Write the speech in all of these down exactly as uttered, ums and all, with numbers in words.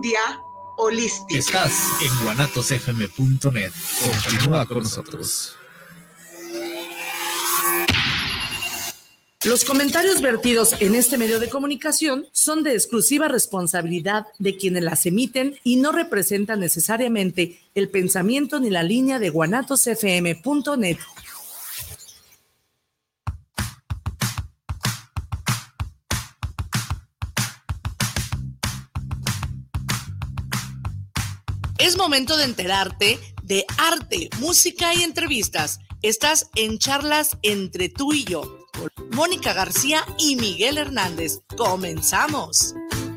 India holística. Estás en guanatos f m punto net. Continúa con nosotros. Los comentarios vertidos en este medio de comunicación son de exclusiva responsabilidad de quienes las emiten y no representan necesariamente el pensamiento ni la línea de guanatos f m punto net. Es momento de enterarte de arte, música y entrevistas. Estás en Charlas entre tú y yo, con Mónica García y Miguel Hernández. ¡Comenzamos!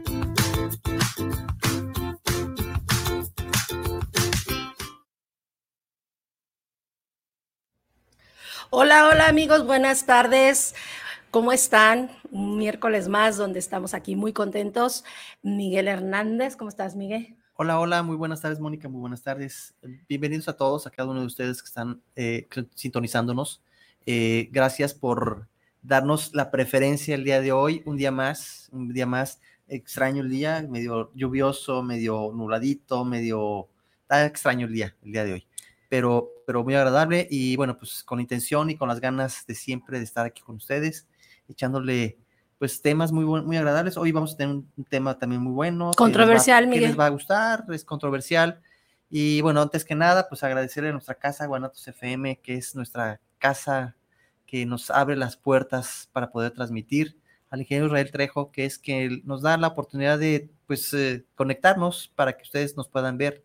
Hola, hola amigos, buenas tardes. ¿Cómo están? Un miércoles más donde estamos aquí muy contentos. Miguel Hernández, ¿cómo estás, Miguel? Hola, hola, muy buenas tardes, Mónica, muy buenas tardes. Bienvenidos a todos, a cada uno de ustedes que están eh, sintonizándonos. Eh, gracias por darnos la preferencia el día de hoy, un día más, un día más extraño el día, medio lluvioso, medio nubladito, medio... Está extraño el día, el día de hoy, pero, pero muy agradable y bueno, pues con intención y con las ganas de siempre de estar aquí con ustedes, echándole... pues temas muy, muy agradables. Hoy vamos a tener un, un tema también muy bueno. Controversial, que les va, Miguel. Que les va a gustar, es controversial. Y bueno, antes que nada, pues agradecerle a nuestra casa, Guanatos F M, que es nuestra casa que nos abre las puertas para poder transmitir, al ingeniero Israel Trejo, que es que nos da la oportunidad de, pues, eh, conectarnos para que ustedes nos puedan ver.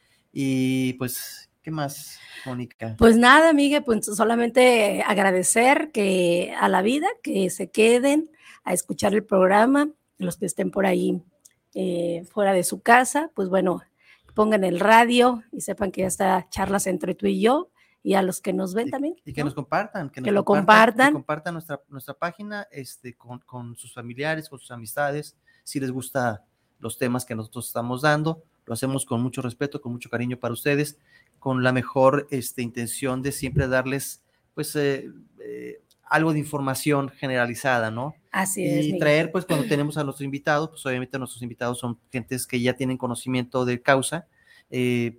Y pues, ¿qué más, Mónica? Pues nada, Miguel, pues solamente agradecer que a la vida, que se queden a escuchar el programa, los que estén por ahí eh, fuera de su casa, pues bueno, pongan el radio y sepan que ya está Charlas entre tú y yo, y a los que nos ven y, también. Y que ¿no? nos compartan, que, nos que lo compartan, compartan. que compartan nuestra, nuestra página este, con, con sus familiares, con sus amistades, si les gusta los temas que nosotros estamos dando, lo hacemos con mucho respeto, con mucho cariño para ustedes, con la mejor este, intención de siempre darles, pues, eh, eh, algo de información generalizada, ¿no? Así y es. Y traer, pues, cuando tenemos a nuestros invitados, pues, obviamente nuestros invitados son gentes que ya tienen conocimiento de causa, eh,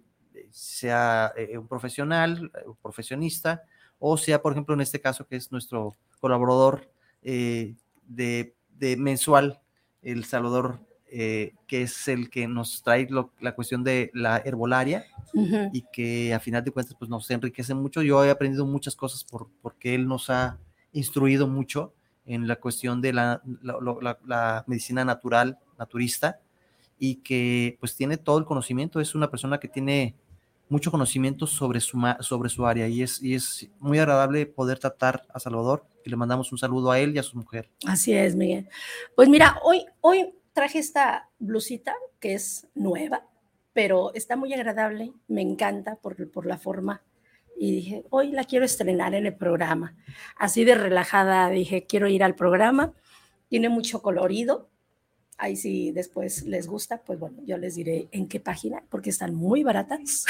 sea eh, un profesional, un profesionista, o sea, por ejemplo, en este caso, que es nuestro colaborador eh, de, de mensual, el Salvador, eh, que es el que nos trae lo, la cuestión de la herbolaria, uh-huh. y que a final de cuentas pues nos enriquece mucho. Yo he aprendido muchas cosas por, porque él nos ha instruido mucho en la cuestión de la, la, la, la medicina natural, naturista, y que pues tiene todo el conocimiento, es una persona que tiene mucho conocimiento sobre su, sobre su área, y es, y es muy agradable poder tratar a Salvador, y le mandamos un saludo a él y a su mujer. Así es, Miguel. Pues mira, hoy, hoy traje esta blusita que es nueva, pero está muy agradable, me encanta por, por la forma, y dije, hoy la quiero estrenar en el programa. Así de relajada dije, quiero ir al programa, tiene mucho colorido. Ahí si después les gusta, pues bueno, yo les diré en qué página, porque están muy baratas,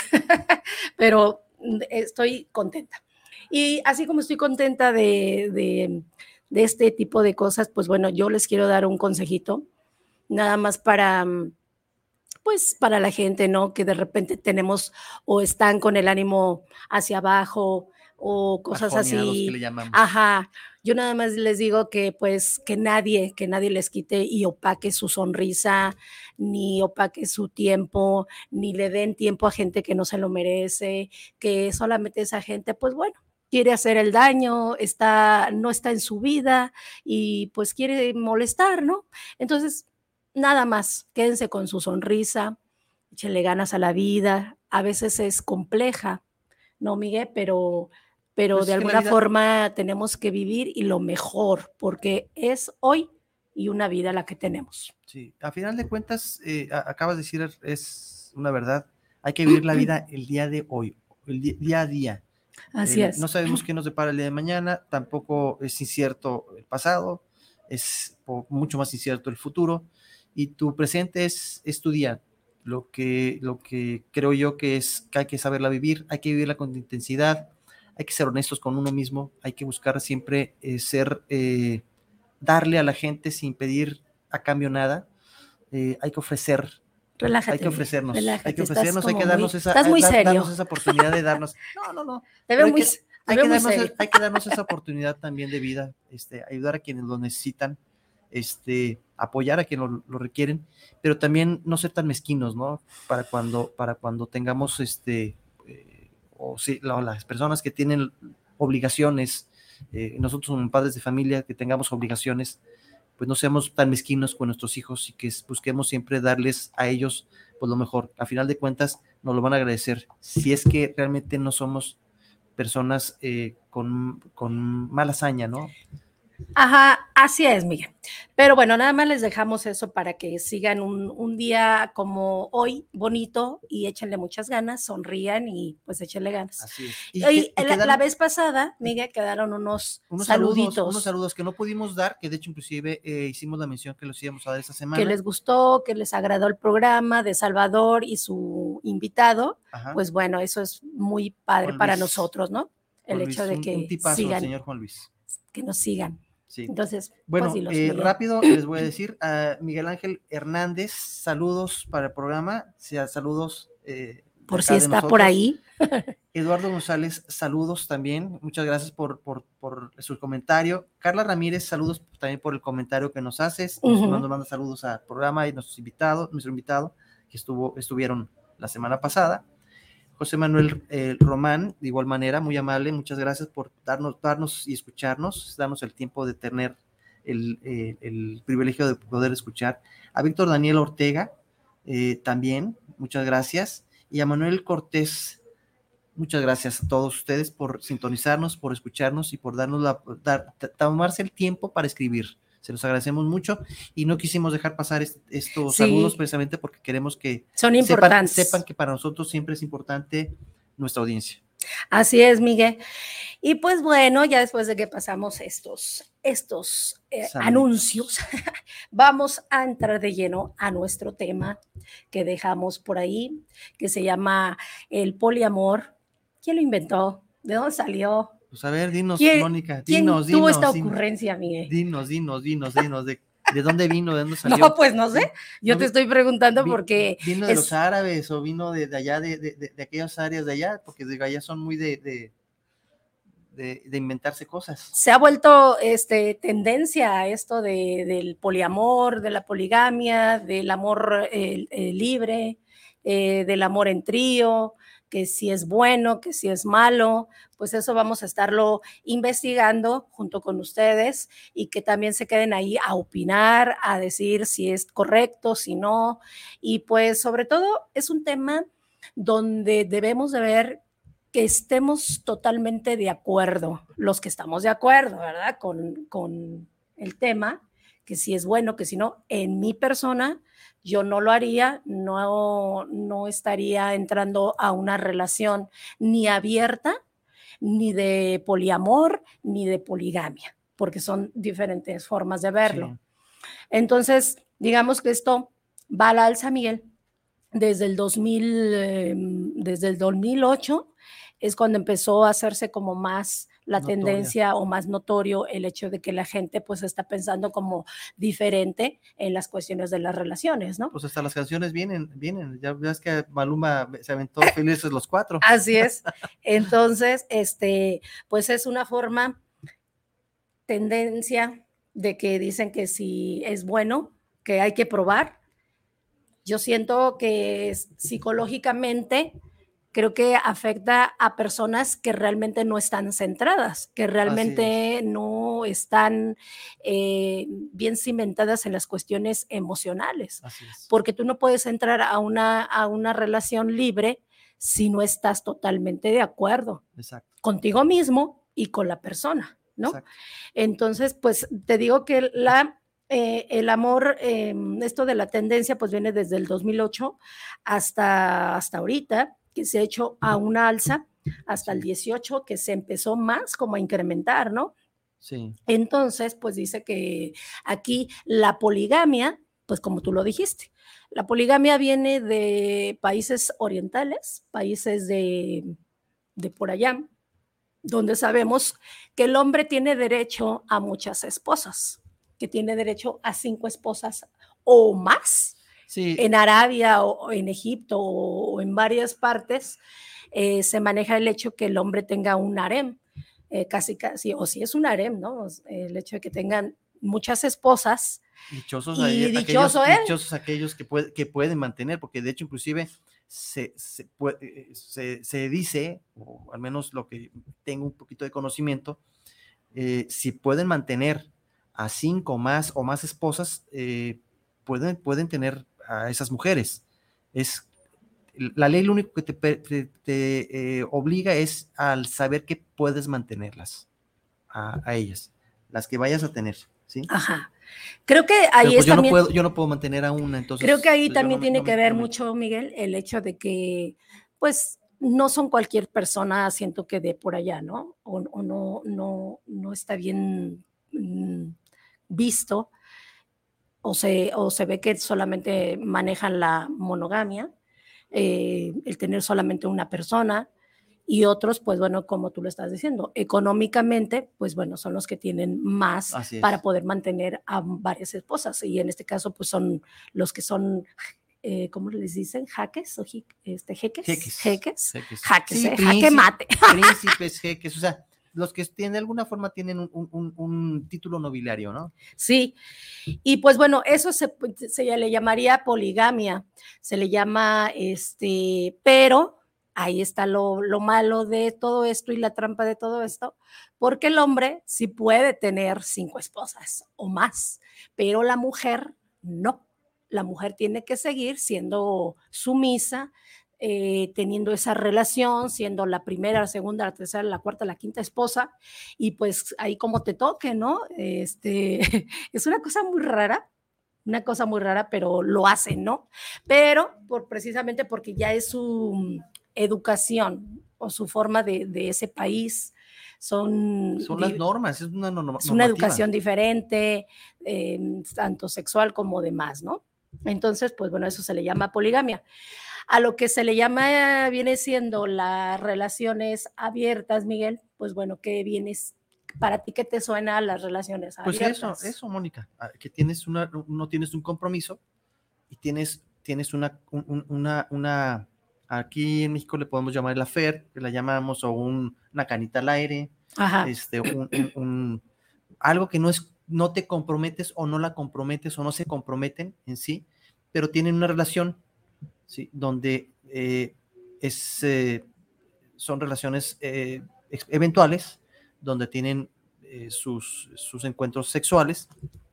pero estoy contenta. Y así como estoy contenta de, de, de este tipo de cosas, pues bueno, yo les quiero dar un consejito, nada más para, pues para la gente, ¿no? Que de repente tenemos o están con el ánimo hacia abajo o cosas así. Que le llamamos. Ajá. Yo nada más les digo que pues que nadie, que nadie les quite y opaque su sonrisa, ni opaque su tiempo, ni le den tiempo a gente que no se lo merece, que solamente esa gente, pues bueno, quiere hacer el daño, está, no está en su vida y pues quiere molestar, ¿no? Entonces, nada más, quédense con su sonrisa, échenle ganas a la vida, a veces es compleja, ¿no, Miguel? Pero... pero pues de alguna vida... forma tenemos que vivir y lo mejor, porque es hoy y una vida la que tenemos. Sí, a final de cuentas, eh, acabas de decir, es una verdad, hay que vivir la vida el día de hoy, el día, día a día. Así eh, es. No sabemos qué nos depara el día de mañana, tampoco es incierto el pasado, es mucho más incierto el futuro, y tu presente es, es tu día. Lo que, lo que creo yo que es que hay que saberla vivir, hay que vivirla con intensidad, hay que ser honestos con uno mismo, hay que buscar siempre eh, ser, eh, darle a la gente sin pedir a cambio nada, eh, hay que ofrecer Relájate. Hay que ofrecernos, relájate, hay que ofrecernos, hay que darnos muy, esa, estás muy dar, serio. darnos esa oportunidad de darnos. No, no, no. Te veo hay muy, que, te hay, veo que muy darnos, serio. hay que darnos esa oportunidad también de vida, este, ayudar a quienes lo necesitan, este, apoyar a quienes lo, lo requieren, pero también no ser tan mezquinos, ¿no? Para cuando, para cuando tengamos, este, eh, o sí, la, las personas que tienen obligaciones, eh, nosotros como padres de familia que tengamos obligaciones, pues no seamos tan mezquinos con nuestros hijos y que busquemos siempre darles a ellos pues lo mejor. A final de cuentas nos lo van a agradecer si es que realmente no somos personas eh, con, con mala hazaña, ¿no? Ajá, así es, Miguel. Pero bueno, nada más les dejamos eso para que sigan un, un día como hoy, bonito, y échenle muchas ganas, sonrían y pues échenle ganas. Así es. Y, Y, que, y la, quedaron, la vez pasada, Miguel, quedaron unos, unos saluditos. saludos, unos saludos que no pudimos dar, que de hecho inclusive eh, hicimos la mención que los íbamos a dar esta semana. Que les gustó, que les agradó el programa de Salvador y su invitado. Ajá. Pues bueno, eso es muy padre Juan para Luis, nosotros, ¿no? El Juan hecho Luis, de que un, un tipazo, sigan, señor Juan Luis. Que nos sigan. Sí. Entonces, bueno, pues, dilos, eh, rápido les voy a decir a Miguel Ángel Hernández, saludos para el programa, sea, saludos. Eh, por si está por ahí. Eduardo González, saludos también, muchas gracias por, por, por su comentario. Carla Ramírez, saludos también por el comentario que nos haces, nos, uh-huh. nos manda saludos al programa y nuestros invitados, nuestro invitado que estuvo, estuvieron la semana pasada. José Manuel eh, Román, de igual manera, muy amable, muchas gracias por darnos, darnos y escucharnos, darnos el tiempo de tener el, eh, el privilegio de poder escuchar. A Víctor Daniel Ortega, eh, también, muchas gracias. Y a Manuel Cortés, muchas gracias a todos ustedes por sintonizarnos, por escucharnos y por darnos la, dar, tomarse el tiempo para escribir. Se los agradecemos mucho y no quisimos dejar pasar est- estos sí. saludos precisamente porque queremos que son importantes. Sepan, sepan que para nosotros siempre es importante nuestra audiencia. Así es, Miguel. Y pues bueno, ya después de que pasamos estos, estos eh, anuncios, vamos a entrar de lleno a nuestro tema que dejamos por ahí, que se llama el poliamor. ¿Quién lo inventó? ¿De dónde salió? Pues a ver, dinos, ¿Quién, Mónica, ¿quién dinos, tuvo dinos. esta dinos, ocurrencia, Miguel? Dinos, dinos, dinos, dinos, de, ¿de dónde vino? ¿De dónde salió? No, pues no sé, yo no, te estoy preguntando vi, porque... ¿Vino de es... los árabes o vino de, de allá, de, de, de, de aquellas áreas de allá? Porque de allá son muy de... de De, de inventarse cosas. Se ha vuelto este, tendencia a esto de, del poliamor, de la poligamia, del amor eh, eh, libre, eh, del amor en trío, que si es bueno, que si es malo, pues eso vamos a estarlo investigando junto con ustedes y que también se queden ahí a opinar, a decir si es correcto, si no, y pues sobre todo es un tema donde debemos de ver que estemos totalmente de acuerdo, los que estamos de acuerdo, ¿verdad? Con, con el tema, que si es bueno, que si no, en mi persona, yo no lo haría, no, no estaría entrando a una relación ni abierta, ni de poliamor, ni de poligamia, porque son diferentes formas de verlo. Sí. Entonces, digamos que esto va a la alza, Miguel, desde el dos mil, eh, desde el dos mil ocho, es cuando empezó a hacerse como más la Notoria. tendencia o más notorio el hecho de que la gente pues está pensando como diferente en las cuestiones de las relaciones, ¿no? Pues hasta las canciones vienen, vienen, ya ves que Maluma se aventó Felices los Cuatro. Así es, entonces, este, pues es una forma, tendencia de que dicen que si es bueno, que hay que probar. Yo siento que psicológicamente creo que afecta a personas que realmente no están centradas, que realmente es. no están eh, bien cimentadas en las cuestiones emocionales. Así es. Porque tú no puedes entrar a una, a una relación libre si no estás totalmente de acuerdo. Exacto. Contigo mismo y con la persona, ¿no? Exacto. Entonces, pues te digo que la... Eh, el amor, eh, esto de la tendencia, pues viene desde el dos mil ocho hasta, hasta ahorita, que se ha hecho a una alza, hasta el dieciocho, que se empezó más como a incrementar, ¿no? Sí. Entonces, pues dice que aquí la poligamia, pues como tú lo dijiste, la poligamia viene de países orientales, países de, de por allá, donde sabemos que el hombre tiene derecho a muchas esposas, que tiene derecho a cinco esposas o más. Sí. En Arabia o, o en Egipto o, o en varias partes eh, se maneja el hecho que el hombre tenga un harem, eh, casi casi, o si es un harem, ¿no? El hecho de que tengan muchas esposas. Dichosos, y ahí, dichoso aquellos, él. dichosos aquellos que, puede, que pueden mantener, porque de hecho inclusive se, se, puede, se, se dice, o al menos lo que tengo un poquito de conocimiento, eh, si pueden mantener a cinco más o más esposas, eh, pueden, pueden tener a esas mujeres. Es, la ley lo único que te, te, te eh, obliga es al saber que puedes mantenerlas a, a ellas, las que vayas a tener, ¿sí? Ajá. Creo que ahí Pero pues es yo también, no puedo, yo no puedo mantener a una, entonces. creo que ahí pues también no me, tiene no que me, ver no me... mucho, Miguel, el hecho de que, pues, no son cualquier persona, siento que de por allá, ¿no? O, o no, no, no está bien mmm, visto, o se, o se ve que solamente manejan la monogamia, eh, el tener solamente una persona, y otros, pues bueno, como tú lo estás diciendo, económicamente, pues bueno, son los que tienen más para poder mantener a varias esposas, y en este caso, pues son los que son, eh, ¿cómo les dicen? ¿Jaques? ¿O este, jeques? Jeques. Jeques. Jeques. Jaques, Sí, eh, príncipe, jaque mate. Príncipes, jeques, o sea, los que tienen, de alguna forma tienen un, un, un título nobiliario, ¿no? Sí, y pues bueno, eso se, se le llamaría poligamia, se le llama, este, pero ahí está lo, lo malo de todo esto y la trampa de todo esto, porque el hombre sí puede tener cinco esposas o más, pero la mujer no. La mujer tiene que seguir siendo sumisa, eh, teniendo esa relación, siendo la primera, la segunda, la tercera, la cuarta, la quinta esposa, y pues ahí como te toque, ¿no? Este, es una cosa muy rara, una cosa muy rara, pero lo hacen, ¿no? Pero por, precisamente porque ya es su educación o su forma de, de ese país, son, son las normas, es una, norma, es una educación diferente, eh, tanto sexual como demás, ¿no? Entonces, pues bueno, eso se le llama poligamia. A lo que se le llama, viene siendo las relaciones abiertas, Miguel, pues bueno, ¿qué vienes? ¿Para ti qué te suena las relaciones abiertas? Pues eso, eso, Mónica, que tienes una, no tienes un compromiso y tienes, tienes una, un, una, una, aquí en México le podemos llamar el affair, que la llamamos, o un, una canita al aire, Ajá. este, un, un, un, algo que no es, no te comprometes o no la comprometes o no se comprometen en sí, pero tienen una relación, ¿sí? Donde eh, es, eh, son relaciones eh, eventuales, donde tienen eh, sus, sus encuentros sexuales,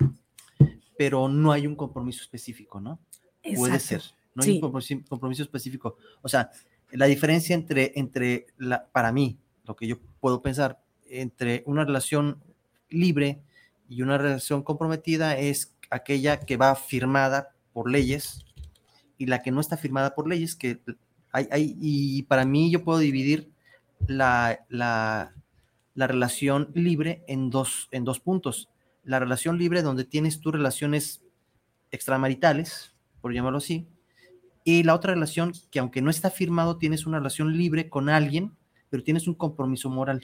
pero no hay un compromiso específico, ¿no? Exacto. Puede ser, no hay sí. un compromiso, compromiso específico. O sea, la diferencia entre, entre la, para mí, lo que yo puedo pensar, entre una relación libre y una relación comprometida es aquella que va firmada por leyes y la que no está firmada por leyes, que hay, hay y para mí yo puedo dividir la, la, la relación libre en dos, en dos puntos. La relación libre donde tienes tus relaciones extramaritales, por llamarlo así, y la otra relación que aunque no está firmado, tienes una relación libre con alguien, pero tienes un compromiso moral.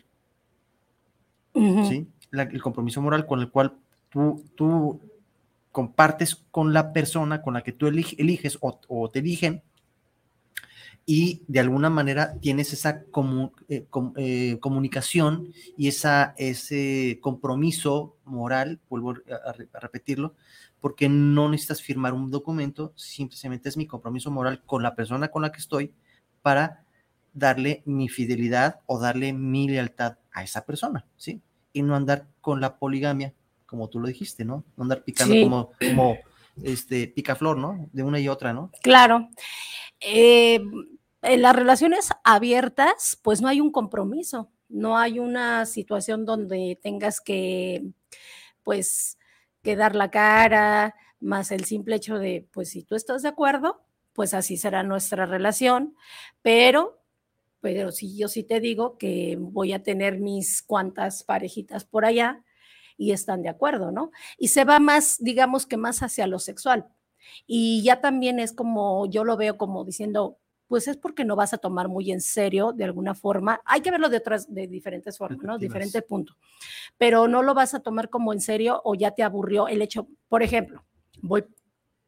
Uh-huh. ¿Sí? La, el compromiso moral con el cual tú, tú compartes con la persona con la que tú elige, eliges o, o te eligen, y de alguna manera tienes esa comu, eh, com, eh, comunicación y esa, ese compromiso moral, vuelvo a, a repetirlo, porque no necesitas firmar un documento, simplemente es mi compromiso moral con la persona con la que estoy para darle mi fidelidad o darle mi lealtad a esa persona, ¿sí? Y no andar con la poligamia, como tú lo dijiste, ¿no? No andar picando sí. como, como este, picaflor, ¿no? De una y otra, ¿no? Claro. Eh, en las relaciones abiertas, pues no hay un compromiso, no hay una situación donde tengas que, pues, que dar la cara, más el simple hecho de, pues, si tú estás de acuerdo, pues así será nuestra relación, pero, pero si yo sí te digo que voy a tener mis cuantas parejitas por allá y están de acuerdo, ¿no? Y se va más, digamos que más hacia lo sexual. Y ya también es como, yo lo veo como diciendo, pues es porque no vas a tomar muy en serio de alguna forma, hay que verlo de otras, de diferentes formas, ¿no? Diferentes puntos, pero no lo vas a tomar como en serio o ya te aburrió el hecho, por ejemplo, voy,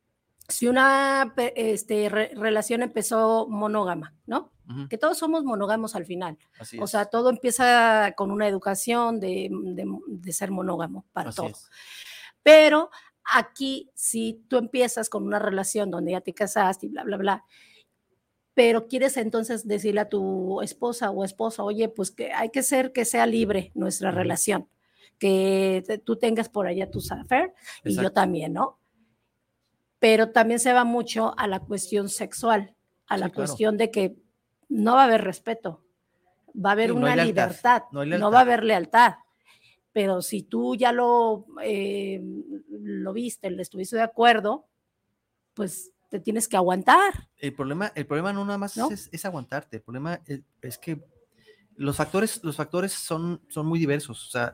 si una este, re, relación empezó monógama, ¿no? Uh-huh. Que todos somos monógamos al final. Así o es. sea, todo empieza con una educación de, de, de ser monógamo para Así todo. Es. Pero aquí, si tú empiezas con una relación donde ya te casaste y bla, bla, bla, pero quieres entonces decirle a tu esposa o esposa, oye, pues que hay que ser que sea libre nuestra uh-huh. relación, que te, tú tengas por allá tus affairs y yo también, ¿no? Pero también se va mucho a la cuestión sexual, a sí, la claro. cuestión de que no va a haber respeto, va a haber sí, una no libertad, no, no va a haber lealtad. Pero si tú ya lo, eh, lo viste, le estuviste de acuerdo, pues te tienes que aguantar. El problema, el problema no nada más ¿no? Es, es aguantarte, el problema es, es que los factores, los factores son, son muy diversos. O sea,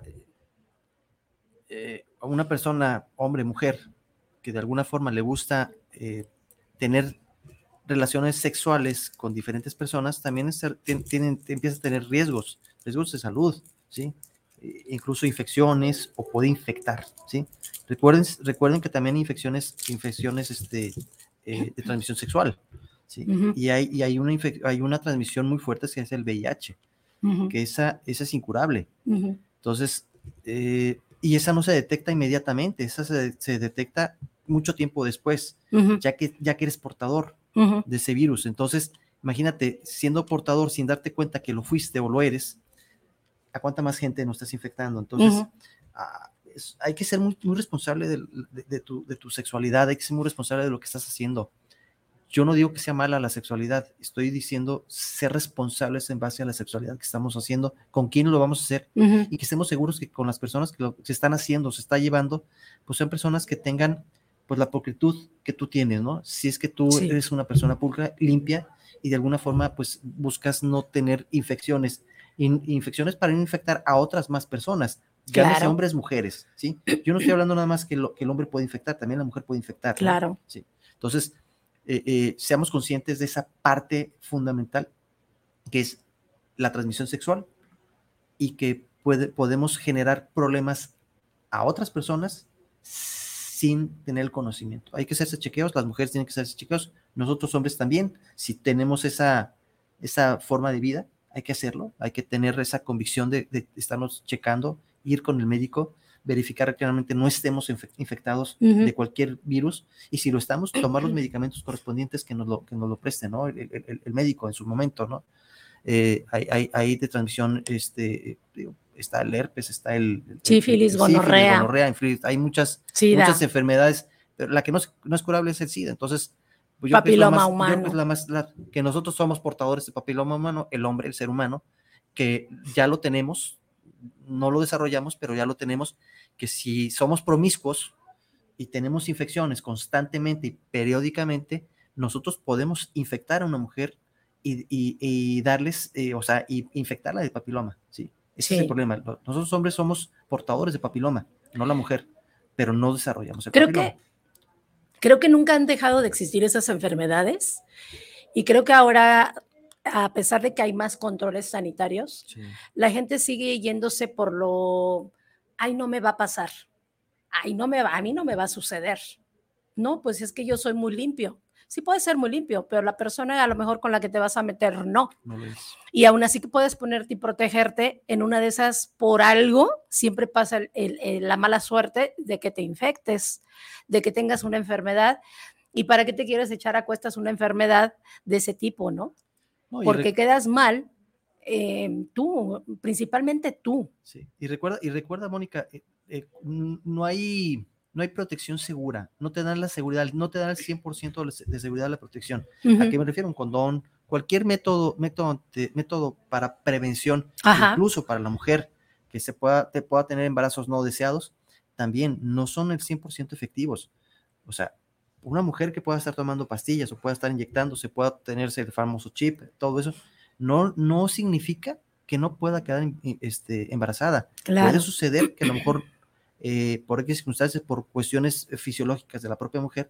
eh, una persona, hombre, mujer, que de alguna forma le gusta eh, tener relaciones sexuales con diferentes personas, también es, tienen, empieza a tener riesgos, riesgos de salud, ¿sí? Eh, incluso infecciones o puede infectar, ¿sí? Recuerden, recuerden que también hay infecciones, infecciones este, eh, de transmisión sexual, ¿sí? Uh-huh. Y, hay, y hay, una hay una transmisión muy fuerte que es el V I H, uh-huh. que esa, esa es incurable. Uh-huh. Entonces, eh, y esa no se detecta inmediatamente, esa se, se detecta mucho tiempo después, uh-huh. ya, que, ya que eres portador uh-huh. de ese virus. Entonces, imagínate, siendo portador sin darte cuenta que lo fuiste o lo eres, ¿a cuánta más gente no estás infectando? Entonces, uh-huh. ah, es, hay que ser muy, muy responsable de, de, de, tu, de tu sexualidad, hay que ser muy responsable de lo que estás haciendo. Yo no digo que sea mala la sexualidad, estoy diciendo ser responsables en base a la sexualidad que estamos haciendo, con quién lo vamos a hacer, uh-huh. y que estemos seguros que con las personas que lo, se están haciendo, se está llevando, pues sean personas que tengan pues la pulcritud que tú tienes, ¿no? Si es que tú sí. eres una persona pulcra, limpia, y de alguna forma pues buscas no tener infecciones, in, infecciones para no infectar a otras más personas, ya claro. no sea hombres, mujeres, ¿sí? Yo no estoy hablando nada más que, lo, que el hombre puede infectar, también la mujer puede infectar, claro. ¿no? Sí. Entonces, eh, eh, seamos conscientes de esa parte fundamental que es la transmisión sexual y que puede, podemos generar problemas a otras personas sin tener el conocimiento. Hay que hacerse chequeos, las mujeres tienen que hacerse chequeos, nosotros hombres también, si tenemos esa, esa forma de vida, hay que hacerlo, hay que tener esa convicción de, de estarnos checando, ir con el médico, verificar que realmente no estemos infectados uh-huh. de cualquier virus, y si lo estamos, tomar los medicamentos correspondientes que nos lo, que nos lo presten, ¿no? El, el, el médico en su momento, ¿no? Eh, hay, hay, hay de transmisión, este, está el herpes, está el, el sífilis, gonorrea, gonorrea, hay muchas, muchas enfermedades, pero la que no es, no es curable es el SIDA. Entonces, pues yo papiloma más, humano. Yo pues la más, la, que nosotros somos portadores de papiloma humano, el hombre, el ser humano, que ya lo tenemos, no lo desarrollamos, pero ya lo tenemos, que si somos promiscuos y tenemos infecciones constantemente y periódicamente, nosotros podemos infectar a una mujer y, y, y darles, eh, o sea, y infectarla de papiloma, ¿sí? Ese sí. es el problema. Nosotros hombres somos portadores de papiloma, no la mujer, pero no desarrollamos el creo papiloma. Que, creo que nunca han dejado de existir esas enfermedades y creo que ahora, a pesar de que hay más controles sanitarios, sí. la gente sigue yéndose por lo, ay, no me va a pasar, ay, no me va, a mí no me va a suceder. No, pues es que yo soy muy limpio. Sí puede ser muy limpio, pero la persona a lo mejor con la que te vas a meter, no. No lo es. Y aún así que puedes ponerte y protegerte, en una de esas, por algo, siempre pasa el, el, el, la mala suerte de que te infectes, de que tengas una enfermedad. ¿Y para qué te quieres echar a cuestas una enfermedad de ese tipo, no? no Porque rec- quedas mal, eh, tú, principalmente tú. Sí, y recuerda, y recuerda Mónica, eh, eh, no hay... no hay protección segura, no te dan la seguridad, no te dan el cien por ciento de seguridad de la protección. Uh-huh. ¿A qué me refiero? Un condón, cualquier método, método, de, método para prevención, Ajá. incluso para la mujer que se pueda, te pueda tener embarazos no deseados, también no son el cien por ciento efectivos. O sea, una mujer que pueda estar tomando pastillas o pueda estar inyectándose, pueda tenerse el famoso chip, todo eso, no, no significa que no pueda quedar este, embarazada. Claro. Puede suceder que a lo mejor Eh, por X circunstancias, por cuestiones fisiológicas de la propia mujer,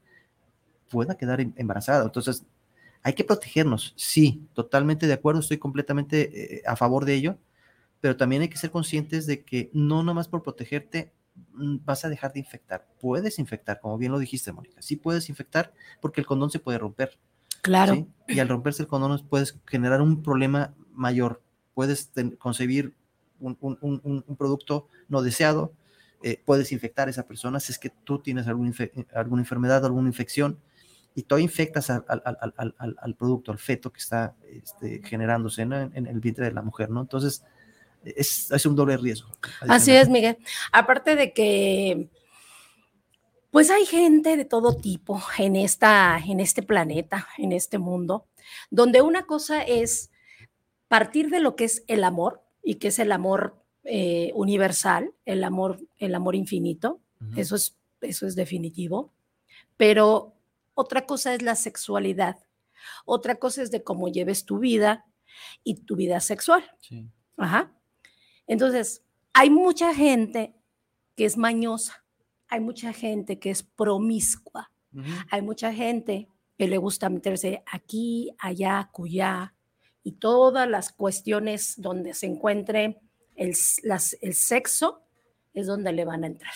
pueda quedar embarazada. Entonces, hay que protegernos, sí, totalmente de acuerdo, estoy completamente eh, a favor de ello, pero también hay que ser conscientes de que no nomás por protegerte vas a dejar de infectar. Puedes infectar, como bien lo dijiste, Mónica. Sí puedes infectar porque el condón se puede romper. Claro. ¿Sí? Y al romperse el condón puedes generar un problema mayor. Puedes ten, concebir un, un, un, un producto no deseado. Eh, puedes infectar a esa persona si es que tú tienes algún infe- alguna enfermedad, alguna infección, y tú infectas al, al, al, al, al, al producto, al feto que está este, generándose, ¿no? en, en el vientre de la mujer, ¿no? Entonces, es, es un doble riesgo. Así es, Miguel. Aparte de que, pues hay gente de todo tipo en, esta, en este planeta, en este mundo, donde una cosa es partir de lo que es el amor, y que es el amor eh, universal, el amor, el amor infinito, uh-huh. eso, es, eso es definitivo, pero otra cosa es la sexualidad, otra cosa es de cómo lleves tu vida y tu vida sexual. Sí. Ajá. Entonces, hay mucha gente que es mañosa, hay mucha gente que es promiscua, uh-huh. hay mucha gente que le gusta meterse aquí, allá, acullá, y todas las cuestiones donde se encuentre el, las, el sexo es donde le van a entrar.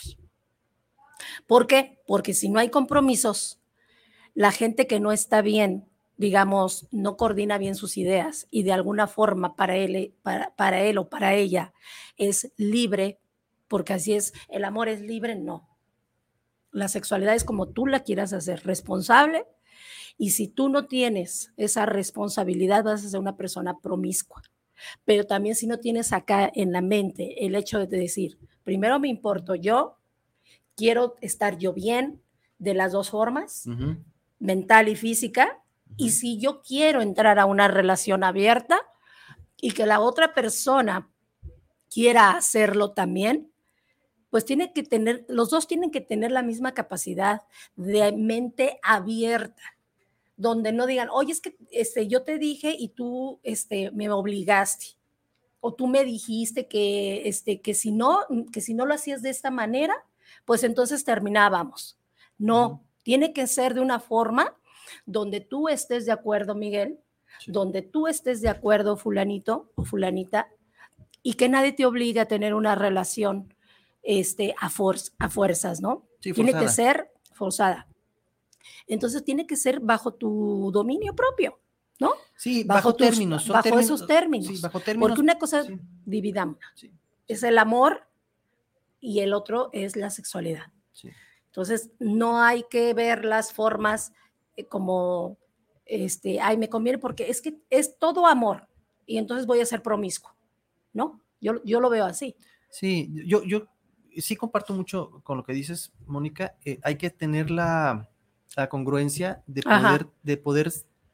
¿Por qué? Porque si no hay compromisos, la gente que no está bien, digamos, no coordina bien sus ideas y de alguna forma para él, para, para él o para ella es libre, porque así es, el amor es libre, no. La sexualidad es como tú la quieras hacer, responsable, y si tú no tienes esa responsabilidad vas a ser una persona promiscua. Pero también si no tienes acá en la mente el hecho de decir, primero me importo yo, quiero estar yo bien de las dos formas, uh-huh. mental y física, uh-huh. y si yo quiero entrar a una relación abierta y que la otra persona quiera hacerlo también, pues tiene que tener, los dos tienen que tener la misma capacidad de mente abierta, donde no digan, oye, es que este, yo te dije y tú este, me obligaste, o tú me dijiste que, este, que, si no, que si no lo hacías de esta manera, pues entonces terminábamos. No, uh-huh. tiene que ser de una forma donde tú estés de acuerdo, Miguel, sí. donde tú estés de acuerdo, fulanito o fulanita, y que nadie te obligue a tener una relación este, a, for- a fuerzas, ¿no? Sí, tiene que ser forzada. Entonces tiene que ser bajo tu dominio propio, ¿no? Sí, bajo, bajo tus, términos. Son bajo términos, esos términos. Sí, bajo términos. Porque una cosa, sí. dividamos, sí. es el amor y el otro es la sexualidad. Sí. Entonces no hay que ver las formas eh, como, este, ay, me conviene porque es que es todo amor y entonces voy a ser promiscuo, ¿no? Yo, yo lo veo así. Sí, yo, yo sí comparto mucho con lo que dices, Mónica. Eh, hay que tener la, la congruencia de poder, de poder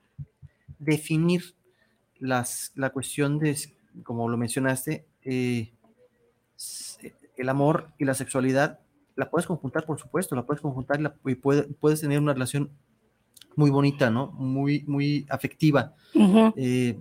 definir las, la cuestión de, como lo mencionaste, eh, el amor y la sexualidad. La puedes conjuntar, por supuesto, la puedes conjuntar y, la, y puede, puedes tener una relación muy bonita, ¿no? Muy, muy afectiva. Uh-huh. Eh,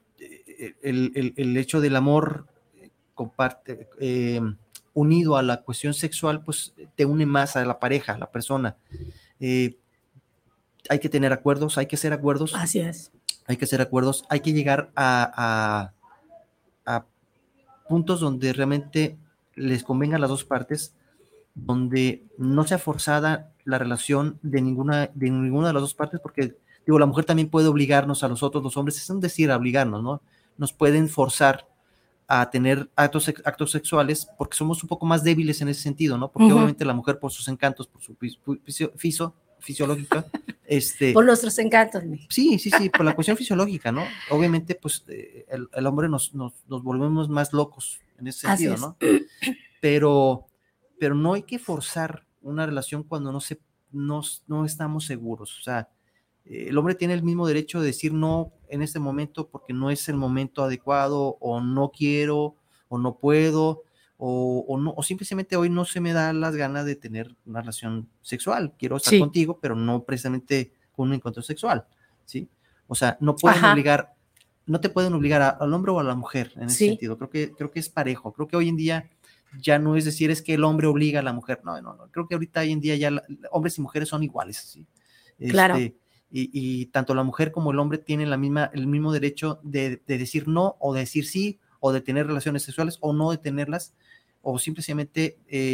el, el, el hecho del amor comparte, eh, unido a la cuestión sexual, pues te une más a la pareja, a la persona. Eh, hay que tener acuerdos, hay que hacer acuerdos. Así es. Hay que hacer acuerdos, hay que llegar a, a, a puntos donde realmente les convenga a las dos partes, donde no sea forzada la relación de ninguna, de ninguna de las dos partes, porque digo, la mujer también puede obligarnos a nosotros, los hombres, es un decir, a obligarnos, ¿no? Nos pueden forzar a tener actos, actos sexuales porque somos un poco más débiles en ese sentido, ¿no? Porque uh-huh. obviamente la mujer por sus encantos, por su fisio, fisio, fisiológica, este... Por nuestros encantos. Sí, sí, sí, por la cuestión fisiológica, ¿no? Obviamente, pues, eh, el, el hombre nos, nos, nos volvemos más locos en ese sentido, ¿no? Pero, pero no hay que forzar una relación cuando no, se, no, no estamos seguros, o sea, el hombre tiene el mismo derecho de decir no en este momento porque no es el momento adecuado, o no quiero, o no puedo, o, o, no, o simplemente hoy no se me da las ganas de tener una relación sexual, quiero estar sí. contigo, pero no precisamente con un encuentro sexual, ¿sí? O sea, no pueden Ajá. obligar, no te pueden obligar a, al hombre o a la mujer en ese sí. sentido, creo que, creo que es parejo, creo que hoy en día ya no es decir es que el hombre obliga a la mujer, no, no, no, creo que ahorita hoy en día ya la, hombres y mujeres son iguales, ¿sí? Este, claro. Y, y tanto la mujer como el hombre tienen la misma, el mismo derecho de, de decir no, o de decir sí, o de tener relaciones sexuales, o no de tenerlas, o simplemente eh,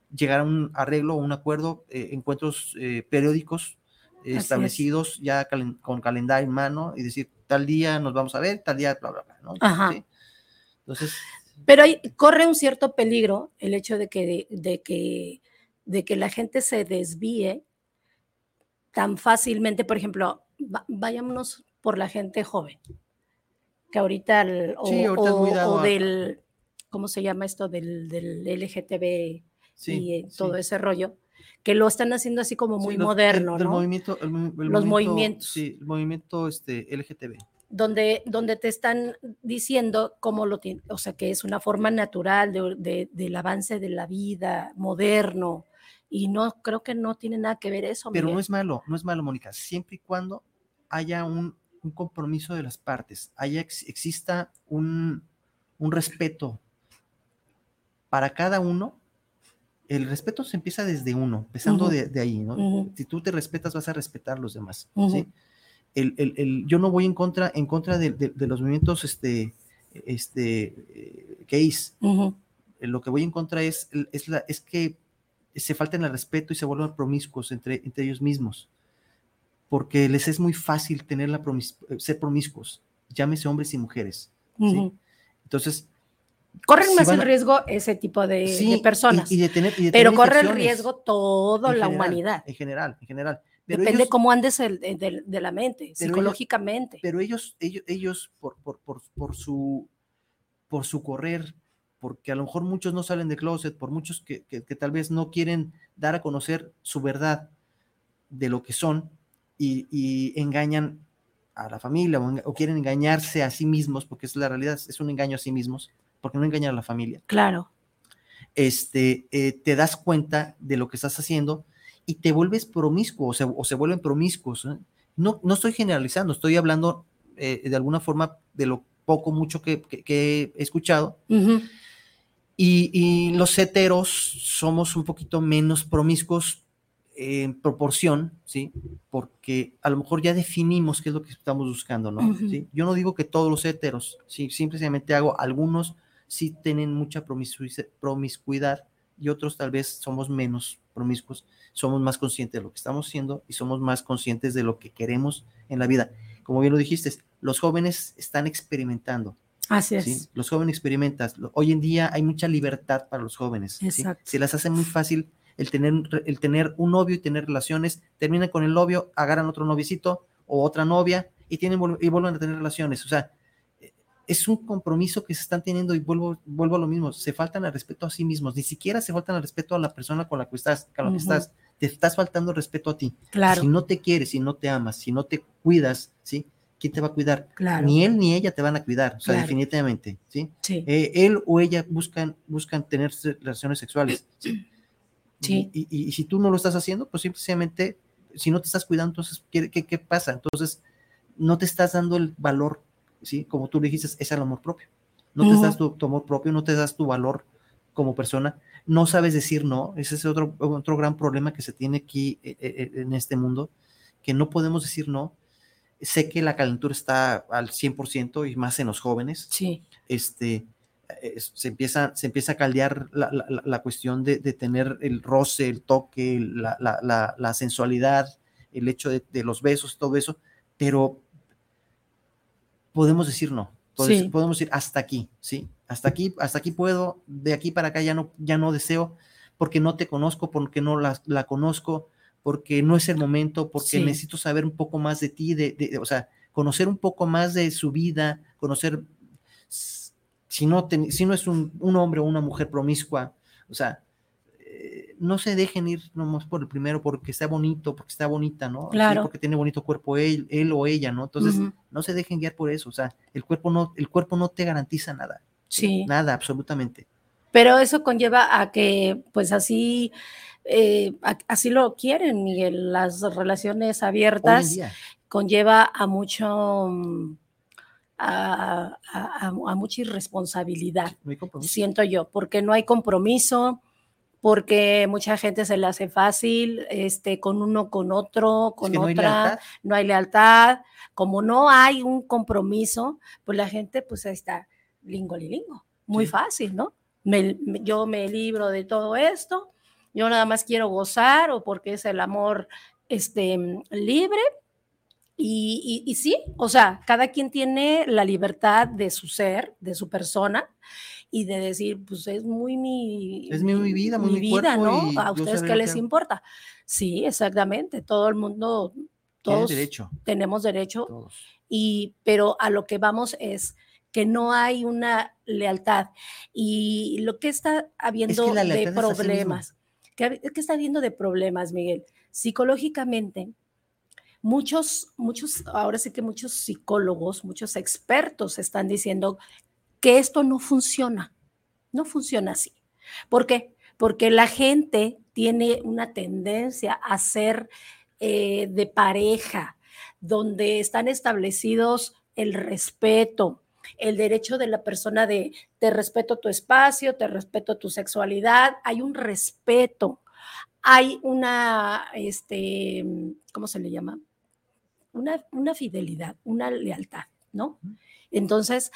llegar a un arreglo, un acuerdo, eh, encuentros eh, periódicos eh, establecidos es. ya calen, con calendario en mano y decir, tal día nos vamos a ver, tal día, bla, bla, bla, ¿no? Ajá. ¿Sí? Entonces... Pero hay, corre un cierto peligro el hecho de que, de, de que, de que la gente se desvíe tan fácilmente. Por ejemplo, va, vayámonos por la gente joven, que ahorita, el, o, sí, ahorita o, es muy dado o a... del, ¿cómo se llama esto? Del, del L G T B sí, y eh, todo sí. ese rollo, que lo están haciendo así como muy sí, los, moderno, del, ¿no? Del movimiento, el, el los movimiento, movimientos. Sí, el movimiento este, L G T B. Donde, donde te están diciendo cómo lo tiene, o sea, que es una forma natural de, de, del avance de la vida moderno, y no, creo que no tiene nada que ver eso, Pero Miguel. no es malo, no es malo, Mónica, siempre y cuando haya un, un compromiso de las partes, haya, exista un, un respeto para cada uno. El respeto se empieza desde uno, empezando uh-huh. de, de ahí, ¿no? Uh-huh. Si tú te respetas, vas a respetar a los demás, uh-huh. ¿sí? El, el, el, yo no voy en contra, en contra de, de, de los movimientos este, este, eh, gays. Uh-huh. Lo que voy en contra es, es, la, es que se falten el respeto y se vuelvan promiscuos entre, entre ellos mismos, porque les es muy fácil tener la promis, ser promiscuos, llámese hombres y mujeres, uh-huh. ¿sí? Entonces, corren más si el a... riesgo ese tipo de, sí, de personas, y, y de tener, y de pero tener corre el riesgo toda la general, humanidad. En general, en general. Pero Depende ellos, cómo andes el, de, de, de la mente, pero psicológicamente. Ellos, pero ellos, ellos, ellos por, por, por, por, su, por su correr, porque a lo mejor muchos no salen de closet, por muchos que, que, que tal vez no quieren dar a conocer su verdad de lo que son y, y engañan a la familia o, o quieren engañarse a sí mismos, porque es la realidad, es un engaño a sí mismos, porque no engañan a la familia. Claro. Este, eh, te das cuenta de lo que estás haciendo y te vuelves promiscuo o se, o se vuelven promiscuos. ¿eh? No, no estoy generalizando, estoy hablando eh, de alguna forma de lo poco, mucho que, que, que he escuchado. Uh-huh. Y, y los heteros somos un poquito menos promiscuos en proporción, ¿sí? Porque a lo mejor ya definimos qué es lo que estamos buscando, ¿no? Uh-huh. ¿Sí? Yo no digo que todos los heteros, ¿sí? Simplemente hago algunos sí tienen mucha promiscuidad y otros tal vez somos menos promiscuos, somos más conscientes de lo que estamos haciendo y somos más conscientes de lo que queremos en la vida. Como bien lo dijiste, los jóvenes están experimentando. Así es. ¿sí? Los jóvenes experimentan. Hoy en día hay mucha libertad para los jóvenes. Exacto. ¿sí? Se les hace muy fácil el tener, el tener un novio y tener relaciones, terminan con el novio, agarran otro noviecito o otra novia y, tienen, y vuelven a tener relaciones. O sea, es un compromiso que se están teniendo y vuelvo, vuelvo a lo mismo, se faltan al respeto a sí mismos, ni siquiera se faltan al respeto a la persona con la que estás, con la uh-huh. que estás, te estás faltando el respeto a ti. Claro. Si no te quieres, si no te amas, si no te cuidas, ¿sí? ¿Quién te va a cuidar? Claro. Ni él ni ella te van a cuidar, o sea, claro. definitivamente, ¿sí? Sí. Eh, él o ella buscan, buscan tener relaciones sexuales, ¿sí? Sí. Y, y, y si tú no lo estás haciendo, pues simplemente, si no te estás cuidando, entonces, ¿qué, qué, qué pasa? Entonces, no te estás dando el valor, ¿sí? Como tú le dijiste, es el amor propio. No te uh-huh. das tu, tu amor propio, no te das tu valor como persona, no sabes decir no. Ese es otro, otro gran problema que se tiene aquí eh, en este mundo, que no podemos decir no. Sé que la calentura está al cien por ciento y más en los jóvenes. Sí. Este, eh, se, empieza, se empieza a caldear la, la, la cuestión de, de tener el roce, el toque, la, la, la, la sensualidad, el hecho de, de los besos, todo eso, pero podemos decir no. Entonces, sí. podemos ir hasta aquí, ¿sí? Hasta aquí, hasta aquí puedo, de aquí para acá ya no, ya no deseo, porque no te conozco, porque no la, la conozco, porque no es el momento, porque sí. necesito saber un poco más de ti, de, de, de, o sea, conocer un poco más de su vida, conocer, si no, te, si no es un, un hombre o una mujer promiscua, o sea, eh, no se dejen ir nomás por el primero, porque está bonito, porque está bonita, ¿no? Claro. Sí, porque tiene bonito cuerpo él, él o ella, ¿no? Entonces, uh-huh. no se dejen guiar por eso, o sea, el cuerpo no, el cuerpo no te garantiza nada. Sí. Nada, absolutamente. Pero eso conlleva a que, pues así, eh, a, así lo quieren, Miguel, las relaciones abiertas conlleva a mucho, a, a, a mucha irresponsabilidad, no siento yo, porque no hay compromiso, porque mucha gente se le hace fácil, este, con uno, con otro, con es que otra, no hay, no hay lealtad, como no hay un compromiso, pues la gente, pues ahí está, lingo, lingo, muy sí. fácil, ¿no? Me, me, yo me libro de todo esto yo nada más quiero gozar o porque es el amor este, libre. Y, y, y sí, o sea, cada quien tiene la libertad de su ser, de su persona, y de decir, pues es muy mi, es mi, mi vida, muy mi mi vida, cuerpo, ¿no? y ¿A yo ustedes sabré qué lo les que hago. importa? Sí, exactamente, todo el mundo, Tiene todos derecho. tenemos derecho, Todos. y, pero a lo que vamos es que no hay una lealtad. Y lo que está habiendo Es que la de lealtad es a sí mismo. problemas, que, que está habiendo de problemas, Miguel, psicológicamente, muchos, muchos, ahora sí que muchos psicólogos, muchos expertos están diciendo que esto no funciona, no funciona así. ¿Por qué? Porque la gente tiene una tendencia a ser eh, de pareja, donde están establecidos el respeto, el derecho de la persona de te respeto tu espacio, te respeto tu sexualidad, hay un respeto, hay una, este, ¿cómo se le llama? Una, una fidelidad, una lealtad, ¿no? Entonces,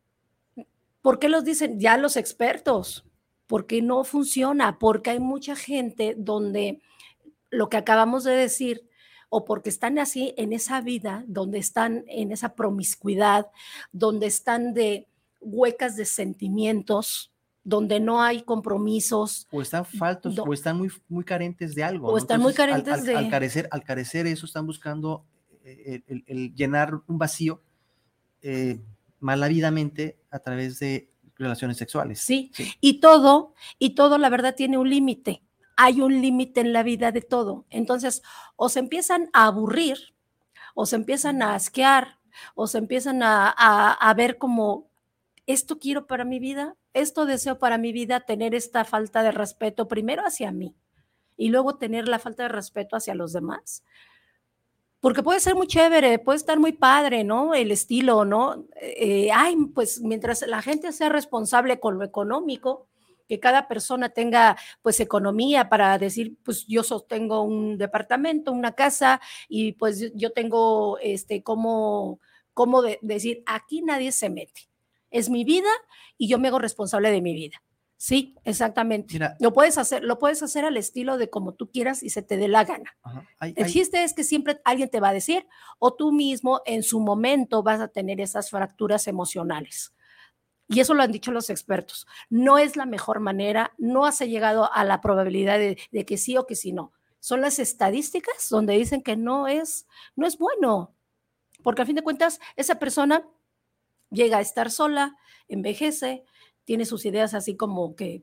¿por qué los dicen ya los expertos? Porque no funciona, porque hay mucha gente donde lo que acabamos de decir, o porque están así en esa vida, donde están en esa promiscuidad, donde están de huecas de sentimientos, donde no hay compromisos. O están faltos, no, o están muy, muy carentes de algo, o ¿no? están muy Entonces, al, carentes al, de... al, carecer, al carecer eso, están buscando el, el, el llenar un vacío eh, malavidamente a través de relaciones sexuales. Sí, sí, y todo, y todo la verdad tiene un límite. Hay un límite en la vida de todo. Entonces, o se empiezan a aburrir, o se empiezan a asquear, o se empiezan a, a, a ver como, esto quiero para mi vida, esto deseo para mi vida, tener esta falta de respeto primero hacia mí y luego tener la falta de respeto hacia los demás. Porque puede ser muy chévere, puede estar muy padre, ¿no? El estilo, ¿no? Eh, ay, pues mientras la gente sea responsable con lo económico, que cada persona tenga pues economía para decir, pues yo sostengo un departamento, una casa y pues yo tengo este cómo, cómo de, decir, aquí nadie se mete. Es mi vida y yo me hago responsable de mi vida. Sí, exactamente. Mira, lo puedes hacer, lo puedes hacer al estilo de como tú quieras y se te dé la gana. Ajá, hay, El hay... chiste es que siempre alguien te va a decir o tú mismo en su momento vas a tener esas fracturas emocionales. Y eso lo han dicho los expertos. No es la mejor manera, no has llegado a la probabilidad de, de que sí o que sí no. Son las estadísticas donde dicen que no es, no es bueno, porque a fin de cuentas esa persona llega a estar sola, envejece, tiene sus ideas así como que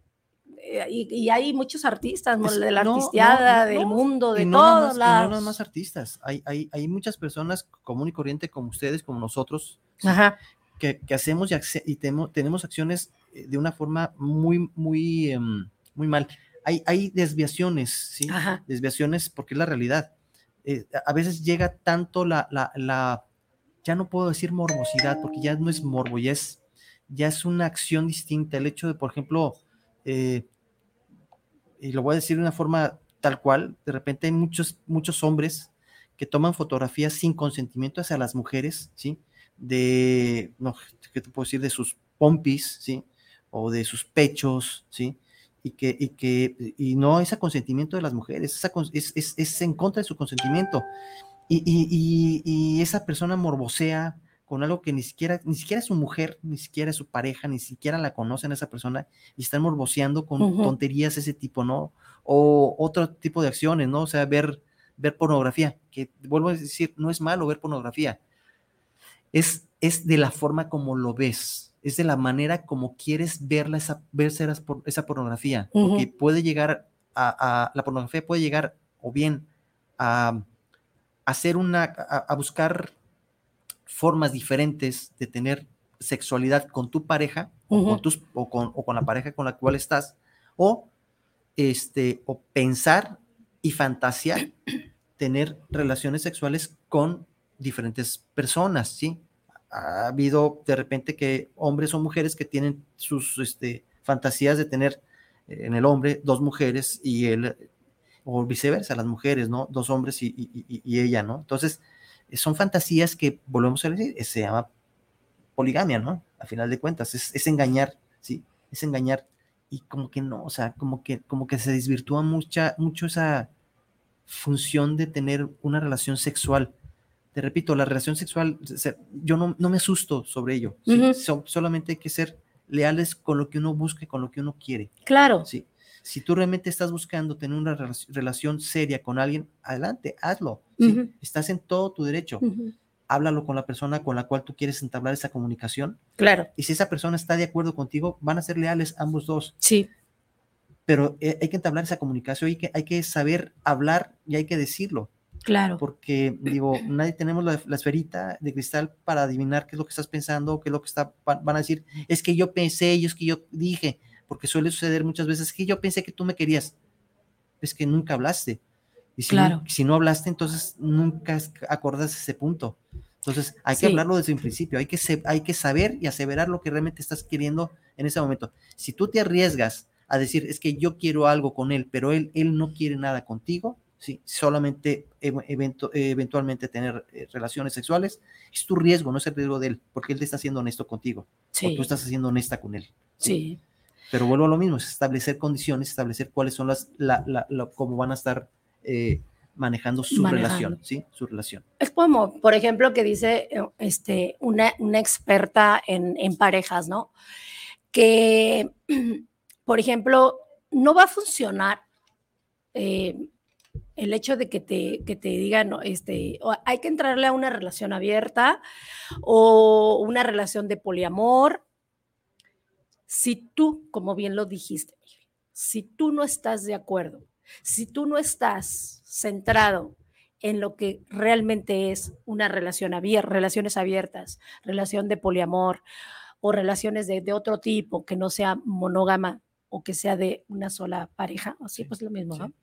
eh, y, y hay muchos artistas, es, de la no, artisteada, no, no, del mundo, de no todos lados. No nada más artistas, hay, hay, hay muchas personas común y corriente como ustedes, como nosotros, ¿sí? Ajá. Que, que hacemos y, y tenemos, tenemos acciones de una forma muy, muy, um, muy mal. Hay, hay desviaciones, ¿sí? Ajá. Desviaciones porque es la realidad. Eh, a veces llega tanto la, la, la, ya no puedo decir morbosidad, porque ya no es morbo, ya es, ya es una acción distinta. El hecho de, por ejemplo, eh, y lo voy a decir de una forma tal cual, de repente hay muchos, muchos hombres que toman fotografías sin consentimiento hacia las mujeres, ¿sí? De, no, ¿qué te puedo decir? De sus pompis, ¿sí? O de sus pechos, ¿sí? Y que, y que, y no es a consentimiento de las mujeres, esa, es, es, es en contra de su consentimiento. Y, y, y, y esa persona morbosea con algo que ni siquiera, ni siquiera es su mujer, ni siquiera es su pareja, ni siquiera la conocen a esa persona, y están morboseando con uh-huh. tonterías de ese tipo, ¿no? O otro tipo de acciones, ¿no? O sea, ver, ver pornografía, que vuelvo a decir, no es malo ver pornografía, es, es de la forma como lo ves, es de la manera como quieres verla, esa, verse esa, esa pornografía, uh-huh. porque puede llegar a, a, la pornografía puede llegar, o bien, a hacer una, a, a buscar formas diferentes de tener sexualidad con tu pareja uh-huh. o, con tus, o, con, o con la pareja con la cual estás, o, este, o pensar y fantasear tener relaciones sexuales con diferentes personas, ¿sí? Ha habido de repente que hombres o mujeres que tienen sus este, fantasías de tener eh, en el hombre dos mujeres y él, o viceversa, las mujeres, ¿no? Dos hombres y, y, y ella, ¿no? Entonces, son fantasías que, volvemos a decir, se llama poligamia, ¿no? A final de cuentas, es, es engañar, ¿sí? Es engañar y como que no, o sea, como que, como que se desvirtúa mucha, mucho esa función de tener una relación sexual. Te repito, la relación sexual, se, yo no, no me asusto sobre ello, ¿sí? Uh-huh. So, solamente hay que ser leales con lo que uno busque, con lo que uno quiere. Claro. ¿Sí? Si tú realmente estás buscando tener una re- relación seria con alguien, adelante, hazlo, ¿sí? Uh-huh. Estás en todo tu derecho. Uh-huh. Háblalo con la persona con la cual tú quieres entablar esa comunicación. Claro. Y si esa persona está de acuerdo contigo, van a ser leales ambos dos. Sí. Pero eh, hay que entablar esa comunicación, hay que, hay que saber hablar y hay que decirlo. Claro. Porque, digo, nadie tenemos la, la esferita de cristal para adivinar qué es lo que estás pensando, qué es lo que está, van a decir, es que yo pensé, y es que yo dije, porque suele suceder muchas veces, que yo pensé que tú me querías, es que nunca hablaste. Y si, claro. no, si no hablaste, entonces nunca acordas ese punto. Entonces hay sí. que hablarlo desde un principio, hay que, se, hay que saber y aseverar lo que realmente estás queriendo en ese momento. Si tú te arriesgas a decir, es que yo quiero algo con él, pero él, él no quiere nada contigo, ¿sí? Solamente evento, eventualmente tener eh, relaciones sexuales, es tu riesgo, no es el riesgo de él, porque él te está siendo honesto contigo, sí. o tú estás siendo honesta con él. Sí. sí. Pero vuelvo a lo mismo, es establecer condiciones, establecer cuáles son las, la, la, la, cómo van a estar eh, manejando su manejando. relación, ¿sí? Su relación. Es como, por ejemplo, que dice este, una, una experta en, en parejas, ¿no? Que, por ejemplo, no va a funcionar eh, el hecho de que te, que te digan, ¿no? este, hay que entrarle a una relación abierta o una relación de poliamor. Si tú, como bien lo dijiste, si tú no estás de acuerdo, si tú no estás centrado en lo que realmente es una relación abierta, relaciones abiertas, relación de poliamor o relaciones de, de otro tipo, que no sea monógama o que sea de una sola pareja, así sí, pues lo mismo, ¿no? Sí.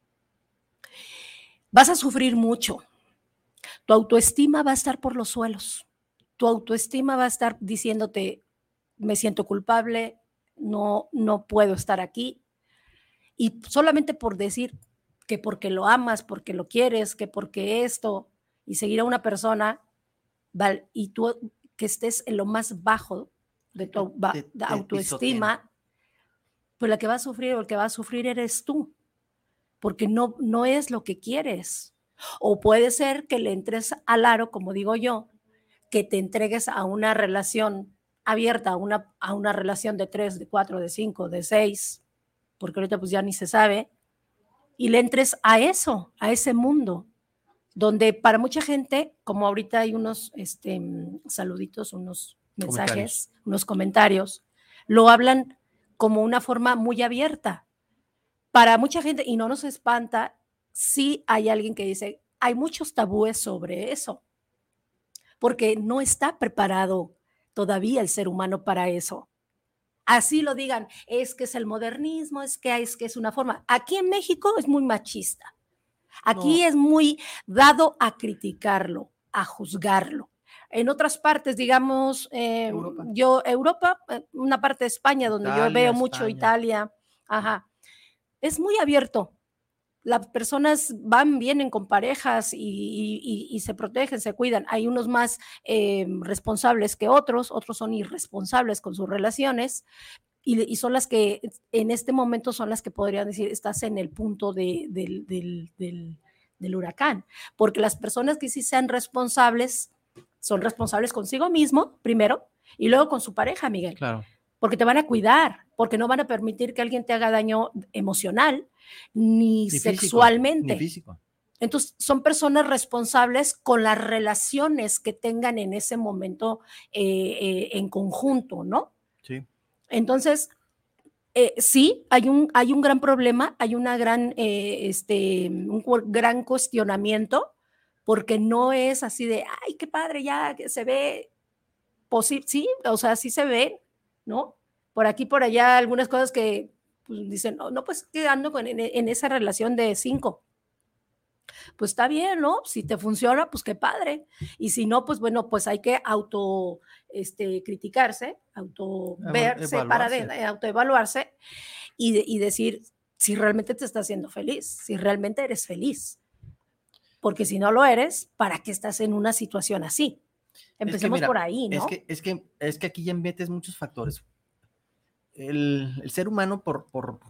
Vas a sufrir mucho. Tu autoestima va a estar por los suelos. Tu autoestima va a estar diciéndote, me siento culpable, no, no puedo estar aquí. Y solamente por decir que porque lo amas, porque lo quieres, que porque esto, y seguir a una persona, ¿vale? Y tú que estés en lo más bajo de tu de, de autoestima, pues la que va a sufrir o el que va a sufrir eres tú, porque no, no es lo que quieres. O puede ser que le entres al aro, como digo yo, que te entregues a una relación abierta, a una, a una relación de tres, de cuatro, de cinco, de seis, porque ahorita pues ya ni se sabe, y le entres a eso, a ese mundo, donde para mucha gente, como ahorita hay unos este, saluditos, unos mensajes, comentarios. unos comentarios, lo hablan como una forma muy abierta. Para mucha gente, y no nos espanta, sí hay alguien que dice, hay muchos tabúes sobre eso, porque no está preparado todavía el ser humano para eso. Así lo digan, es que es el modernismo, es que es, que es una forma. Aquí en México es muy machista. Aquí no. es muy dado a criticarlo, a juzgarlo. En otras partes, digamos, eh, Europa. yo, Europa, una parte de España donde Italia, yo veo mucho, España. Italia, ajá, es muy abierto. Las personas van, vienen con parejas y, y, y se protegen, se cuidan. Hay unos más eh, responsables que otros, otros son irresponsables con sus relaciones y, y son las que en este momento son las que podrían decir, estás en el punto de, de, de, de, del huracán, porque las personas que sí sean responsables son responsables consigo mismo, primero, y luego con su pareja, Miguel. Claro. Porque te van a cuidar, porque no van a permitir que alguien te haga daño emocional, ni, ni sexualmente. Físico, ni físico. Entonces, son personas responsables con las relaciones que tengan en ese momento eh, eh, en conjunto, ¿no? Sí. Entonces, eh, sí, hay un, hay un gran problema, hay una gran, eh, este, un gran cuestionamiento, porque no es así de, ay, qué padre, ya se ve posible, sí, o sea, sí se ve, ¿no? Por aquí, por allá, algunas cosas que pues, dicen, no, no, pues quedando con, en, en esa relación de cinco. Pues está bien, ¿no? Si te funciona, pues qué padre. Y si no, pues bueno, pues hay que auto este, criticarse, auto verse, para de, autoevaluarse y, de, y decir si realmente te está haciendo feliz, si realmente eres feliz. Porque si no lo eres, ¿para qué estás en una situación así? Empecemos es que mira, por ahí, ¿no? Es que, es, que, es que aquí ya metes muchos factores. el, el ser humano por, por,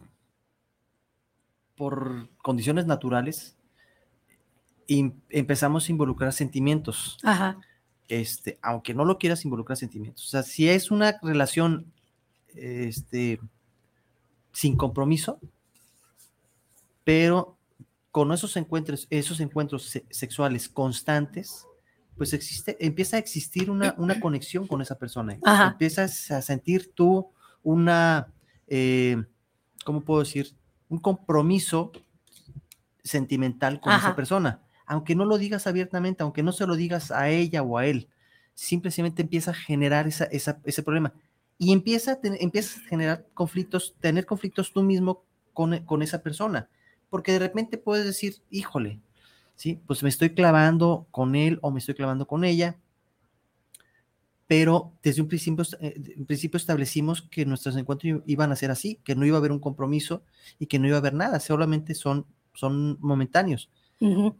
por condiciones naturales y empezamos a involucrar sentimientos. Ajá. Este, aunque no lo quieras involucrar sentimientos. O sea, si es una relación este, sin compromiso, pero con esos encuentros, esos encuentros se- sexuales constantes, pues existe, empieza a existir una, una conexión con esa persona. Ajá. Empiezas a sentir tú una, eh, ¿cómo puedo decir? Un compromiso sentimental con Ajá. esa persona. Aunque no lo digas abiertamente, aunque no se lo digas a ella o a él, simplemente empieza a generar esa, esa, ese problema. Y empieza a, ten, empieza a generar conflictos, tener conflictos tú mismo con, con esa persona. Porque de repente puedes decir, híjole, ¿sí? Pues me estoy clavando con él o me estoy clavando con ella, pero desde un principio, eh, en principio establecimos que nuestros encuentros iban a ser así, que no iba a haber un compromiso y que no iba a haber nada, solamente son, son momentáneos. Uh-huh.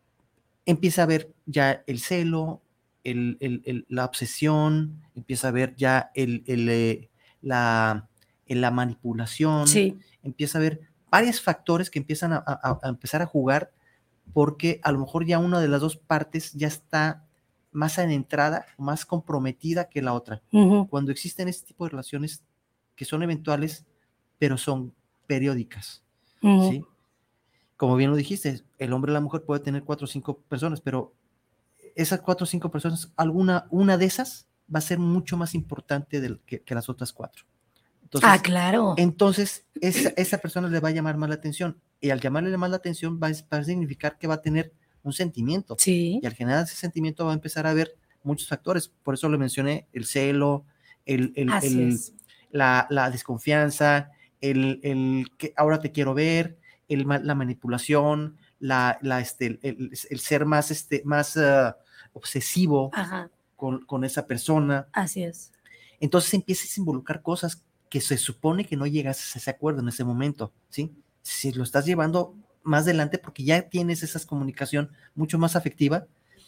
Empieza a haber ya el celo, el, el, el, la obsesión, empieza a haber ya el, el, eh, la, el, la manipulación, sí. Empieza a haber varios factores que empiezan a, a, a empezar a jugar porque a lo mejor ya una de las dos partes ya está más adentrada, más comprometida que la otra. Uh-huh. Cuando existen este tipo de relaciones que son eventuales, pero son periódicas, uh-huh. ¿sí? Como bien lo dijiste, el hombre o la mujer puede tener cuatro o cinco personas, pero esas cuatro o cinco personas, alguna, una de esas va a ser mucho más importante del, que, que las otras cuatro. Entonces, ah, claro. Entonces, esa, esa persona le va a llamar más la atención y al llamarle más la atención va, va a significar que va a tener un sentimiento. Sí. Y al generar ese sentimiento va a empezar a ver muchos factores. Por eso le mencioné el celo, el, el, el, la, la desconfianza, el, el que ahora te quiero ver, el, la manipulación, la, la, este, el, el ser más, este, más uh, obsesivo con, con esa persona. Así es. Entonces empiezas a involucrar cosas que se supone que no llegas a ese acuerdo en ese momento, ¿sí? Si lo estás llevando más adelante porque ya tienes esa comunicación mucho más afectiva.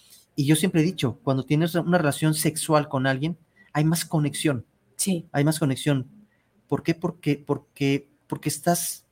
Y yo siempre he dicho, cuando tienes una relación sexual con alguien, hay más conexión. Sí. Hay más conexión. ¿Por qué? Porque, porque, porque estás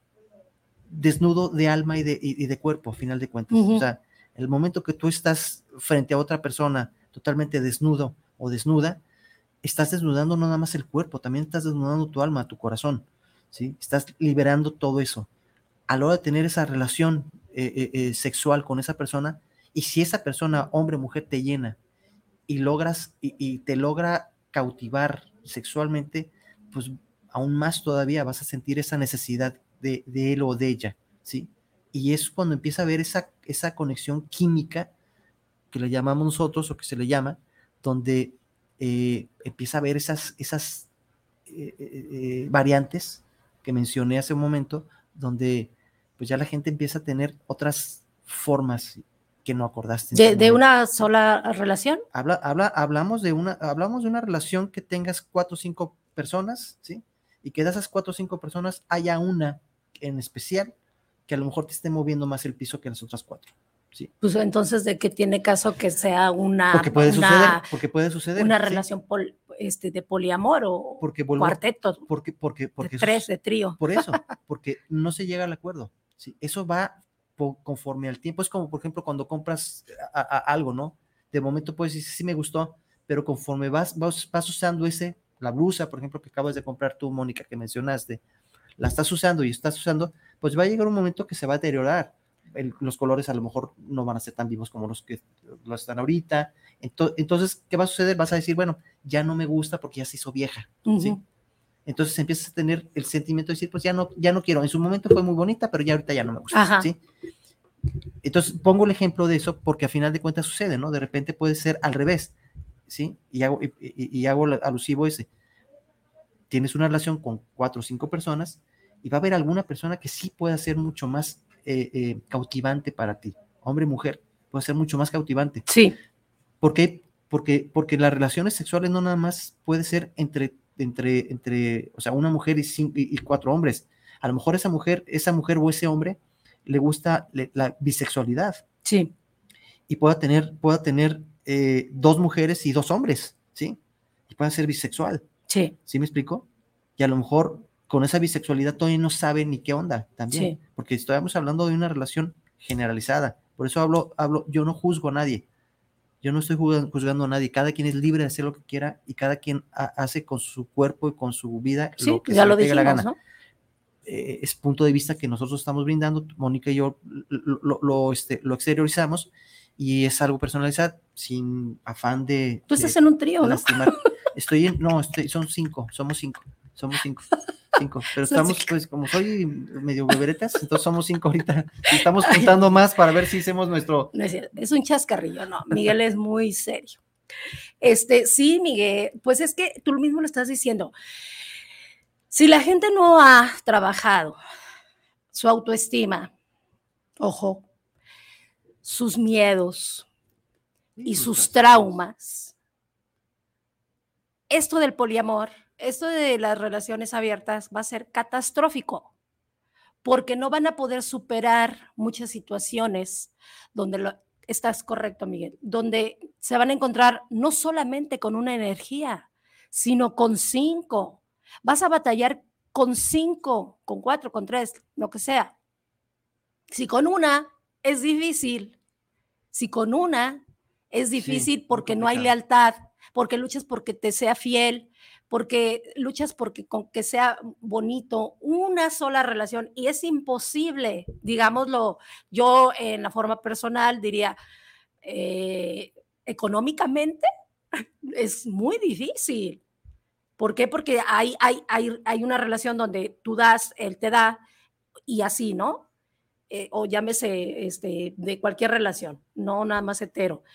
desnudo de alma y de, y de cuerpo, a final de cuentas. Uh-huh. O sea, el momento que tú estás frente a otra persona totalmente desnudo o desnuda, estás desnudando no nada más el cuerpo, también estás desnudando tu alma, tu corazón, ¿sí? Estás liberando todo eso. A la hora de tener esa relación eh, eh, eh, sexual con esa persona, y si esa persona, hombre o mujer, te llena y logras, y, y te logra cautivar sexualmente, pues aún más todavía vas a sentir esa necesidad de, de él o de ella, ¿sí? Y es cuando empieza a haber esa, esa conexión química que le llamamos nosotros, o que se le llama, donde Eh, empieza a ver esas, esas eh, eh, variantes que mencioné hace un momento, donde pues ya la gente empieza a tener otras formas que no acordaste. ¿De, de una sola relación? Habla, habla, hablamos, de una, hablamos de una relación que tengas cuatro o cinco personas, ¿sí? Y que de esas cuatro o cinco personas haya una en especial que a lo mejor te esté moviendo más el piso que las otras cuatro. Sí. Pues entonces, ¿de qué tiene caso que sea una, porque puede una, suceder, porque puede suceder, una ¿sí? relación pol, este, de poliamor o porque vuelvo, cuarteto? Porque, porque, porque de tres, de trío. Por eso, porque no se llega al acuerdo. ¿sí? Eso va po, conforme al tiempo. Es como, por ejemplo, cuando compras a, a, algo, ¿no? De momento puedes decir, sí me gustó, pero conforme vas, vas, vas usando ese, la blusa, por ejemplo, que acabas de comprar tú, Mónica, que mencionaste, la estás usando y estás usando, pues va a llegar un momento que se va a deteriorar. El, los colores a lo mejor no van a ser tan vivos como los que lo están ahorita. Entonces, entonces, ¿qué va a suceder? Vas a decir, bueno, ya no me gusta porque ya se hizo vieja, uh-huh. ¿sí? Entonces empiezas a tener el sentimiento de decir, pues ya no, ya no quiero. En su momento fue muy bonita, pero ya ahorita ya no me gusta, Ajá. ¿sí? Entonces pongo el ejemplo de eso porque a final de cuentas sucede, ¿no? De repente puede ser al revés, ¿sí? Y hago, y, y, y hago alusivo ese. Tienes una relación con cuatro o cinco personas y va a haber alguna persona que sí pueda ser mucho más Eh, eh, cautivante para ti, hombre y mujer, puede ser mucho más cautivante. Sí. ¿Por qué? Porque, porque las relaciones sexuales no nada más puede ser entre, entre, entre o sea, una mujer y, cinco, y, y cuatro hombres. A lo mejor esa mujer, esa mujer o ese hombre le gusta le, la bisexualidad. Sí. Y pueda tener, pueda tener eh, dos mujeres y dos hombres, ¿sí? Y pueda ser bisexual. Sí. ¿Sí me explico? y a lo mejor con esa bisexualidad todavía no sabe ni qué onda también, Sí. porque estamos hablando de una relación generalizada. Por eso hablo, hablo, yo no juzgo a nadie, yo no estoy juzgando a nadie, cada quien es libre de hacer lo que quiera y cada quien ha, hace con su cuerpo y con su vida Sí, lo que ya se lo le pegue la dijimos, gana. ¿no? Eh, es punto de vista que nosotros estamos brindando, Mónica y yo lo, lo, lo, este, lo exteriorizamos y es algo personalizado sin afán de... Tú estás de en un trío, ¿no? lastimar. Estoy en, no, estoy, son cinco, somos cinco, somos cinco. Cinco, pero estamos, pues, como soy medio beberetas, entonces somos cinco ahorita. Estamos contando más para ver si hacemos nuestro. No es cierto, es un chascarrillo, no. Miguel es muy serio. Este, sí, Miguel, pues es que tú mismo lo estás diciendo. Si la gente no ha trabajado su autoestima, ojo, sus miedos y sus traumas, esto del poliamor, esto de las relaciones abiertas va a ser catastrófico, porque no van a poder superar muchas situaciones donde lo, estás correcto, Miguel, donde se van a encontrar no solamente con una energía, sino con cinco. Vas a batallar con cinco, con cuatro, con tres, lo que sea. Si con una es difícil, si con una es difícil sí, porque no hay lealtad, porque luchas porque te sea fiel, porque luchas porque con que sea bonito, una sola relación, y es imposible, digámoslo, yo en la forma personal diría, eh, económicamente es muy difícil. ¿Por qué? Porque hay, hay, hay, hay una relación donde tú das, él te da, y así, ¿no? Eh, o llámese este, de cualquier relación, no nada más hetero.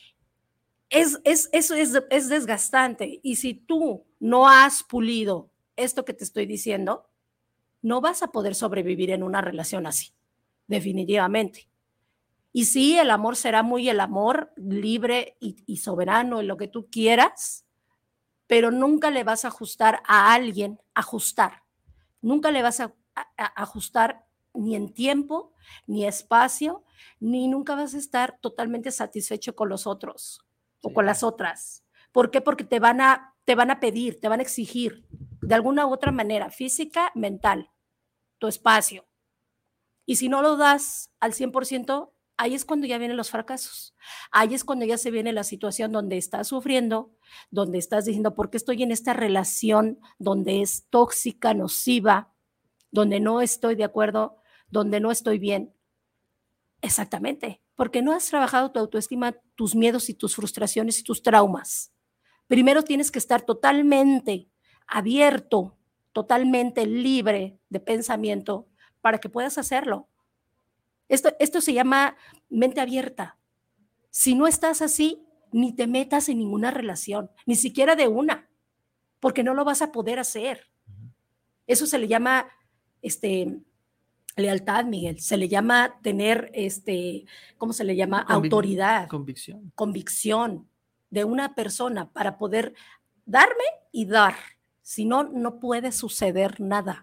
Es, es, eso es, es desgastante. Y si tú no has pulido esto que te estoy diciendo, no vas a poder sobrevivir en una relación así, definitivamente. Y sí, el amor será muy el amor libre y, y soberano en lo que tú quieras, pero nunca le vas a ajustar a alguien, ajustar, nunca le vas a, a, a ajustar ni en tiempo, ni espacio, ni nunca vas a estar totalmente satisfecho con los otros o sí. con las otras. ¿Por qué? Porque te van a, te van a pedir, te van a exigir de alguna u otra manera, física, mental, tu espacio. Y si no lo das al cien por ciento, ahí es cuando ya vienen los fracasos. Ahí es cuando ya se viene la situación donde estás sufriendo, donde estás diciendo, ¿por qué estoy en esta relación donde es tóxica, nociva, donde no estoy de acuerdo, donde no estoy bien? Exactamente, porque no has trabajado tu autoestima, tus miedos y tus frustraciones y tus traumas. Primero tienes que estar totalmente abierto, totalmente libre de pensamiento para que puedas hacerlo. Esto, esto se llama mente abierta. Si no estás así, ni te metas en ninguna relación, ni siquiera de una, porque no lo vas a poder hacer. Eso se le llama este, lealtad, Miguel. Se le llama tener, este, ¿cómo se le llama? Convic- autoridad. Convicción. Convicción de una persona para poder darme y dar. Si no, no puede suceder nada.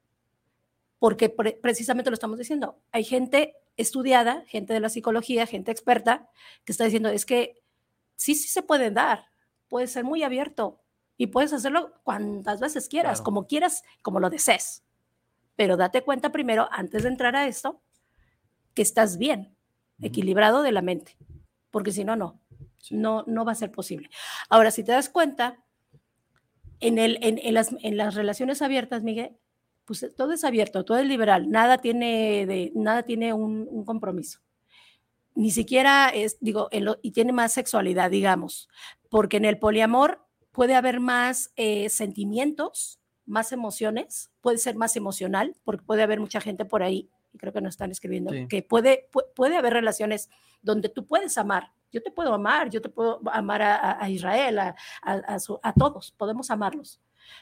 Porque pre- precisamente lo estamos diciendo. Hay gente estudiada, gente de la psicología, gente experta, que está diciendo, es que sí, sí se pueden dar, puede ser muy abierto y puedes hacerlo cuantas veces quieras, claro. como quieras, como lo desees. Pero date cuenta primero, antes de entrar a esto, que estás bien, uh-huh. equilibrado de la mente, porque si no, no, sí. no, no va a ser posible. Ahora, si te das cuenta, en, el, en, en, las, en las relaciones abiertas, Miguel, pues todo es abierto, todo es liberal, nada tiene, de, nada tiene un, un compromiso. Ni siquiera es, digo, en lo, y tiene más sexualidad, digamos, porque en el poliamor puede haber más eh, sentimientos, más emociones, puede ser más emocional, porque puede haber mucha gente por ahí, y creo que nos están escribiendo, sí. que puede, pu- puede haber relaciones donde tú puedes amar. Yo te puedo amar, yo te puedo amar a, a Israel, a, a, a, su, a todos, podemos amarlos.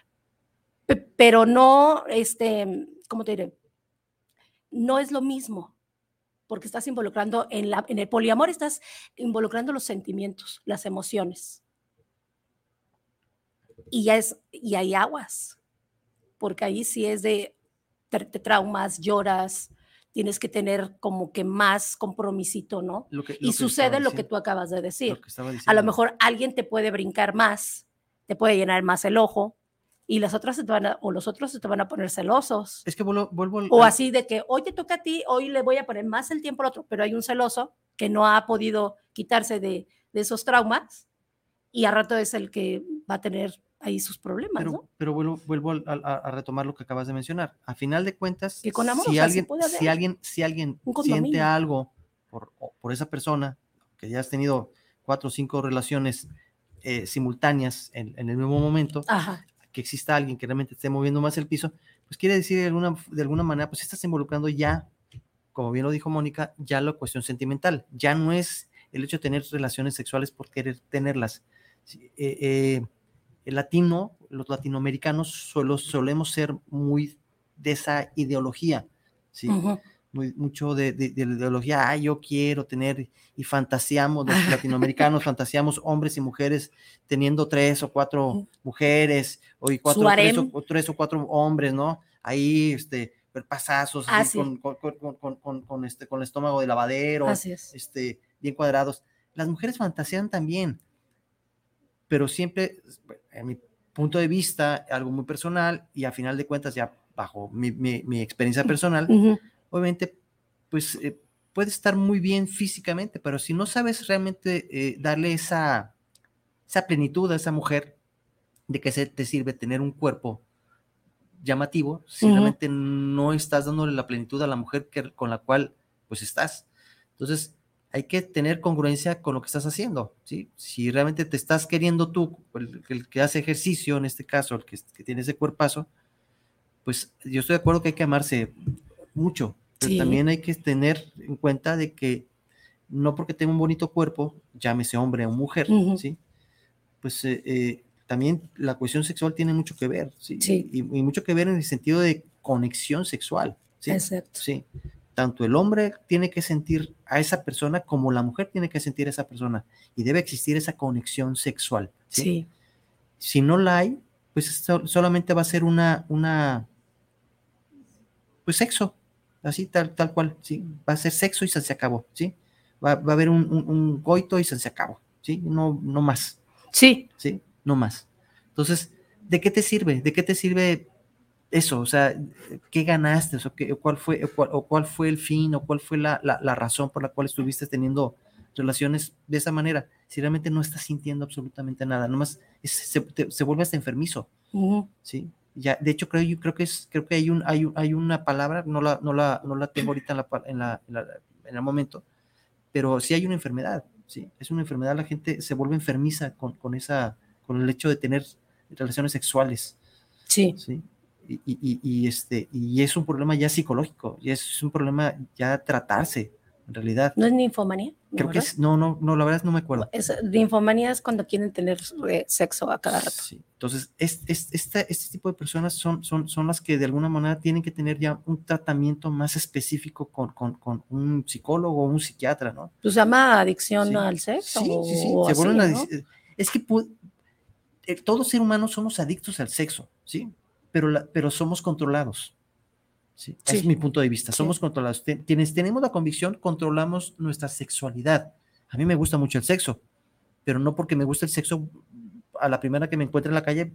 Pero no, este, ¿cómo te diré? No es lo mismo, porque estás involucrando, en, la, en el poliamor estás involucrando los sentimientos, las emociones. Y, ya es, y hay aguas, porque ahí sí es de, te, te traumas, lloras, tienes que tener como que más compromisito, ¿no? Lo que, lo y sucede lo que tú acabas de decir. Lo a lo mejor alguien te puede brincar más, te puede llenar más el ojo, y las otras se te van a, o los otros se te van a poner celosos. Es que vuelvo, vuelvo al, o así de que hoy te toca a ti, hoy le voy a poner más el tiempo al otro, pero hay un celoso que no ha podido quitarse de, de esos traumas y a rato es el que va a tener ahí sus problemas, pero, ¿no? Pero vuelvo, vuelvo a, a, a retomar lo que acabas de mencionar. A final de cuentas, que con amor, si, o sea, alguien, sí puede haber si alguien, si alguien un siente condominio. algo por, por esa persona, que ya has tenido cuatro o cinco relaciones eh, simultáneas en, en el mismo momento, Ajá. que exista alguien que realmente esté moviendo más el piso, pues quiere decir de alguna, de alguna manera, pues estás involucrando ya, como bien lo dijo Mónica, ya la cuestión sentimental. Ya no es el hecho de tener relaciones sexuales por querer tenerlas. Eh, eh, el latino, los latinoamericanos suelo, solemos ser muy de esa ideología, ¿sí? Uh-huh. Muy, mucho de, de, de la ideología, ah, yo quiero tener, y fantaseamos, los latinoamericanos fantaseamos hombres y mujeres teniendo tres o cuatro uh-huh. mujeres, o, y cuatro, tres, o, tres o cuatro hombres, ¿no? Ahí, este, pasazos, ah, así, sí. con, con, con, con, con, con, este, con el estómago de lavadero, así es. este, bien cuadrados. Las mujeres fantasean también, pero siempre, en mi punto de vista, algo muy personal, y a final de cuentas, ya bajo mi, mi, mi experiencia personal, uh-huh. obviamente, pues eh, puede estar muy bien físicamente, pero si no sabes realmente eh, darle esa, esa plenitud a esa mujer, de que se te sirve tener un cuerpo llamativo, si uh-huh. realmente no estás dándole la plenitud a la mujer que, con la cual pues estás. Entonces, hay que tener congruencia con lo que estás haciendo, ¿sí? Si realmente te estás queriendo tú, el, el que hace ejercicio, en este caso, el que, que tiene ese cuerpazo, pues yo estoy de acuerdo que hay que amarse mucho, pero sí. también hay que tener en cuenta de que no porque tenga un bonito cuerpo, llámese hombre o mujer, uh-huh. ¿sí? Pues eh, eh, también la cuestión sexual tiene mucho que ver, ¿sí? Sí. Y, y mucho que ver en el sentido de conexión sexual, ¿sí? Exacto. Sí. Tanto el hombre tiene que sentir a esa persona como la mujer tiene que sentir a esa persona y debe existir esa conexión sexual, ¿sí? Sí. Si no la hay, pues so, solamente va a ser una, una, pues sexo, así tal, tal cual, ¿sí? Va a ser sexo y se, se acabó, ¿sí? Va, va a haber un, un, un coito y se, se acabó, ¿sí? No, no más. Sí. ¿Sí? No más. Entonces, ¿de qué te sirve? ¿De qué te sirve eso? O sea, ¿qué ganaste? O, qué, o, cuál, fue, o, cuál, o cuál fue el fin? ¿O cuál fue la, la, la razón por la cual estuviste teniendo relaciones de esa manera? Si realmente no estás sintiendo absolutamente nada, nomás es, se, te, se vuelve hasta enfermizo. Uh-huh. ¿Sí? Ya, de hecho, creo, yo creo que es, creo que hay un, hay, un, hay una palabra, no la, no la, no la tengo ahorita en, la, en, la, en, la, en el momento, pero sí hay una enfermedad, ¿sí? Es una enfermedad, la gente se vuelve enfermiza con, con esa, con el hecho de tener relaciones sexuales. Sí. ¿Sí? Y, y, y, este, y es un problema ya psicológico, y es un problema ya tratarse, en realidad. ¿No es ninfomanía? ¿No, Creo verdad? que es, no, no, no, la verdad no me acuerdo. Es, ninfomanía es cuando quieren tener eh, sexo a cada rato. Sí. Entonces, es, es, esta, este tipo de personas son, son, son las que de alguna manera tienen que tener ya un tratamiento más específico con, con, con un psicólogo o un psiquiatra, ¿no? ¿Pues se llama adicción sí. al sexo? Sí, sí, sí. O Se así, vuelven a, ¿no? es que eh, todos seres humanos somos adictos al sexo, ¿sí? Pero, la, pero somos controlados. ¿Sí? Sí. Es mi punto de vista. Sí. Somos controlados. Quienes tenemos la convicción, controlamos nuestra sexualidad. A mí me gusta mucho el sexo, pero no porque me gusta el sexo, a la primera que me encuentre en la calle,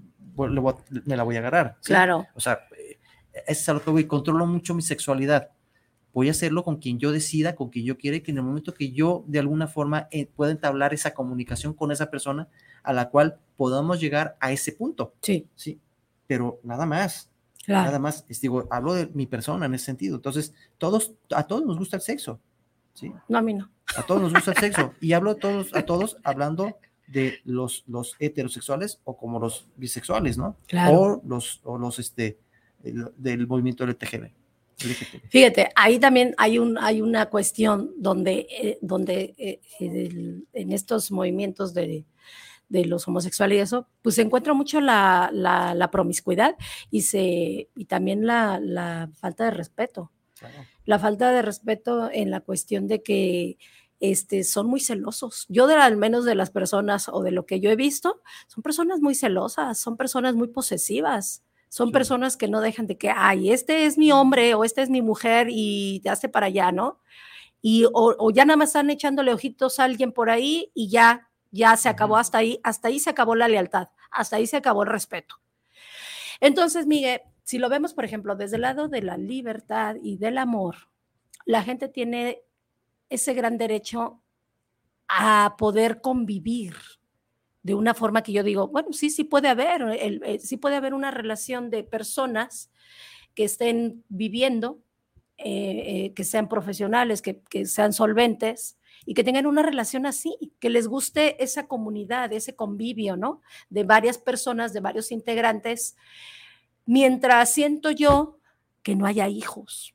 me la voy a agarrar. ¿Sí? Claro. O sea, es a lo que voy. Controlo mucho mi sexualidad. Voy a hacerlo con quien yo decida, con quien yo quiera, y que en el momento que yo de alguna forma eh, pueda entablar esa comunicación con esa persona a la cual podamos llegar a ese punto. Sí. Sí. Pero nada más. Claro. Nada más, es, digo, hablo de mi persona en ese sentido. Entonces, todos, a todos nos gusta el sexo. ¿Sí? No, a mí no. A todos nos gusta el sexo. Y hablo a todos, a todos hablando de los, los heterosexuales o como los bisexuales, ¿no? Claro. O los, o los este, el, del movimiento L G B T. Fíjate, ahí también hay, un, hay una cuestión donde, eh, donde eh, el, en estos movimientos de, de los homosexuales y eso, pues se encuentra mucho la, la, la promiscuidad y, se, y también la, la falta de respeto. Claro. La falta de respeto en la cuestión de que este, son muy celosos. Yo, de, al menos de las personas o de lo que yo he visto, son personas muy celosas, son personas muy posesivas. Son sí. personas que no dejan de que, ay, este es mi hombre o esta es mi mujer y te hace para allá, ¿no? Y, o, o ya nada más están echándole ojitos a alguien por ahí y ya, ya se acabó hasta ahí, hasta ahí se acabó la lealtad, hasta ahí se acabó el respeto. Entonces, Miguel, si lo vemos, por ejemplo, desde el lado de la libertad y del amor, la gente tiene ese gran derecho a poder convivir de una forma que yo digo, bueno, sí, sí puede haber, el, el, sí puede haber una relación de personas que estén viviendo, eh, eh, que sean profesionales, que, que sean solventes y que tengan una relación así, que les guste esa comunidad, ese convivio, ¿no? De varias personas, de varios integrantes, mientras siento yo que no haya hijos.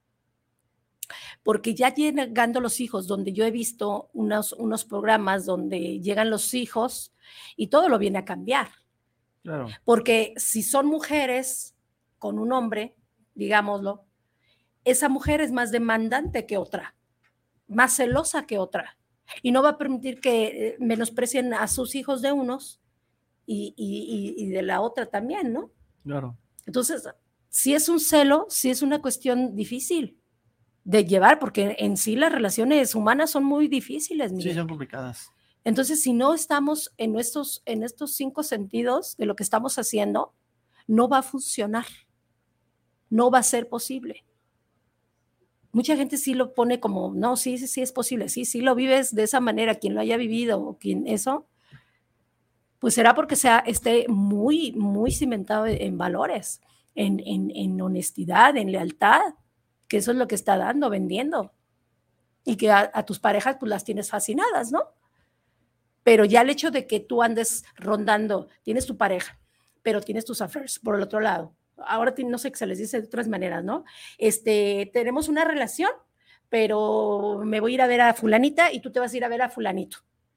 Porque ya llegando los hijos, donde yo he visto unos, unos programas donde llegan los hijos y todo lo viene a cambiar. Claro. Porque si son mujeres con un hombre, digámoslo, esa mujer es más demandante que otra, más celosa que otra, y no va a permitir que menosprecien a sus hijos de unos y, y, y de la otra también, ¿no? Claro. Entonces, si es un celo, si es una cuestión difícil de llevar, porque en sí las relaciones humanas son muy difíciles. Miguel. Sí, son complicadas. Entonces, si no estamos en estos, en estos cinco sentidos de lo que estamos haciendo, no va a funcionar, no va a ser posible. Mucha gente sí lo pone como, no, sí, sí, sí es posible, sí, sí lo vives de esa manera, quien lo haya vivido o quien eso, pues será porque sea, esté muy, muy cimentado en valores, en, en, en honestidad, en lealtad, que eso es lo que está dando, vendiendo, y que a, a tus parejas pues las tienes fascinadas, ¿no? Pero ya el hecho de que tú andes rondando, tienes tu pareja, pero tienes tus affairs por el otro lado, ahora no sé qué se les dice de otras maneras, ¿no? Este, tenemos una relación, pero me voy a ir a ver a fulanita y tú te vas a ir a ver a fulanito.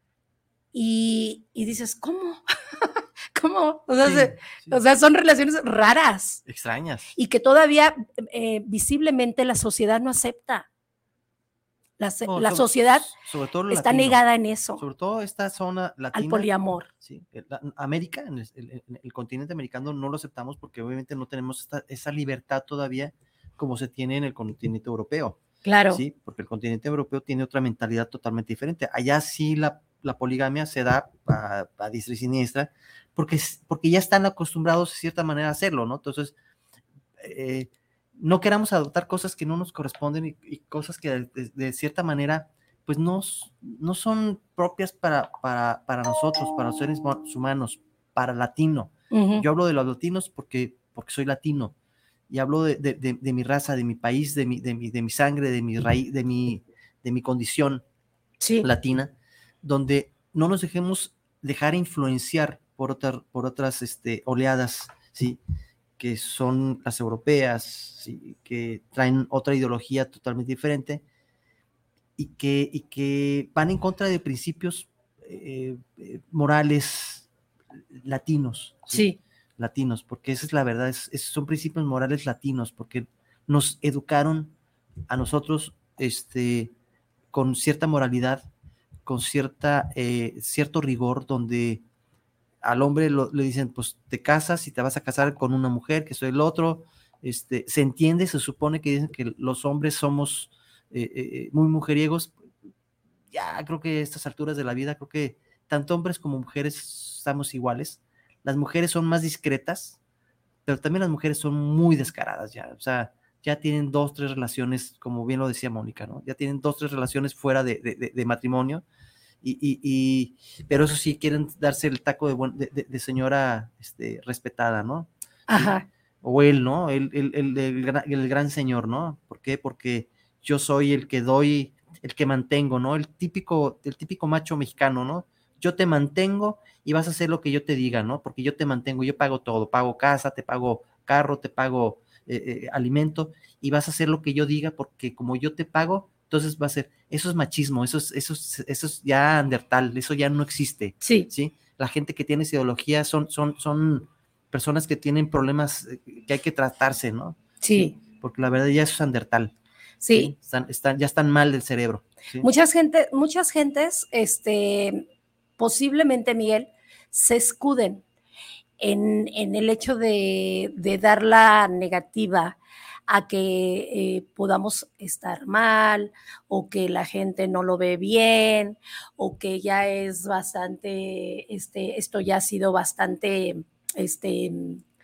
Y, y dices, ¿cómo? ¿Cómo? O sea, Sí, se, sí. o sea, son relaciones raras. Extrañas. Y que todavía eh, visiblemente la sociedad no acepta. La, No, la sobre, sociedad sobre todo está latino, negada en eso. Sobre todo esta zona latina. Al poliamor. Sí, la, América, en el, el, el continente americano no lo aceptamos porque obviamente no tenemos esta, esa libertad todavía como se tiene en el continente europeo. Claro. Sí, porque el continente europeo tiene otra mentalidad totalmente diferente. Allá sí la, la poligamia se da a, a diestra y siniestra porque, porque ya están acostumbrados de cierta manera a hacerlo, ¿no? Entonces, eh, no queramos adoptar cosas que no nos corresponden y, y cosas que de, de, de cierta manera pues no, no son propias para, para, para nosotros, para los seres humanos, para el latino. Uh-huh. Yo hablo de los latinos porque, porque soy latino y hablo de, de, de, de mi raza, de mi país, de mi, de mi, de mi sangre, de mi raíz, de mi, de mi condición sí. latina, donde no nos dejemos dejar influenciar por, otra, por otras este, oleadas, ¿sí? Que son las europeas, ¿sí? Que traen otra ideología totalmente diferente y que, y que van en contra de principios eh, eh, morales latinos. ¿sí? sí. Latinos, porque esa es la verdad, es, es, son principios morales latinos, porque nos educaron a nosotros este, con cierta moralidad, con cierta, eh, cierto rigor, donde al hombre lo, le dicen, pues te casas y te vas a casar con una mujer, que soy el otro, este, se entiende, se supone que dicen que los hombres somos eh, eh, muy mujeriegos, ya creo que a estas alturas de la vida, creo que tanto hombres como mujeres estamos iguales, las mujeres son más discretas, pero también las mujeres son muy descaradas ya, o sea, ya tienen dos, tres relaciones, como bien lo decía Mónica, ¿no? Ya tienen dos, tres relaciones fuera de, de, de, de matrimonio, Y, y, y, pero eso sí, quieren darse el taco de, buen, de, de, de señora este, respetada, ¿no? Ajá. ¿Sí? O él, ¿no? El, el, el, el, gran, el gran señor, ¿no? ¿Por qué? Porque yo soy el que doy, el que mantengo, ¿no? El típico, el típico macho mexicano, ¿no? Yo te mantengo y vas a hacer lo que yo te diga, ¿no? Porque yo te mantengo, yo pago todo, pago casa, te pago carro, te pago eh, eh, alimento y vas a hacer lo que yo diga porque como yo te pago, entonces va a ser, eso es machismo, eso es, eso es, eso es ya andertal, eso ya no existe. Sí. ¿sí? La gente que tiene esa ideología son, son, son personas que tienen problemas que hay que tratarse, ¿no? Sí. ¿sí? Porque la verdad ya eso es andertal. Sí. ¿sí? Están, están, ya están mal del cerebro. ¿sí? Muchas gente, muchas gentes, este, posiblemente, Miguel, se escuden en, en el hecho de, de dar la negativa a que eh, podamos estar mal o que la gente no lo ve bien o que ya es bastante, este, esto ya ha sido bastante, este,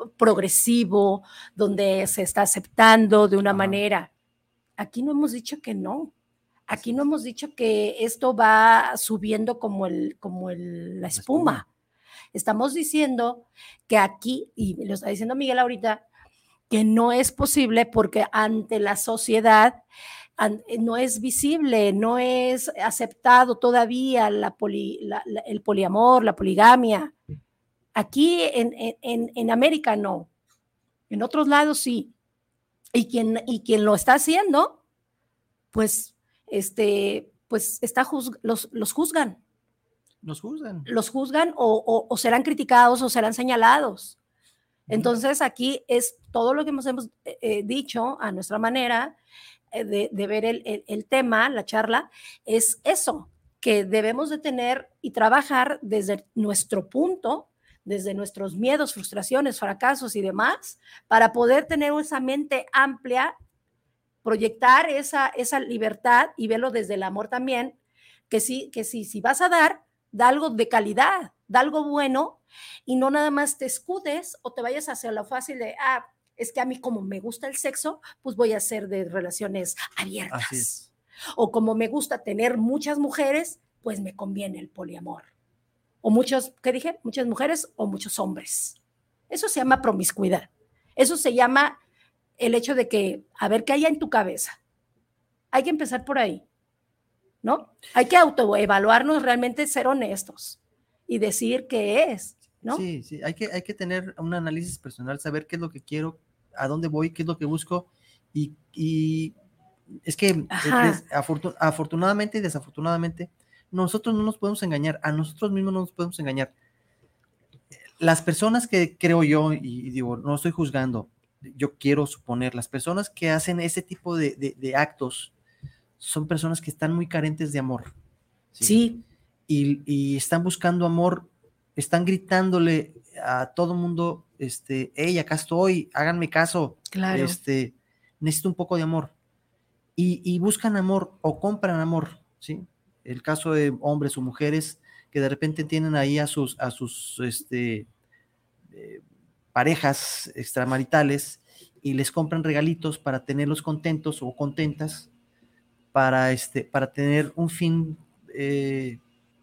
progresivo, donde se está aceptando de una Ajá. manera. Aquí no hemos dicho que no. Aquí no hemos dicho que esto va subiendo como, el, como el, la espuma. La espuma. Estamos diciendo que aquí, y lo está diciendo Miguel ahorita, que no es posible porque ante la sociedad an- no es visible, no es aceptado todavía la poli- la- la- el poliamor, la poligamia. Aquí en, en, en América no, en otros lados sí. Y quien, y quien lo está haciendo, pues, este, pues está juzg- los, los juzgan, Nos juzgan. los juzgan o, o, o serán criticados o serán señalados. Entonces aquí es todo lo que hemos, hemos eh, dicho a nuestra manera eh, de, de ver el, el, el tema, la charla, es eso, que debemos de tener y trabajar desde nuestro punto, desde nuestros miedos, frustraciones, fracasos y demás, para poder tener esa mente amplia, proyectar esa, esa libertad y verlo desde el amor también, que sí, que sí, si vas a dar, da algo de calidad, da algo bueno y no nada más te escudes o te vayas hacia lo fácil de, ah, es que a mí como me gusta el sexo, pues voy a hacer de relaciones abiertas. Así es. O como me gusta tener muchas mujeres, pues me conviene el poliamor. O muchos, ¿qué dije? Muchas mujeres o muchos hombres. Eso se llama promiscuidad. Eso se llama el hecho de que, a ver, ¿qué hay en tu cabeza? Hay que empezar por ahí, ¿no? Hay que autoevaluarnos, realmente ser honestos y decir qué es, ¿no? Sí, sí, hay que, hay que tener un análisis personal, saber qué es lo que quiero, a dónde voy, qué es lo que busco y, y es que Ajá. des, afortun, afortunadamente y desafortunadamente nosotros no nos podemos engañar, a nosotros mismos no nos podemos engañar. Las personas que creo yo, y, y digo, no estoy juzgando, yo quiero suponer, las personas que hacen ese tipo de, de, de actos son personas que están muy carentes de amor. Sí. Sí. Y, y están buscando amor, están gritándole a todo mundo, este, hey, acá estoy, háganme caso, Claro. este, necesito un poco de amor. Y, y buscan amor o compran amor, ¿sí? El caso de hombres o mujeres que de repente tienen ahí a sus, a sus este, eh, parejas extramaritales y les compran regalitos para tenerlos contentos o contentas, para, este, para tener un fin eh,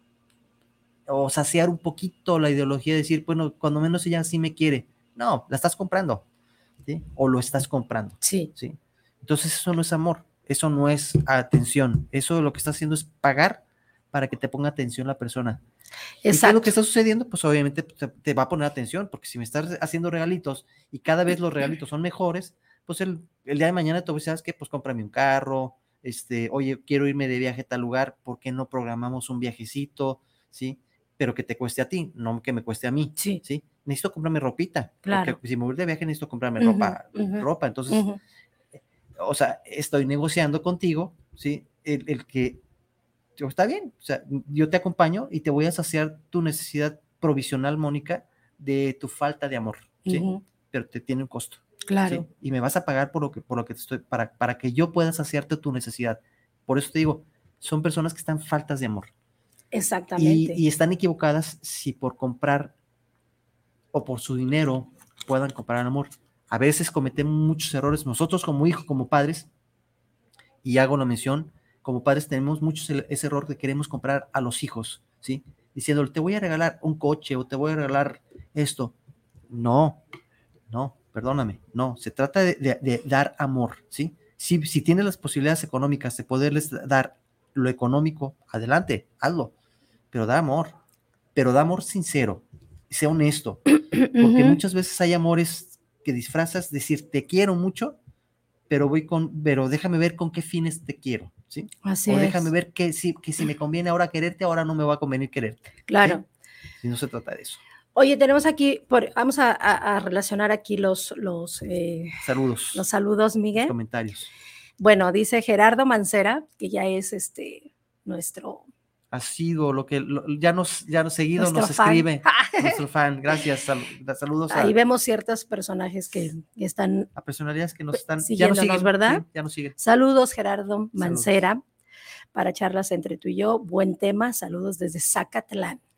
o saciar un poquito la ideología de decir, bueno, cuando menos ella sí me quiere. No, la estás comprando, ¿sí? O lo estás comprando. Sí. ¿Sí? Entonces eso no es amor, eso no es atención, eso lo que está haciendo es pagar para que te ponga atención la persona. Exacto. ¿Y qué es lo que está sucediendo? Pues obviamente te, te va a poner atención, porque si me estás haciendo regalitos y cada vez los regalitos son mejores, pues el, el día de mañana te voy a decir, ¿sabes qué? Pues cómprame un carro, este, oye, quiero irme de viaje a tal lugar, ¿por qué no programamos un viajecito? ¿Sí? Pero que te cueste a ti, no que me cueste a mí. Sí. ¿Sí? Necesito comprarme ropita, claro. porque si me voy de viaje necesito comprarme uh-huh, ropa, uh-huh, ropa, entonces, uh-huh. o sea, estoy negociando contigo, ¿sí? El, el que está bien, o sea, yo te acompaño y te voy a saciar tu necesidad provisional, Mónica, de tu falta de amor, ¿sí? Uh-huh. Pero te tiene un costo. Claro. ¿Sí? Y me vas a pagar por lo que, por lo que te estoy, para, para que yo pueda saciarte tu necesidad. Por eso te digo, son personas que están faltas de amor. Exactamente. Y, y están equivocadas si por comprar o por su dinero puedan comprar amor. A veces cometemos muchos errores nosotros como hijos, como padres, y hago la mención, como padres tenemos mucho ese error de queremos comprar a los hijos, ¿sí? Diciéndole, te voy a regalar un coche o te voy a regalar esto. No, no, perdóname, no, se trata de, de, de dar amor, ¿sí? Si, si tienes las posibilidades económicas de poderles dar lo económico, adelante, hazlo, pero da amor, pero da amor sincero, sea honesto, porque uh-huh. muchas veces hay amores que disfrazas, decir, te quiero mucho, pero voy con, pero déjame ver con qué fines te quiero, ¿sí? Así o es. déjame ver que si, que si me conviene ahora quererte, ahora no me va a convenir quererte. Claro. ¿Sí? Si no se trata de eso. Oye, tenemos aquí, por, vamos a, a, a relacionar aquí los, los, eh, saludos. Los saludos, Miguel. Los comentarios. Bueno, dice Gerardo Mancera, que ya es este nuestro... Ha sido lo que lo, ya nos ya nos seguido nuestro nos fan. escribe nuestro fan. Gracias, sal, saludos. Ahí a, vemos ciertos personajes que, que están a personalidades que nos están siguiéndonos, ya nos siguen, ¿verdad? Sí, ya nos siguen. Saludos, Gerardo Mancera, saludos. Para charlas entre tú y yo. Buen tema. Saludos desde Zacatlán.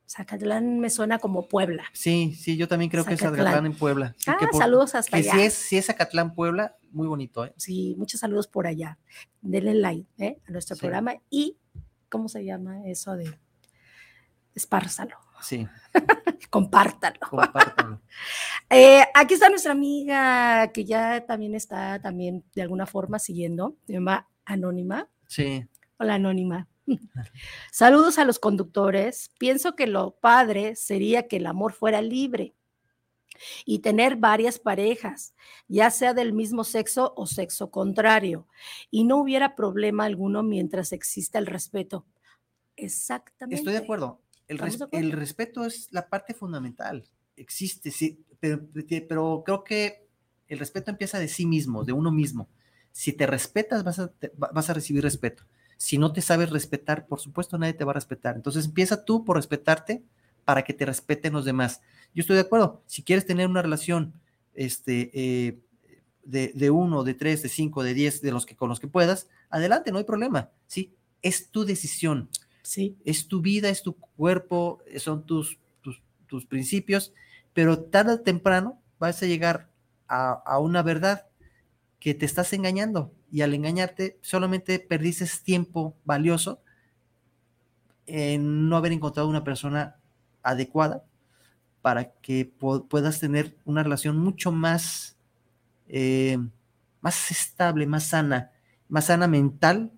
Zacatlán me suena como Puebla. Sí, sí, yo también creo Zacatlán. que es Zacatlán en Puebla. Sí, Ah, que por, saludos hasta que allá. Si es, si es Zacatlán, Puebla, muy bonito, ¿eh? Sí, muchos saludos por allá. Denle like ¿eh? a nuestro Sí. programa y, ¿cómo se llama eso de espárzalo? Sí. Compártalo. Compártanlo. Eh, aquí está nuestra amiga que ya también está también de alguna forma siguiendo, se llama Anónima. Sí. Hola, Anónima. Saludos a los conductores. Pienso que lo padre sería que el amor fuera libre y tener varias parejas, ya sea del mismo sexo o sexo contrario, y no hubiera problema alguno mientras exista el respeto. Exactamente. Estoy de acuerdo. El, res, de acuerdo. el respeto es la parte fundamental. Existe, sí, pero, pero creo que el respeto empieza de sí mismo, de uno mismo. Si te respetas, vas a, te, vas a recibir respeto. Si no te sabes respetar, por supuesto, nadie te va a respetar. Entonces, empieza tú por respetarte para que te respeten los demás. Yo estoy de acuerdo. Si quieres tener una relación este, eh, de, de uno, de tres, de cinco, de diez, de los que, con los que puedas, adelante, no hay problema. ¿Sí? Es tu decisión. Sí. Es tu vida, es tu cuerpo, son tus, tus, tus principios, pero tarde o temprano vas a llegar a, a una verdad que te estás engañando, y al engañarte solamente perdiste tiempo valioso en no haber encontrado una persona adecuada para que po- puedas tener una relación mucho más, eh, más estable, más sana, más sana mental,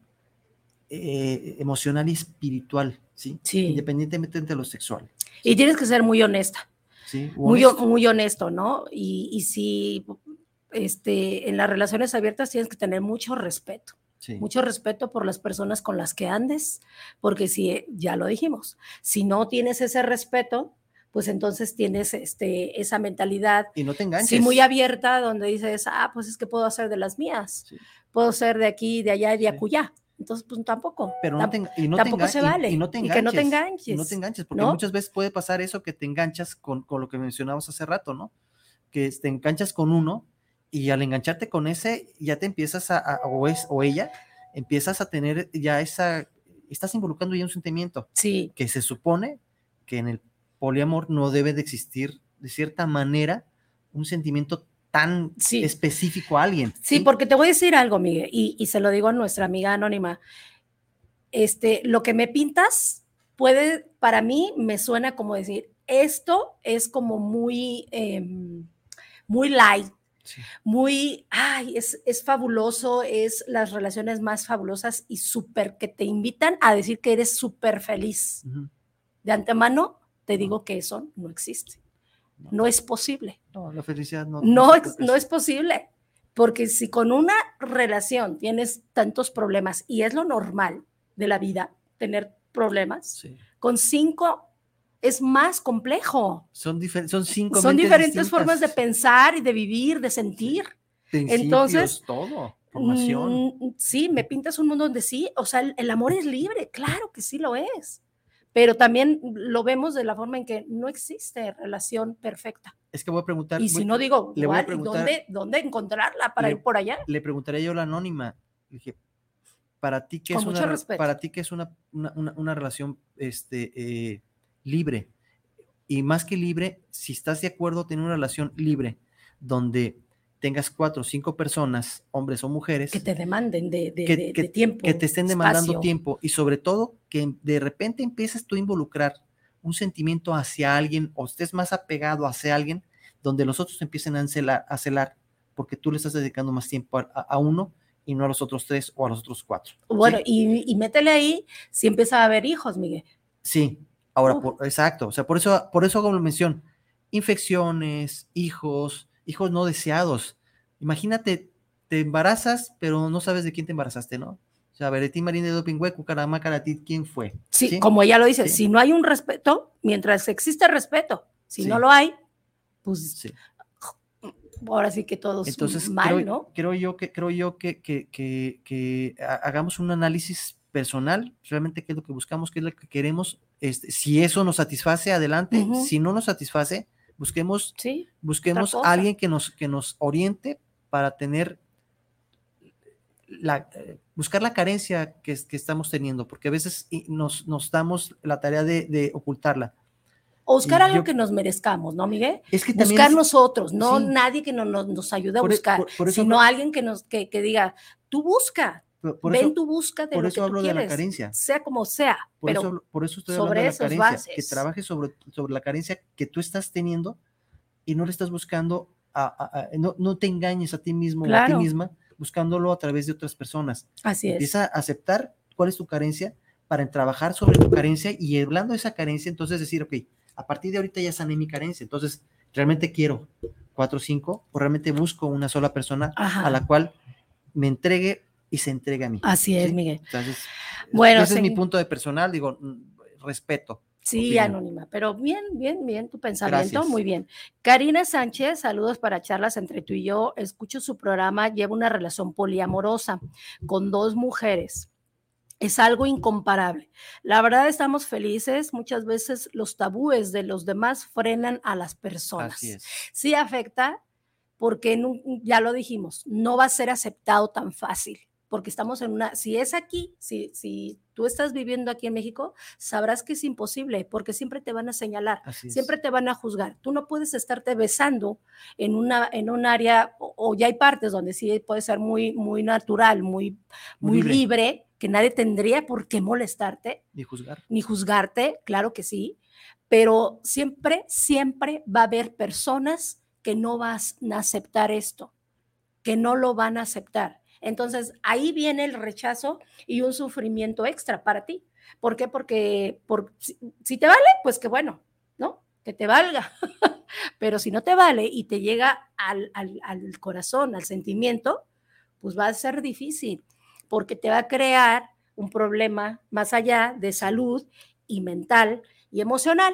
eh, emocional y espiritual, ¿sí? Sí. Independientemente de lo sexual. Y tienes que ser muy honesta. Sí, muy, honesto. muy honesto, ¿no? Y, y si este, en las relaciones abiertas tienes que tener mucho respeto. Sí. Mucho respeto por las personas con las que andes, porque si, ya lo dijimos, si no tienes ese respeto, pues entonces tienes este, esa mentalidad, y no te enganches. Sí, muy abierta, donde dices, ah, pues es que puedo hacer de las mías, sí. Puedo ser de aquí, de allá y de sí. acullá. Entonces, pues tampoco, pero no te, y no tampoco te se vale. Y, y, no te y que no te enganches. Y no te enganches, porque ¿no? muchas veces puede pasar eso, que te enganchas con, con lo que mencionábamos hace rato, ¿no? Que te enganchas con uno y al engancharte con ese, ya te empiezas a, a o, es, o ella, empiezas a tener ya esa, estás involucrando ya un sentimiento. Sí. Que se supone que en el poliamor no debe de existir, de cierta manera, un sentimiento tan sí. específico a alguien. Sí, ¿sí? Porque te voy a decir algo, Miguel, y, y se lo digo a nuestra amiga Anónima. Este, lo que me pintas puede, para mí, me suena como decir, esto es como muy, eh, muy light, sí. muy, ay, es, es fabuloso, es las relaciones más fabulosas y súper que te invitan a decir que eres súper feliz. Uh-huh. De antemano, te digo no. que eso no existe. No. no es posible. No, la felicidad no. No, no, no es posible. Porque si con una relación tienes tantos problemas, y es lo normal de la vida, tener problemas, sí. con cinco es más complejo. Son, difer- son cinco Son diferentes distintas. formas de pensar y de vivir, de sentir. Sí. Entonces, todo, formación. Mm, sí, me pintas un mundo donde sí, o sea, el, el amor es libre, claro que sí lo es. Pero también lo vemos de la forma en que no existe relación perfecta. Es que voy a preguntar. Y si voy, no digo, le voy a preguntar, ¿dónde, ¿dónde encontrarla para le, ir por allá? Le preguntaré yo a la Anónima. Le dije, para ti que Con es mucho una, respeto. para ti que es una, una, una, una relación este, eh, libre, y más que libre, si estás de acuerdo tener una relación libre, donde tengas cuatro o cinco personas, hombres o mujeres, que te demanden de, de, que, de, que, de tiempo, que te estén demandando espacio. tiempo, y sobre todo que de repente empieces tú a involucrar un sentimiento hacia alguien, o estés más apegado hacia alguien, donde los otros empiecen a celar, a celar porque tú le estás dedicando más tiempo a, a uno y no a los otros tres o a los otros cuatro. Bueno, ¿sí? y, y métele ahí si empieza a haber hijos, Miguel. Sí, ahora, por, exacto, o sea, por eso, por eso hago la mención, infecciones, hijos, hijos no deseados. Imagínate, te embarazas, pero no sabes de quién te embarazaste, ¿no? O sea, Beretín Marín de Dopingüe, Cucaramá, Caratí, ¿quién fue? Sí, sí, como ella lo dice, sí. Si no hay un respeto, mientras existe respeto, si sí. no lo hay, pues sí. ahora sí que todos Entonces, mal, creo, ¿no? Creo yo que, creo yo que, que, que, que hagamos un análisis personal, realmente qué es lo que buscamos, qué es lo que queremos, este, si eso nos satisface, adelante, uh-huh. Si no nos satisface, busquemos, sí, busquemos a alguien que nos, que nos oriente para tener la, buscar la carencia que, que estamos teniendo, porque a veces nos, nos damos la tarea de, de ocultarla. O buscar Y algo yo- que nos merezcamos, ¿no, Miguel? Es que también Buscar es- nosotros, no sí. nadie que no- no- nos ayude a Por e- buscar, por- por eso sino hablo- alguien que nos que, que diga, tú busca, Por, por ven eso, tu busca de por lo eso que tú hablo de la quieres, carencia. sea como sea, Por, pero eso, hablo- por eso estoy hablando sobre de la esas carencia, que bases. trabajes sobre, sobre la carencia que tú estás teniendo y no le estás buscando, a, a- a- no, no te engañes a ti mismo o a ti Claro. misma buscándolo a través de otras personas. Así es. Empieza a aceptar cuál es tu carencia para trabajar sobre tu carencia y hablando de esa carencia, entonces decir, ok, a partir de ahorita ya sané mi carencia, entonces realmente quiero cuatro o cinco o realmente busco una sola persona Ajá. a la cual me entregue y se entregue a mí. Así es, ¿sí? Miguel. Entonces, Bueno, ese es se- mi punto de personal, digo, mm, respeto. Sí, opinión. Anónima, pero bien, bien, bien tu pensamiento, Gracias. muy bien. Karina Sánchez, saludos para charlas entre tú y yo. Escucho su programa, lleva una relación poliamorosa con dos mujeres. Es algo incomparable. La verdad estamos felices. Muchas veces los tabúes de los demás frenan a las personas. Así es. Sí afecta porque no- ya lo dijimos, no va a ser aceptado tan fácil. Porque estamos en una, si es aquí, si, si tú estás viviendo aquí en México, sabrás que es imposible, porque siempre te van a señalar, Así es. siempre te van a juzgar. Tú no puedes estarte besando en, una, en un área, o, o ya hay partes donde sí puede ser muy, muy natural, muy, muy Muy libre. libre, que nadie tendría por qué molestarte, Ni juzgar. ni juzgarte, claro que sí, pero siempre, siempre va a haber personas que no van a aceptar esto, que no lo van a aceptar. Entonces, ahí viene el rechazo y un sufrimiento extra para ti. ¿Por qué? Porque por, si, si te vale, pues que bueno, ¿no? Que te valga. Pero si no te vale y te llega al, al, al corazón, al sentimiento, pues va a ser difícil, porque te va a crear un problema más allá de salud y mental y emocional.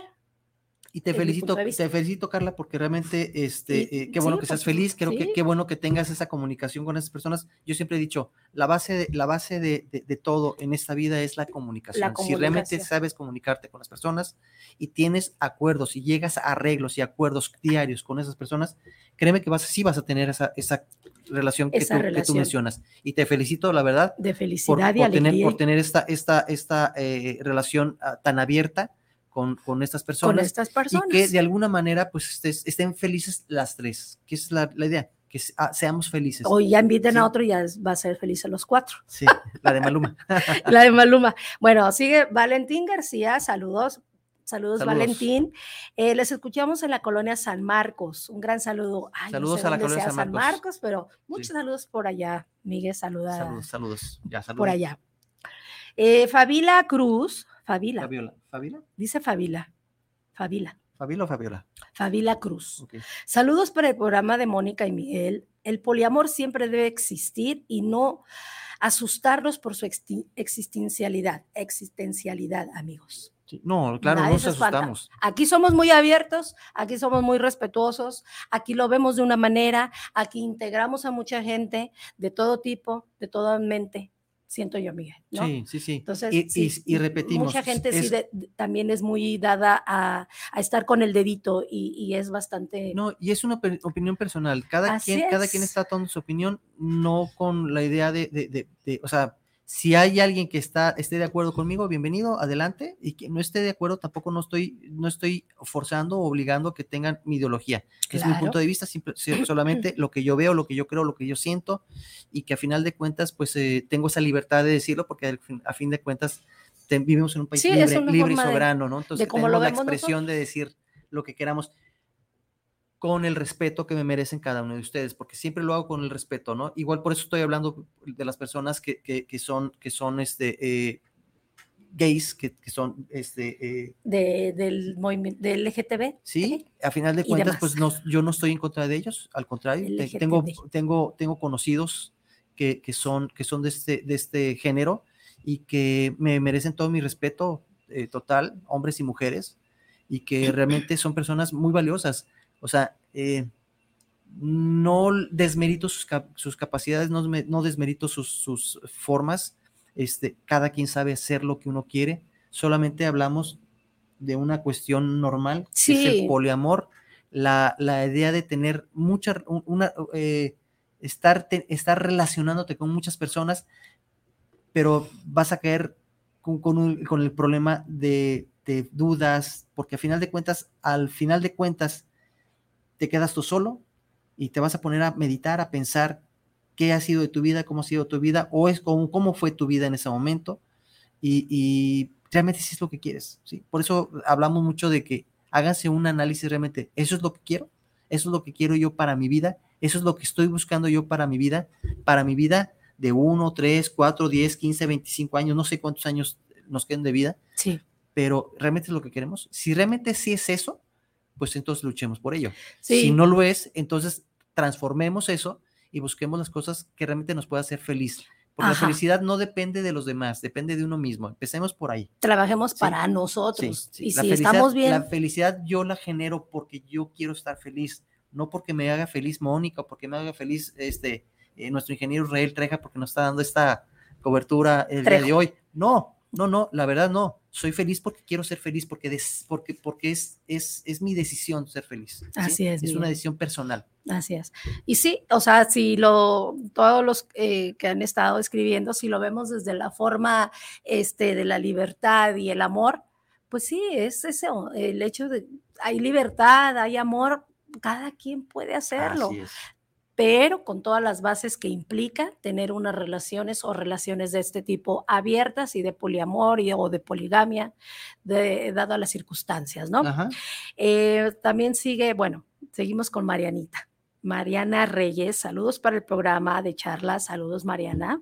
Y te Es mi felicito, punto de vista. te felicito, Carla, porque realmente, este, Y- eh, qué bueno sí, que por seas feliz, creo sí. que qué bueno que tengas esa comunicación con esas personas. Yo siempre he dicho, la base de, la base de, de, de todo en esta vida es la comunicación. La Si realmente comunicación. sabes comunicarte con las personas y tienes acuerdos y llegas a arreglos y acuerdos diarios con esas personas, créeme que vas, sí vas a tener esa, esa relación, que, Esa tú, que tú relación. mencionas. Y te felicito, la verdad, De por, felicidad y por tener, alegría. por tener esta, esta, esta eh, relación uh, tan abierta con, con estas personas. Con estas personas. Y que de alguna manera pues estés, estén felices las tres, que es la, la idea, que se, ah, seamos felices. O ya inviten Sí. a otro y ya va a ser feliz a los cuatro. Sí, la de Maluma. La de Maluma. Bueno, sigue Valentín García, saludos. Saludos, Saludos. Valentín. Eh, les escuchamos en la colonia San Marcos. Un gran saludo. Ay, Saludos no sé a la dónde colonia sea San San Marcos. Marcos, pero muchos Sí. saludos por allá. Miguel, saluda Saludos, saludos. Ya, saludos. por allá. Eh, Fabila Cruz, Fabila, Fabiola. ¿Fabila? dice Fabila, Fabila, ¿Fabila o Fabiola? Fabila Cruz. Okay. Saludos para el programa de Mónica y Miguel. El poliamor siempre debe existir y no asustarlos por su exti- existencialidad, existencialidad, amigos. Sí. No, claro, Nadie no se nos espanta. asustamos. Aquí somos muy abiertos, aquí somos muy respetuosos, aquí lo vemos de una manera, aquí integramos a mucha gente de todo tipo, de toda mente, siento yo, Miguel, ¿no? Sí, sí, sí. Entonces, y, sí, y, y repetimos. mucha gente sí es, de, de, también es muy dada a, a estar con el dedito y, y es bastante... No, y es una per, opinión personal. Cada Así quien, es. cada quien está dando su opinión, no con la idea de, de, de, de, o sea, si hay alguien que está, esté de acuerdo conmigo, bienvenido, adelante, y que no esté de acuerdo, tampoco no estoy, no estoy forzando o obligando a que tengan mi ideología. Claro. Es mi punto de vista, simple, solamente lo que yo veo, lo que yo creo, lo que yo siento, y que a final de cuentas, pues eh, tengo esa libertad de decirlo, porque a fin de cuentas te, vivimos en un país sí, libre, libre y soberano, de, ¿no? Entonces tenemos la expresión nosotros. de decir lo que queramos, con el respeto que me merecen cada uno de ustedes, porque siempre lo hago con el respeto, ¿no? Igual por eso estoy hablando de las personas que, que, que son, que son este, eh, gays, que, que son este... Eh, de, del movimiento del L G T B. Sí, a final de cuentas, pues no, yo no estoy en contra de ellos, al contrario, L G T B. tengo, tengo, tengo conocidos que, que, son, que son de este, de este género y que me merecen todo mi respeto eh, total, hombres y mujeres, y que realmente son personas muy valiosas. O sea, eh, no desmerito sus, cap sus capacidades, no, no desmerito sus, sus formas, este, cada quien sabe hacer lo que uno quiere, solamente hablamos de una cuestión normal, sí. que es el poliamor, la, la idea de tener mucha, una, eh, estar, te, estar relacionándote con muchas personas, pero vas a caer con, con, un, con el problema de te dudas, porque al final de cuentas, al final de cuentas, te quedas tú solo y te vas a poner a meditar, a pensar qué ha sido de tu vida, cómo ha sido tu vida, o es cómo, cómo fue tu vida en ese momento, y, y realmente si es lo que quieres, ¿sí? Por eso hablamos mucho de que háganse un análisis realmente, ¿eso es lo que quiero? ¿Eso es lo que quiero yo para mi vida? ¿Eso es lo que estoy buscando yo para mi vida? Para mi vida de uno, tres, cuatro, diez, quince, veinticinco años, no sé cuántos años nos queden de vida, Sí. pero ¿realmente es lo que queremos? Si realmente sí es eso, pues entonces luchemos por ello. Sí. Si no lo es, entonces transformemos eso y busquemos las cosas que realmente nos puedan hacer feliz. Porque Ajá. la felicidad no depende de los demás, depende de uno mismo. Empecemos por ahí. Trabajemos Sí. para Sí, nosotros. sí. Y La si felicidad, estamos bien. la felicidad yo la genero porque yo quiero estar feliz, no porque me haga feliz Mónica o porque me haga feliz este, eh, nuestro ingeniero Israel Treja porque nos está dando esta cobertura el Trejo. día de hoy. No, no, no, la verdad no. Soy feliz porque quiero ser feliz, porque, des, porque, porque es, es, es mi decisión ser feliz. ¿sí? Así es. Es Miguel. una decisión personal. Así es. Y sí, o sea, si lo, todos los eh, que han estado escribiendo, si lo vemos desde la forma este, de la libertad y el amor, pues sí, es ese, el hecho de, hay libertad, hay amor, cada quien puede hacerlo. Así es. Pero con todas las bases que implica tener unas relaciones o relaciones de este tipo abiertas y de poliamor y, o de poligamia, de, dado a las circunstancias, ¿no? Ajá. Eh, también sigue, bueno, seguimos con Marianita. Mariana Reyes, saludos para el programa de charlas, saludos Mariana.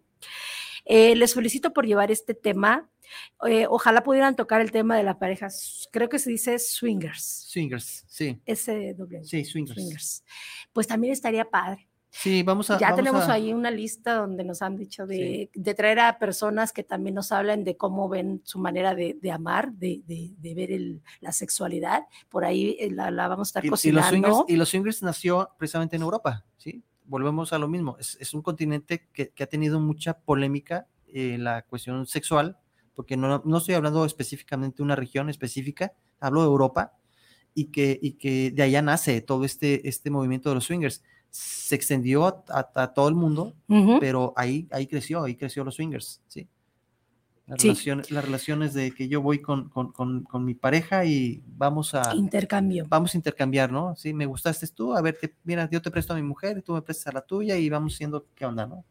Eh, les felicito por llevar este tema. Eh, ojalá pudieran tocar el tema de la pareja, creo que se dice swingers. Swingers, sí. Ese doble. Sí, swingers. swingers. Pues también estaría padre. Sí, vamos a... Ya vamos tenemos a... ahí una lista donde nos han dicho de, sí. de traer a personas que también nos hablan de cómo ven su manera de, de amar, de, de, de ver el, la sexualidad. Por ahí la, la vamos a estar y, cocinando. Y los, swingers, y los swingers nació precisamente en Europa, ¿sí? Volvemos a lo mismo. Es, es un continente que, que ha tenido mucha polémica en la cuestión sexual, porque no, no estoy hablando específicamente de una región específica, hablo de Europa, y que, y que de allá nace todo este, este movimiento de los swingers. Se extendió a, a, a todo el mundo, uh-huh. pero ahí, ahí creció, ahí creció los swingers, ¿sí? Las, sí. Relaciones, las relaciones de que yo voy con, con, con, con mi pareja y vamos a... Intercambio. Vamos a intercambiar, ¿no? Sí, me gustaste tú, a ver, te, mira, yo te presto a mi mujer, tú me prestas a la tuya y vamos siendo qué onda, ¿no?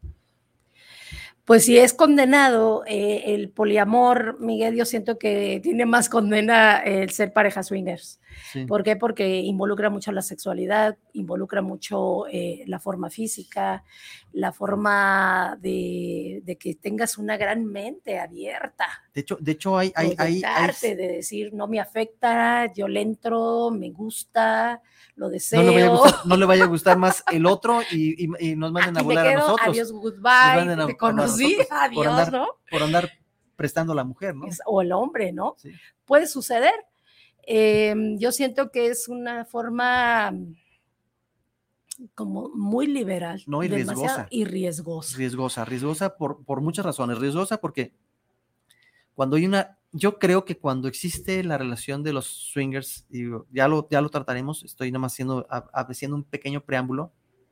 Pues si es condenado eh, el poliamor, Miguel, yo siento que tiene más condena el ser pareja swingers. Sí. ¿Por qué? Porque involucra mucho la sexualidad, involucra mucho eh, la forma física, la forma de, de que tengas una gran mente abierta. De hecho, de hecho hay... hay, hay, hay... de decir, no me afecta, yo le entro, me gusta, lo deseo. No le vaya a gustar, no le vaya a gustar más el otro y, y, y nos manden Aquí a volar quedo, a nosotros. Adiós, goodbye, a, te conocí, a adiós, por andar, ¿no? Por andar prestando a la mujer, ¿no? O el hombre, ¿no? Sí. Puede suceder. Eh, yo siento que es una forma como muy liberal. No, y riesgosa. Y riesgosa. Riesgosa, riesgosa por, por muchas razones. Riesgosa porque cuando hay una... Yo creo que cuando existe la relación de los swingers, y ya lo, ya lo trataremos, estoy nada más haciendo, haciendo un pequeño preámbulo,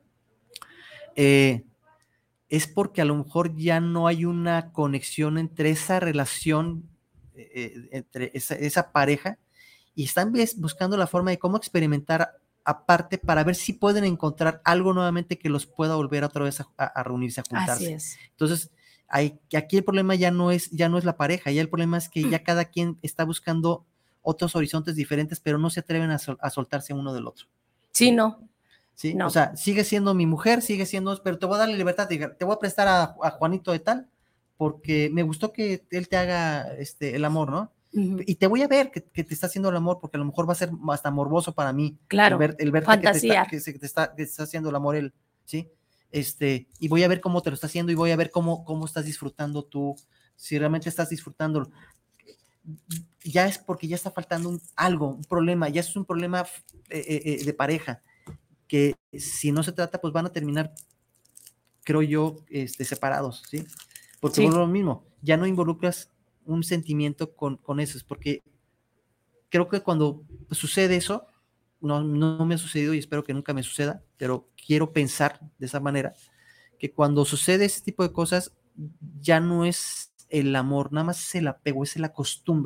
eh, es porque a lo mejor ya no hay una conexión entre esa relación, eh, entre esa, esa pareja, y están buscando la forma de cómo experimentar aparte para ver si pueden encontrar algo nuevamente que los pueda volver otra vez a, a reunirse, a juntarse. Así es. Entonces, hay, aquí el problema ya no, es, ya no es la pareja, ya el problema es que ya cada quien está buscando otros horizontes diferentes, pero no se atreven a, sol, a soltarse uno del otro. Sí, no. ¿Sí? No. O sea, sigue siendo mi mujer, sigue siendo, pero te voy a dar la libertad, te, te voy a prestar a, a Juanito de tal, porque me gustó que él te haga este, el amor, ¿no? Uh-huh. Y te voy a ver que, que te está haciendo el amor, porque a lo mejor va a ser hasta morboso para mí. Claro, el, ver, el verte fantasía. Que te, está, que, que te está, que te está haciendo el amor él, ¿sí? Este, y voy a ver cómo te lo está haciendo y voy a ver cómo, cómo estás disfrutando tú, si realmente estás disfrutando. Ya es porque ya está faltando un, algo, un problema, ya es un problema eh, eh, de pareja, que si no se trata, pues van a terminar, creo yo, este, separados, ¿sí? Porque sí. Por lo mismo, ya no involucras un sentimiento con, con eso, es porque creo que cuando sucede eso, no, no me ha sucedido y espero que nunca me suceda, pero quiero pensar de esa manera, que cuando sucede ese tipo de cosas, ya no es el amor, nada más es el apego, es la costumbre,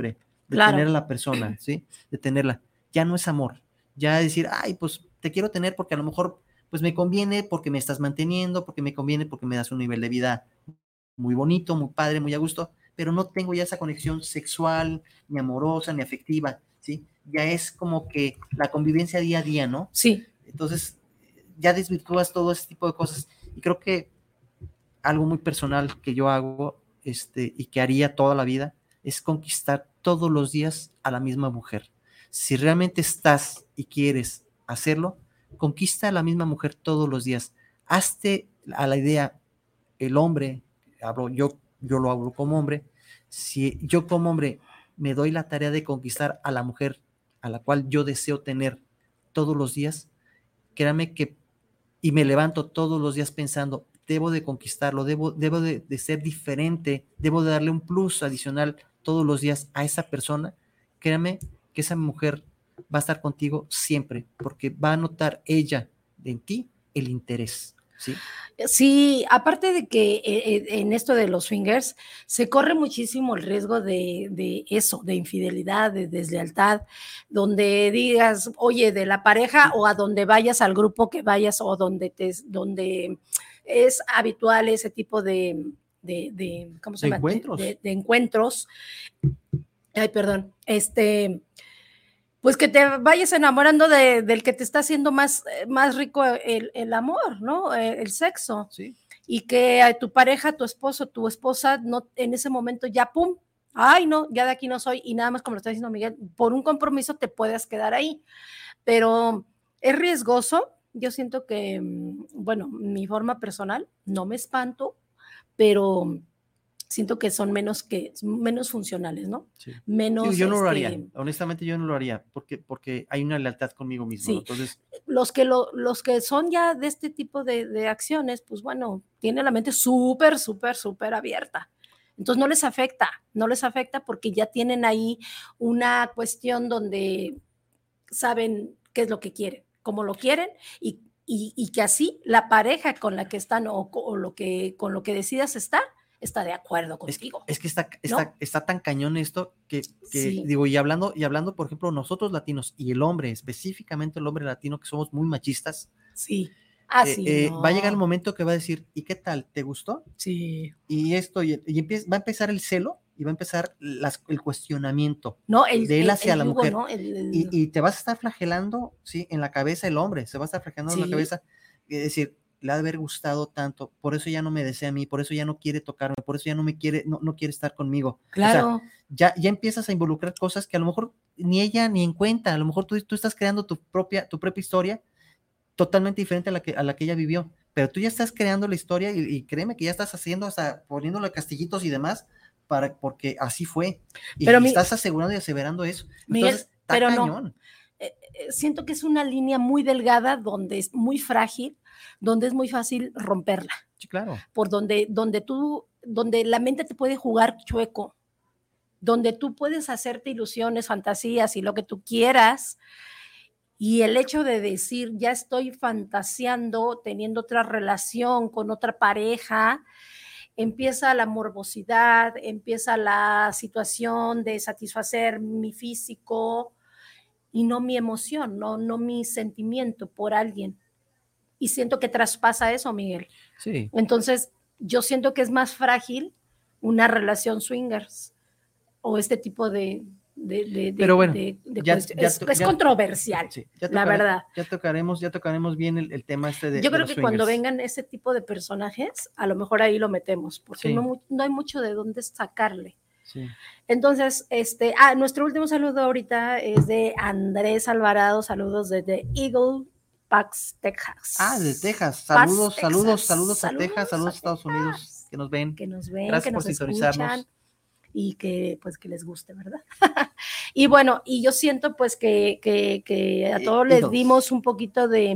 de Claro. tener a la persona, ¿sí? De tenerla. Ya no es amor. Ya decir, ay, pues te quiero tener porque a lo mejor pues me conviene porque me estás manteniendo, porque me conviene porque me das un nivel de vida muy bonito, muy padre, muy a gusto, pero no tengo ya esa conexión sexual, ni amorosa, ni afectiva, ¿sí? Ya es como que la convivencia día a día, ¿no? Sí. Entonces, ya desvirtúas todo ese tipo de cosas. Y creo que algo muy personal que yo hago, este, y que haría toda la vida, es conquistar todos los días a la misma mujer. Si realmente estás y quieres hacerlo, conquista a la misma mujer todos los días. Hazte a la idea, el hombre, hablo, yo, yo lo hablo como hombre, si yo como hombre me doy la tarea de conquistar a la mujer a la cual yo deseo tener todos los días, créame que, y me levanto todos los días pensando, debo de conquistarlo, debo, debo de, de ser diferente, debo de darle un plus adicional todos los días a esa persona, créame que esa mujer va a estar contigo siempre, porque va a notar ella en ti el interés, ¿sí? Sí, aparte de que eh, en esto de los swingers se corre muchísimo el riesgo de, de eso, de infidelidad, de deslealtad, donde digas, oye, de la pareja o a donde vayas, al grupo que vayas o donde, te, donde es habitual ese tipo de, de, de ¿cómo se De llama? encuentros. De, de encuentros. Ay, perdón, este... pues que te vayas enamorando de, del que te está haciendo más, más rico el, el amor, ¿no? El, el sexo. Sí. Y que a tu pareja, tu esposo, tu esposa, no, en ese momento ya, pum, ay, no, ya de aquí no soy, y nada más como lo está diciendo Miguel, por un compromiso te puedes quedar ahí. Pero es riesgoso. Yo siento que, bueno, mi forma personal, no me espanto, pero siento que son menos que menos funcionales, ¿no? Sí. Menos. Sí, yo no este, lo haría. Honestamente, yo no lo haría porque, porque hay una lealtad conmigo mismo. Sí. ¿No? Entonces, los que lo, los que son ya de este tipo de, de acciones, pues bueno, tienen la mente súper, súper, súper abierta. Entonces no les afecta, no les afecta porque ya tienen ahí una cuestión donde saben qué es lo que quieren, cómo lo quieren y, y, y que así la pareja con la que están o, o lo que, con lo que decidas estar está de acuerdo contigo. Es, es que está, está, ¿no? está tan cañón esto que, que sí. digo, y hablando, y hablando, por ejemplo, nosotros latinos y el hombre, específicamente el hombre latino, que somos muy machistas. Sí. Ah, eh, sí, eh, no. Va a llegar el momento que va a decir, ¿y qué tal? ¿Te gustó? Sí. Y esto, y, y empieza, va a empezar el celo y va a empezar las, el cuestionamiento no, el, de él hacia el, el la yugo, mujer. ¿no? el, el... Y, y te vas a estar flagelando, sí, en la cabeza el hombre, se va a estar flagelando sí. en la cabeza. Es decir, le ha de haber gustado tanto, por eso ya no me desea a mí, por eso ya no quiere tocarme, por eso ya no me quiere, no, no quiere estar conmigo. Claro. O sea, ya, ya empiezas a involucrar cosas que a lo mejor ni ella ni en cuenta, a lo mejor tú, tú estás creando tu propia, tu propia historia totalmente diferente a la, que, a la que ella vivió, pero tú ya estás creando la historia y, y créeme que ya estás haciendo hasta poniéndole castillitos y demás, para, porque así fue, y, pero y mi, estás asegurando y aseverando eso. Miguel, entonces, está pero cañón. No. Eh, eh, siento que es una línea muy delgada, donde es muy frágil, donde es muy fácil romperla. Sí, claro. Por donde, donde tú, donde la mente te puede jugar chueco, donde tú puedes hacerte ilusiones, fantasías y lo que tú quieras, y el hecho de decir, ya estoy fantaseando, teniendo otra relación con otra pareja, empieza la morbosidad, empieza la situación de satisfacer mi físico y no mi emoción, no, no mi sentimiento por alguien. Y siento que traspasa eso, Miguel. Sí. Entonces, yo siento que es más frágil una relación swingers o este tipo de... De, de, pero bueno, de, de ya, ya, es, es ya, controversial, sí, ya la verdad. Ya tocaremos, ya tocaremos bien el, el tema este de Yo creo de que swingers. Cuando vengan ese tipo de personajes, a lo mejor ahí lo metemos, porque sí. no, no hay mucho de dónde sacarle. Sí. Entonces, este, ah, nuestro último saludo ahorita es de Andrés Alvarado, saludos desde Eagle Pass, Texas. Ah, de Texas. Saludos, Pass, saludos, Texas. saludos a saludos Texas, saludos a Estados Texas. Unidos, que nos ven. Que nos ven, Gracias que por nos sintonizarnos. Escuchan. Y que pues que les guste, ¿verdad? Y bueno, y yo siento pues que, que, que a todos Eagles. les dimos un poquito de,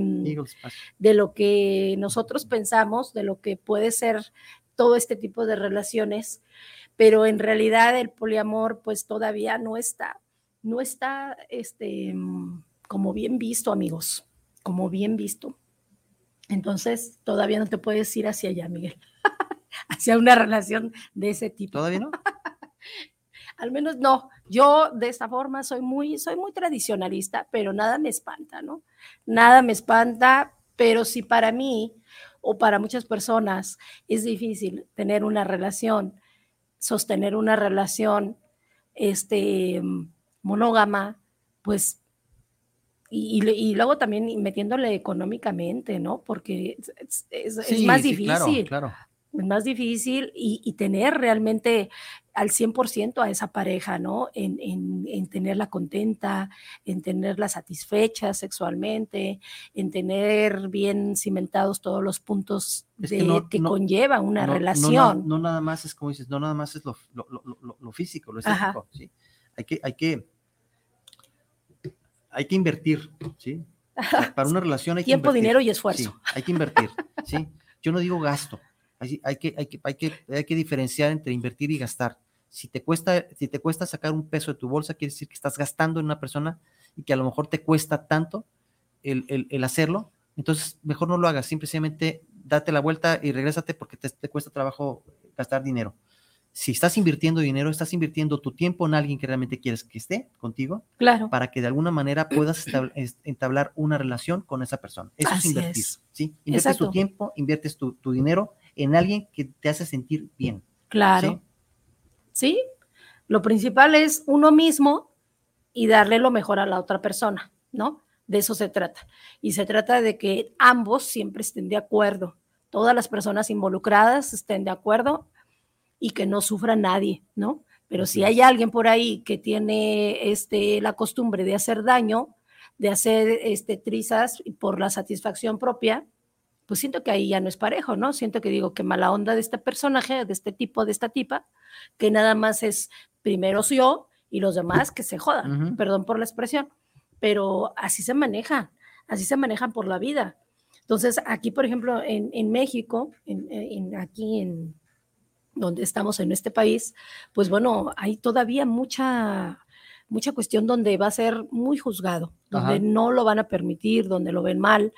de lo que nosotros pensamos, de lo que puede ser todo este tipo de relaciones, pero en realidad el poliamor pues todavía no está, no está este, como bien visto, amigos, como bien visto. Entonces todavía no te puedes ir hacia allá, Miguel, hacia una relación de ese tipo. ¿Todavía no? Al menos no, Yo de esta forma soy muy, soy muy tradicionalista, pero nada me espanta, ¿no? Nada me espanta, pero si para mí o para muchas personas es difícil tener una relación, sostener una relación este, monógama, pues, y, y, y luego también metiéndole económicamente, ¿no? Porque es, es, Sí, es más sí, difícil. claro, claro. Es más difícil y, y tener realmente al cien por ciento a esa pareja, ¿no? En, en, en tenerla contenta, en tenerla satisfecha sexualmente, en tener bien cimentados todos los puntos Es de, que no, que no, conlleva una no, relación. No, no, no nada más es como dices, no nada más es lo, lo, lo, lo físico, lo estético, ¿sí? Hay que, hay que, hay que invertir, ¿sí? O sea, para una relación hay Tiempo, que invertir. dinero y esfuerzo. Sí, hay que invertir, ¿sí? Yo no digo gasto, hay, hay, que, hay, que, hay, que, hay que diferenciar entre invertir y gastar. Si te, cuesta, si te cuesta sacar un peso de tu bolsa, quiere decir que estás gastando en una persona y que a lo mejor te cuesta tanto el, el, el hacerlo, entonces mejor no lo hagas, simplemente date la vuelta y regrésate porque te, te cuesta trabajo gastar dinero. Si estás invirtiendo dinero, estás invirtiendo tu tiempo en alguien que realmente quieres que esté contigo, claro, para que de alguna manera puedas entablar una relación con esa persona. Eso así es invertir, es. ¿sí? Inviertes Exacto. tu tiempo, inviertes tu, tu dinero en alguien que te hace sentir bien. Claro. ¿Sí? ¿Sí? Lo principal es uno mismo y darle lo mejor a la otra persona, ¿no? De eso se trata. Y se trata de que ambos siempre estén de acuerdo, todas las personas involucradas estén de acuerdo y que no sufra nadie, ¿no? Pero si hay alguien por ahí que tiene este, la costumbre de hacer daño, de hacer este, trizas por la satisfacción propia, pues siento que ahí ya no es parejo, ¿no? Siento que digo que mala onda de este personaje, de este tipo, de esta tipa, que nada más es primero yo y los demás que se jodan, uh-huh. Perdón por la expresión, pero así se manejan, así se manejan por la vida. Entonces, aquí, por ejemplo, en, en México, en, en, aquí en donde estamos en este país, pues bueno, hay todavía mucha, mucha cuestión donde va a ser muy juzgado, donde Ajá. no lo van a permitir, donde lo ven mal,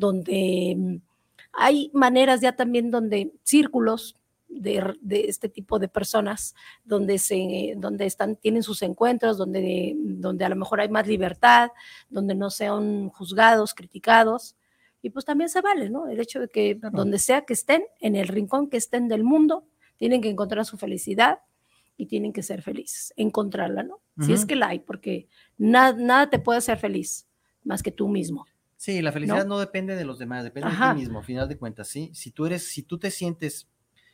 donde hay maneras ya también donde círculos de, de este tipo de personas, donde, se, donde están, tienen sus encuentros, donde, donde a lo mejor hay más libertad, donde no sean juzgados, criticados, y pues también se vale, ¿no? El hecho de que claro. donde sea que estén, en el rincón que estén del mundo, tienen que encontrar su felicidad y tienen que ser felices, encontrarla, ¿no? Uh-huh. Si es que la hay, porque nada, nada te puede hacer feliz más que tú mismo. Sí, la felicidad no, no depende de los demás, depende Ajá. de ti mismo, a final de cuentas, ¿sí? Si tú eres, si tú te sientes,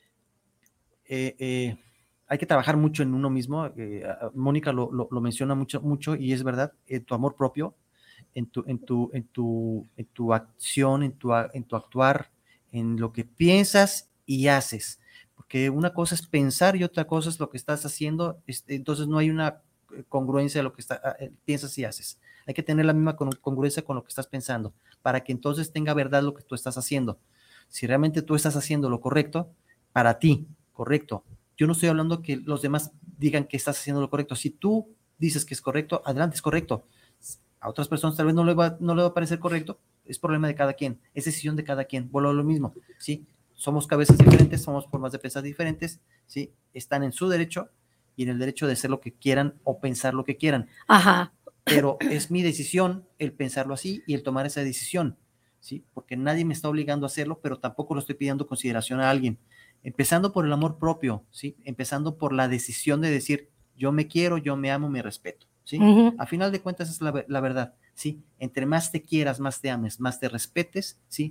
eh, eh, hay que trabajar mucho en uno mismo, eh, Mónica lo, lo, lo menciona mucho, mucho y es verdad, eh, tu amor propio, en tu, en tu, en tu, en tu acción, en tu, en tu actuar, en lo que piensas y haces. Porque una cosa es pensar y otra cosa es lo que estás haciendo, entonces no hay una congruencia de lo que está, piensas y haces. Hay que tener la misma congruencia con lo que estás pensando, para que entonces tenga verdad lo que tú estás haciendo. Si realmente tú estás haciendo lo correcto, para ti, correcto. Yo no estoy hablando que los demás digan que estás haciendo lo correcto. Si tú dices que es correcto, adelante, es correcto. A otras personas tal vez no le va, no le va a parecer correcto, es problema de cada quien, es decisión de cada quien, vuelvo a lo mismo, ¿sí? Somos cabezas diferentes, somos formas de pensar diferentes, ¿sí? Están en su derecho y en el derecho de hacer lo que quieran o pensar lo que quieran. Ajá. Pero es mi decisión el pensarlo así y el tomar esa decisión, ¿sí? Porque nadie me está obligando a hacerlo, pero tampoco lo estoy pidiendo consideración a alguien. Empezando por el amor propio, ¿sí? Empezando por la decisión de decir, yo me quiero, yo me amo, me respeto, ¿sí? Uh-huh. A final de cuentas es la, la verdad, ¿sí? Entre más te quieras, más te ames, más te respetes, ¿sí?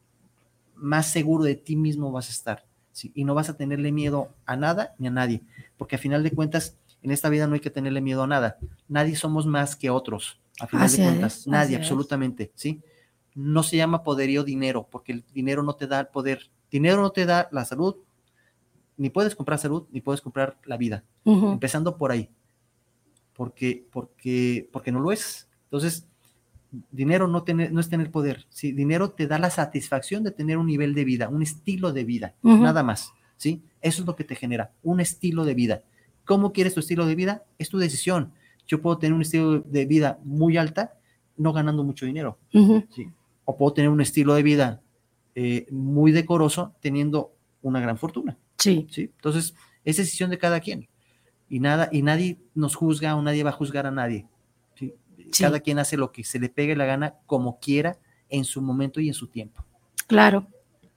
Más seguro de ti mismo vas a estar, ¿sí? Y no vas a tenerle miedo a nada ni a nadie, porque a final de cuentas en esta vida no hay que tenerle miedo a nada, nadie somos más que otros, a final así de cuentas, es, nadie, absolutamente, ¿sí? No se llama poderío dinero, porque el dinero no te da el poder, dinero no te da la salud, ni puedes comprar salud, ni puedes comprar la vida, uh-huh. Empezando por ahí, porque, porque, porque no lo es, entonces dinero no, tener, no es tener poder, ¿sí? Dinero te da la satisfacción de tener un nivel de vida, un estilo de vida, uh-huh. Nada más, ¿sí? Eso es lo que te genera, un estilo de vida. ¿Cómo quieres tu estilo de vida? Es tu decisión. Yo puedo tener un estilo de vida muy alta, no ganando mucho dinero, uh-huh. ¿Sí? O puedo tener un estilo de vida eh, muy decoroso, teniendo una gran fortuna. Sí. ¿Sí? Entonces, es decisión de cada quien. Y nada, y nadie nos juzga o nadie va a juzgar a nadie. ¿Sí? Sí. Cada quien hace lo que se le pegue la gana, como quiera, en su momento y en su tiempo. Claro.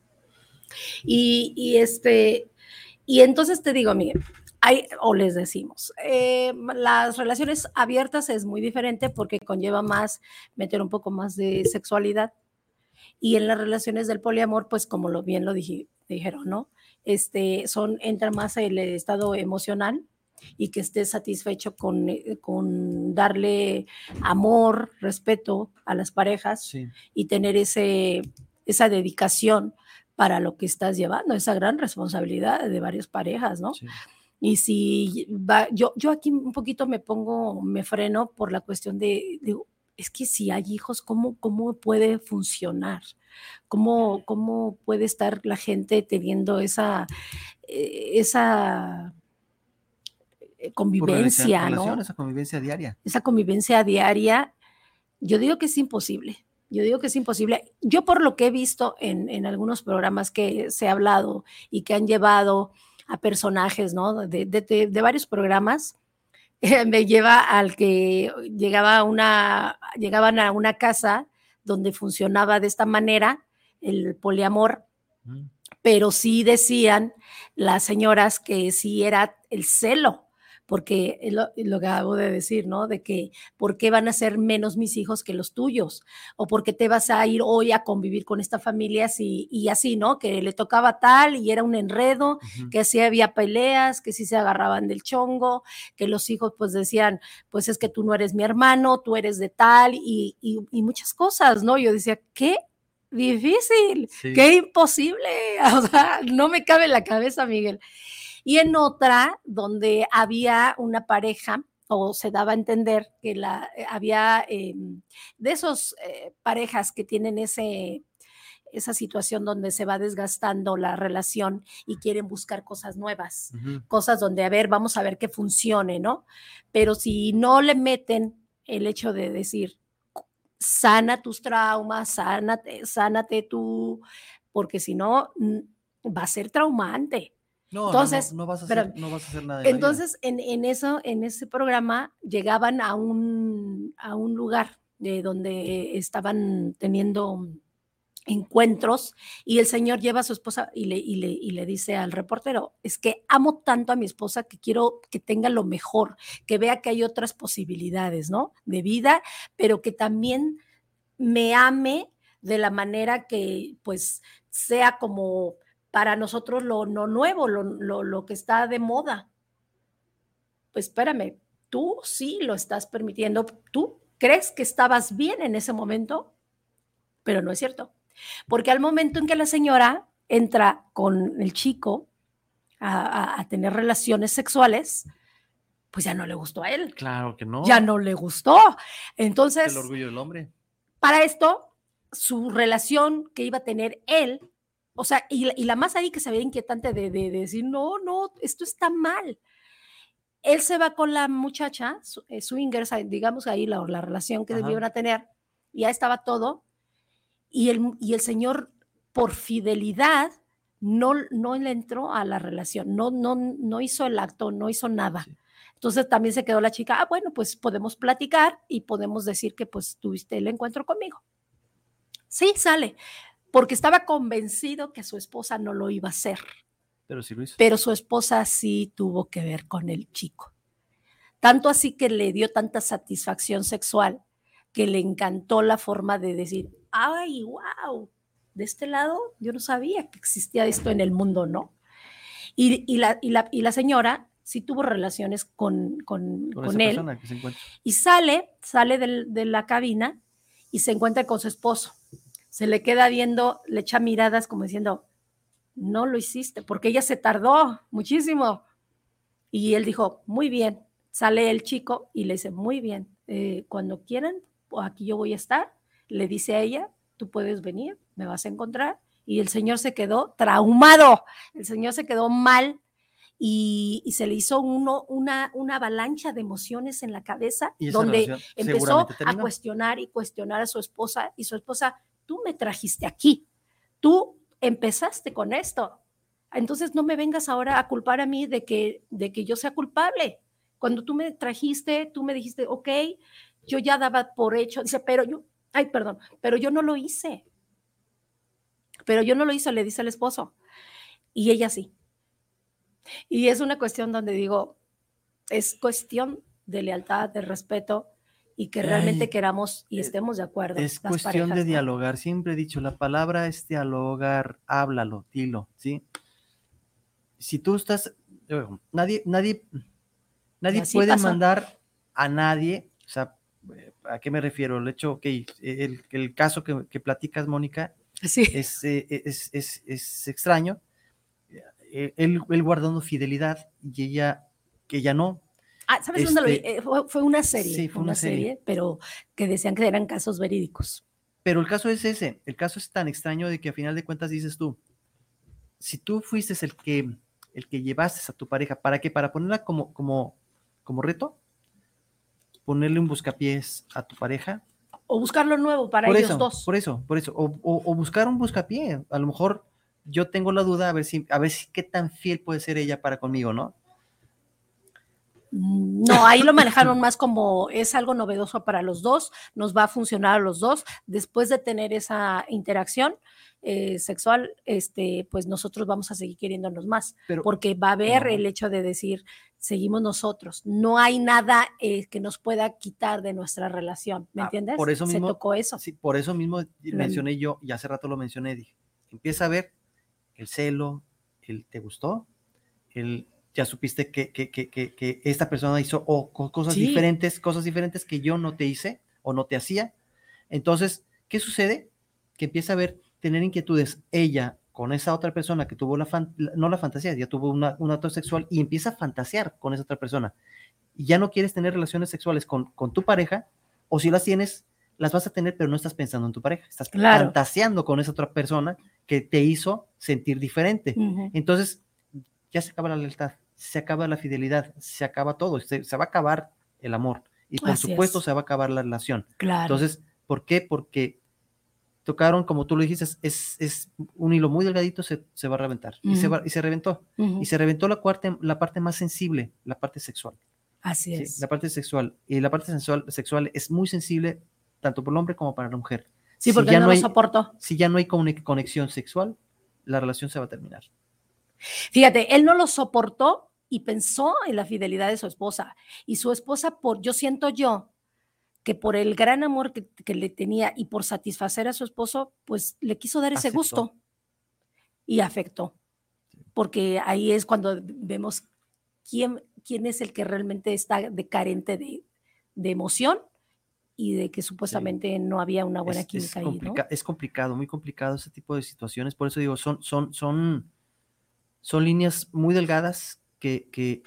Y, y este, y entonces te digo, Miguel, hay, o les decimos, eh, las relaciones abiertas es muy diferente porque conlleva más, meter un poco más de sexualidad. Y en las relaciones del poliamor, pues como lo bien lo dije, dijeron, ¿no? Este, son, entra más el estado emocional y que estés satisfecho con, con darle amor, respeto a las parejas, sí, y tener ese, esa dedicación para lo que estás llevando, esa gran responsabilidad de varias parejas, ¿no? Sí. Y si va, yo, yo aquí un poquito me pongo, me freno por la cuestión de, de es que si hay hijos, ¿cómo, cómo puede funcionar? ¿Cómo, ¿Cómo puede estar la gente teniendo esa, esa convivencia, relación, ¿no? Esa convivencia diaria. Esa convivencia diaria, yo digo que es imposible. Yo digo que es imposible. Yo por lo que he visto en, en algunos programas que se ha hablado y que han llevado a personajes, ¿no? De, de, de, de varios programas, eh, me lleva al que llegaba a una, llegaban a una casa donde funcionaba de esta manera el poliamor, mm. pero sí decían las señoras que sí era el celo, porque es lo, lo que acabo de decir, ¿no? De que, ¿por qué van a ser menos mis hijos que los tuyos? ¿O por qué te vas a ir hoy a convivir con esta familia si, y así, ¿no? Que le tocaba tal y era un enredo, uh-huh. que sí había peleas, que sí se agarraban del chongo, que los hijos pues decían, pues es que tú no eres mi hermano, tú eres de tal y, y, y muchas cosas, ¿no? Yo decía, ¿qué? Difícil, sí. Qué imposible, o sea, no me cabe en la cabeza, Miguel. Y en otra, donde había una pareja, o se daba a entender que la, había eh, de esos eh, parejas que tienen ese, esa situación donde se va desgastando la relación y quieren buscar cosas nuevas, uh-huh. cosas donde, a ver, vamos a ver que funcione, ¿no? Pero si no le meten el hecho de decir, sana tus traumas, sánate, sánate tú, porque si no, va a ser traumante. No, entonces, no, no, no, vas a pero, hacer, no vas a hacer nada de entonces en, en eso, en ese programa llegaban a un, a un lugar de donde estaban teniendo encuentros y el señor lleva a su esposa y le, y, le, y le dice al reportero, es que amo tanto a mi esposa que quiero que tenga lo mejor, que vea que hay otras posibilidades, ¿no? De vida, pero que también me ame de la manera que pues sea como para nosotros lo no nuevo, lo, lo, lo que está de moda. Pues espérame, tú sí lo estás permitiendo, tú crees que estabas bien en ese momento, pero no es cierto. Porque al momento en que la señora entra con el chico a, a, a tener relaciones sexuales, pues ya no le gustó a él. Claro que no. Ya no le gustó. Entonces, el orgullo del hombre. Para esto, su relación que iba a tener él, o sea, y, y la más ahí que se veía inquietante de, de, de decir, no, no, esto está mal. Él se va con la muchacha, su, eh, swingers, digamos ahí la, la relación que iban a tener, ya estaba todo, y el, y el señor, por fidelidad, no, no le entró a la relación, no, no, no hizo el acto, no hizo nada. Sí. Entonces también se quedó la chica, ah, bueno, pues podemos platicar y podemos decir que pues tuviste el encuentro conmigo. Sí, sale, porque estaba convencido que su esposa no lo iba a hacer. Pero sí lo hizo. Pero su esposa sí tuvo que ver con el chico. Tanto así que le dio tanta satisfacción sexual que le encantó la forma de decir, ay, wow, de este lado yo no sabía que existía esto en el mundo, ¿no? Y, y, la, y, la, y la señora sí tuvo relaciones con, con, con, con él. Que se encuentra. Y sale, sale de, de la cabina y se encuentra con su esposo. Se le queda viendo, le echa miradas como diciendo, no lo hiciste, porque ella se tardó muchísimo. Y él dijo, muy bien. Sale el chico y le dice, muy bien, eh, cuando quieran, aquí yo voy a estar. Le dice a ella, tú puedes venir, me vas a encontrar. Y el señor se quedó traumado, el señor se quedó mal y, y se le hizo uno, una, una avalancha de emociones en la cabeza, donde empezó a cuestionar y cuestionar a su esposa, y su esposa, tú me trajiste aquí, tú empezaste con esto, Entonces no me vengas ahora a culpar a mí de que, de que yo sea culpable. Cuando tú me trajiste, tú me dijiste, ok, yo ya daba por hecho, dice, pero yo, ay, perdón, pero yo no lo hice. Pero yo no lo hice, le dice al esposo. Y ella sí. Y es una cuestión donde digo, es cuestión de lealtad, de respeto y que realmente Ay, queramos y estemos de acuerdo. Es las cuestión parejas, de ¿no? dialogar. Siempre he dicho, la palabra es dialogar, háblalo, dilo, ¿sí? Si tú estás, eh, nadie, nadie, nadie Así puede pasa. mandar a nadie, o sea, eh, ¿a qué me refiero? El hecho, ok, el, el caso que, que platicas, Mónica, Sí. es, eh, es, es, es extraño. Eh, Él, él guardando fidelidad y ella, que ella no. Ah, ¿sabes dónde lo vi? Este, Eh, fue, fue una serie, sí, fue una serie, serie. pero que decían que eran casos verídicos. Pero el caso es ese, el caso es tan extraño de que a final de cuentas dices tú, si tú fuiste el que, el que llevaste a tu pareja, ¿para qué? Para ponerla como, como, como reto, ponerle un buscapiés a tu pareja. O buscar lo nuevo para por ellos eso, dos. Por eso, por eso, o, o, o buscar un buscapié. A lo mejor yo tengo la duda a ver si, a ver si qué tan fiel puede ser ella para conmigo, ¿no? No, ahí lo manejaron más como es algo novedoso para los dos, nos va a funcionar a los dos. Después de tener esa interacción eh, sexual, este, pues nosotros vamos a seguir queriéndonos más, Pero, porque va a haber no. el hecho de decir, seguimos nosotros. No hay nada eh, que nos pueda quitar de nuestra relación, ¿me Ah, entiendes? por eso mismo, se tocó eso. Sí, por eso mismo mencioné yo, y hace rato lo mencioné, dije, empieza a ver el celo, el ¿te gustó? El ya supiste que, que, que, que, que esta persona hizo o cosas Sí. diferentes, cosas diferentes que yo no te hice o no te hacía. Entonces, ¿qué sucede? Que empieza a ver, tener inquietudes ella con esa otra persona que tuvo la, fan, no la fantasía, ya tuvo una, un acto sexual y empieza a fantasear con esa otra persona. Y ya no quieres tener relaciones sexuales con, con tu pareja, o si las tienes, las vas a tener, pero no estás pensando en tu pareja, estás claro. fantaseando con esa otra persona que te hizo sentir diferente. Uh-huh. Entonces, ya se acaba la lealtad, se acaba la fidelidad, se acaba todo, se, se va a acabar el amor y por Así supuesto es. Se va a acabar la relación. Claro. Entonces, ¿por qué? Porque tocaron, como tú lo dijiste, es, es un hilo muy delgadito, se, se va a reventar. Uh-huh. Y, se va, y se reventó. Uh-huh. Y se reventó la, cuarta, la parte más sensible, la parte sexual. Así ¿sí? es. La parte sexual. Y la parte sexual, sexual es muy sensible tanto para el hombre como para la mujer. Sí, porque si ya no, no hay, lo soportó. Si ya no hay conexión sexual, la relación se va a terminar. Fíjate, él no lo soportó y pensó en la fidelidad de su esposa. Y su esposa, por, yo siento yo, que por el gran amor que, que le tenía y por satisfacer a su esposo, pues le quiso dar ese Aceptó. gusto y afectó. Porque ahí es cuando vemos quién, quién es el que realmente está de carente de, de emoción y de que supuestamente sí. no había una buena es, química es ahí, ¿no? Es complicado, muy complicado ese tipo de situaciones. Por eso digo, son, son, son, son líneas muy delgadas que, que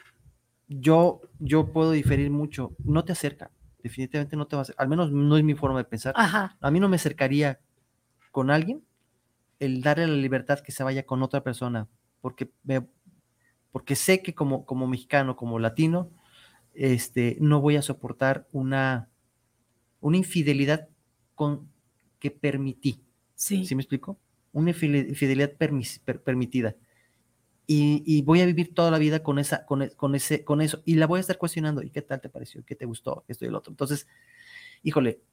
yo, yo puedo diferir mucho. No te acerca, definitivamente no te va a acercar. Al menos no es mi forma de pensar. Ajá. A mí no me acercaría con alguien el darle la libertad que se vaya con otra persona, porque, me, porque sé que como, como mexicano, como latino, este, no voy a soportar una, una infidelidad con, que permití. Sí. ¿Sí me explico? Una infidelidad permis, per, permitida. Y, y voy a vivir toda la vida con, esa, con, con, ese, con eso, y la voy a estar cuestionando, ¿y qué tal te pareció? ¿Qué te gustó? Esto y el otro. Entonces, híjole,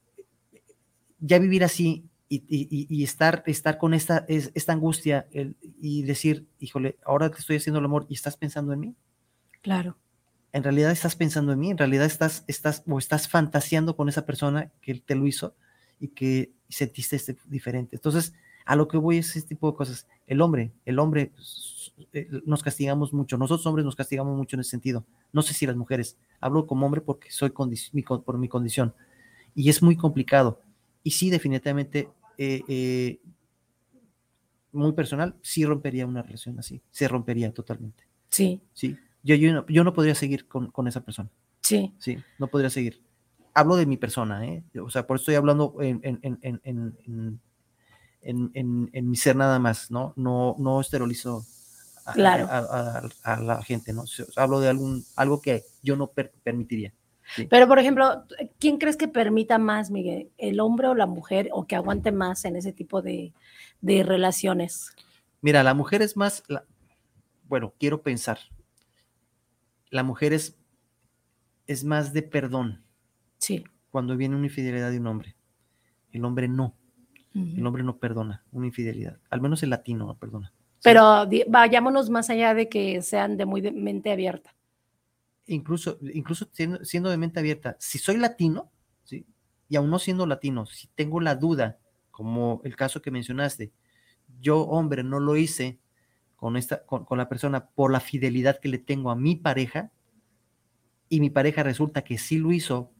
ya vivir así y, y, y estar, estar con esta, esta angustia el, y decir, híjole, ahora te estoy haciendo el amor y estás pensando en mí. Claro. En realidad estás pensando en mí, en realidad estás, estás, o estás fantaseando con esa persona que te lo hizo y que sentiste este diferente. Entonces, a lo que voy es ese tipo de cosas. El hombre, el hombre nos castigamos mucho, nosotros hombres nos castigamos mucho en ese sentido. No sé si las mujeres, hablo como hombre porque soy condi- mi, por mi condición. Y es muy complicado. Y sí, definitivamente, eh, eh, muy personal, sí rompería una relación así, se rompería totalmente. Sí. Sí, yo, yo, no, yo no podría seguir con, con esa persona. Sí. Sí, no podría seguir. Hablo de mi persona, ¿eh? O sea, por eso estoy hablando en, en, en, en, en, en, en, en mi ser nada más, ¿no? No, no esterilizo a, claro. a, a, a, a la gente, ¿no? O sea, hablo de algún, algo que yo no per, permitiría. Sí. Pero, por ejemplo, ¿quién crees que permita más, Miguel? ¿El hombre o la mujer? ¿O que aguante más en ese tipo de, de relaciones? Mira, la mujer es más, la, bueno, quiero pensar, la mujer es, es más de perdón. Sí. Cuando viene una infidelidad de un hombre. El hombre no. Uh-huh. El hombre no perdona una infidelidad. Al menos el latino no perdona. ¿Sí? Pero di- vayámonos más allá de que sean de muy de mente abierta. Incluso, incluso siendo, siendo de mente abierta, si soy latino, ¿sí? Y aún no siendo latino, si tengo la duda, como el caso que mencionaste, yo, hombre, no lo hice con, esta, con, con la persona por la fidelidad que le tengo a mi pareja, y mi pareja resulta que sí lo hizo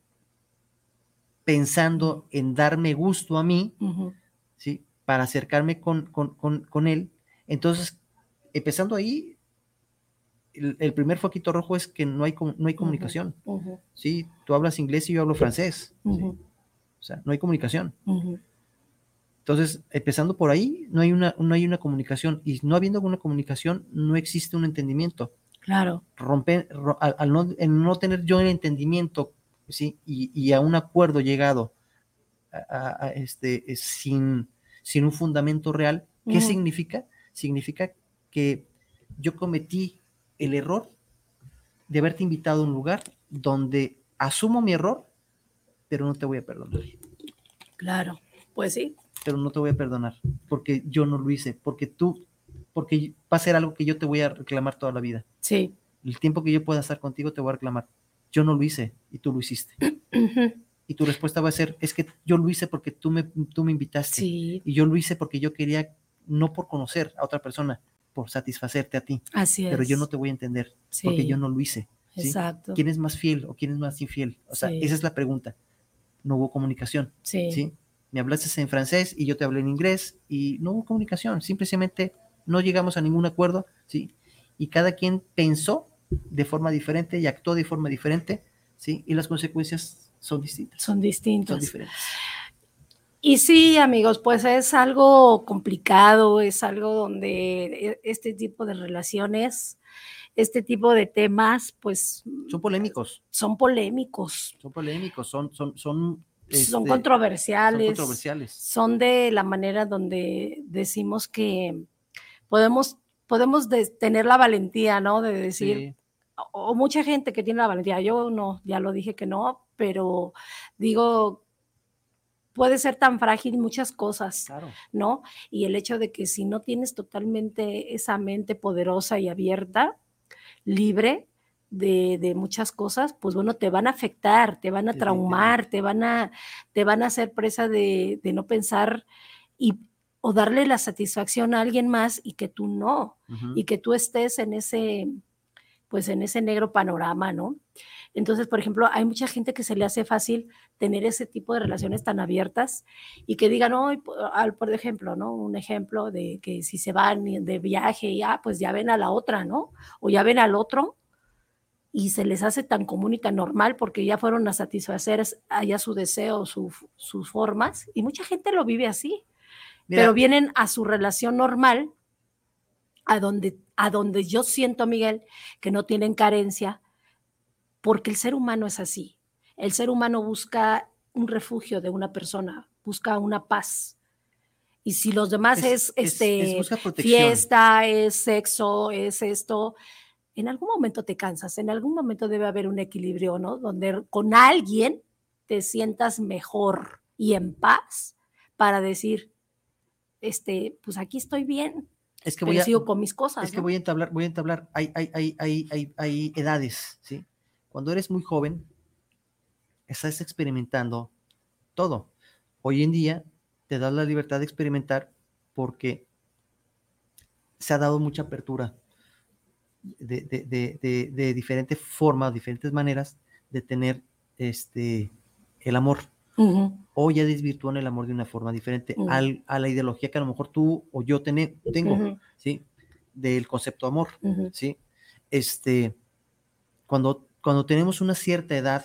pensando en darme gusto a mí, uh-huh. ¿sí? Para acercarme con, con, con, con él. Entonces, empezando ahí, el, el primer foquito rojo es que no hay, no hay comunicación. Uh-huh. ¿Sí? Tú hablas inglés y yo hablo francés. Uh-huh. ¿Sí? O sea, no hay comunicación. Uh-huh. Entonces, empezando por ahí, no hay, una, no hay una comunicación. Y no habiendo una comunicación, no existe un entendimiento. Claro. Romper, ro, al, al no, en no tener yo el entendimiento, ¿sí? y, y a un acuerdo llegado a, a, a este, sin, sin un fundamento real, ¿qué uh-huh. significa? Significa que yo cometí el error de haberte invitado a un lugar donde asumo mi error, pero no te voy a perdonar. Claro, pues sí. Pero no te voy a perdonar, porque yo no lo hice, porque tú, porque va a ser algo que yo te voy a reclamar toda la vida. Sí. El tiempo que yo pueda estar contigo te voy a reclamar. Yo no lo hice y tú lo hiciste. Uh-huh. Y tu respuesta va a ser, es que yo lo hice porque tú me, tú me invitaste. Sí. Y yo lo hice porque yo quería, no por conocer a otra persona, por satisfacerte a ti. Así es. Pero yo no te voy a entender, sí. Porque yo no lo hice. ¿Sí? Exacto. ¿Quién es más fiel o quién es más infiel? O sea, sí. Esa es la pregunta. No hubo comunicación. Sí. ¿Sí? Me hablaste en francés y yo te hablé en inglés y no hubo comunicación. Simplemente no llegamos a ningún acuerdo, ¿sí? Y cada quien pensó de forma diferente y actuó de forma diferente, ¿sí? Y las consecuencias son distintas. Son distintas. Son diferentes. Y sí, amigos, pues es algo complicado, es algo donde este tipo de relaciones, este tipo de temas, pues... Son polémicos. Son polémicos. Son polémicos, son... son, son Son este, controversiales. Son controversiales. Son de la manera donde decimos que podemos, podemos de, tener la valentía, ¿no? De decir... Sí. O mucha gente que tiene la valentía, yo no, ya lo dije que no, pero digo, puede ser tan frágil muchas cosas, claro. ¿no? Y el hecho de que si no tienes totalmente esa mente poderosa y abierta, libre de, de muchas cosas, pues bueno, te van a afectar, te van a traumar, te van a, te van a hacer presa de, de no pensar y o darle la satisfacción a alguien más y que tú no, uh-huh. y que tú estés en ese... pues en ese negro panorama, ¿no? Entonces, por ejemplo, hay mucha gente que se le hace fácil tener ese tipo de relaciones tan abiertas y que digan, oh, por ejemplo, ¿no? Un ejemplo de que si se van de viaje, ya, pues ya ven a la otra, ¿no? O ya ven al otro y se les hace tan común y tan normal porque ya fueron a satisfacer allá su deseo, su, sus formas, y mucha gente lo vive así. Mira, pero vienen a su relación normal, a donde, a donde yo siento, Miguel, que no tienen carencia, porque el ser humano es así. El ser humano busca un refugio de una persona, busca una paz. Y si los demás es, es, este, es, es fiesta, es sexo, es esto, en algún momento te cansas, en algún momento debe haber un equilibrio, ¿no? Donde con alguien te sientas mejor y en paz para decir, este, pues aquí estoy bien. Es que voy a, sigo con mis cosas. Es ¿no? que voy a entablar, voy a entablar, hay, hay, hay, hay, hay, hay edades, ¿sí? Cuando eres muy joven, estás experimentando todo. Hoy en día te das la libertad de experimentar porque se ha dado mucha apertura de, de, de, de, de diferentes formas, diferentes maneras de tener este, el amor. Uh-huh. O ya desvirtúan el amor de una forma diferente uh-huh. al, a la ideología que a lo mejor tú o yo ten, tengo, uh-huh. ¿sí? Del concepto amor, uh-huh. ¿sí? Este, cuando, cuando tenemos una cierta edad,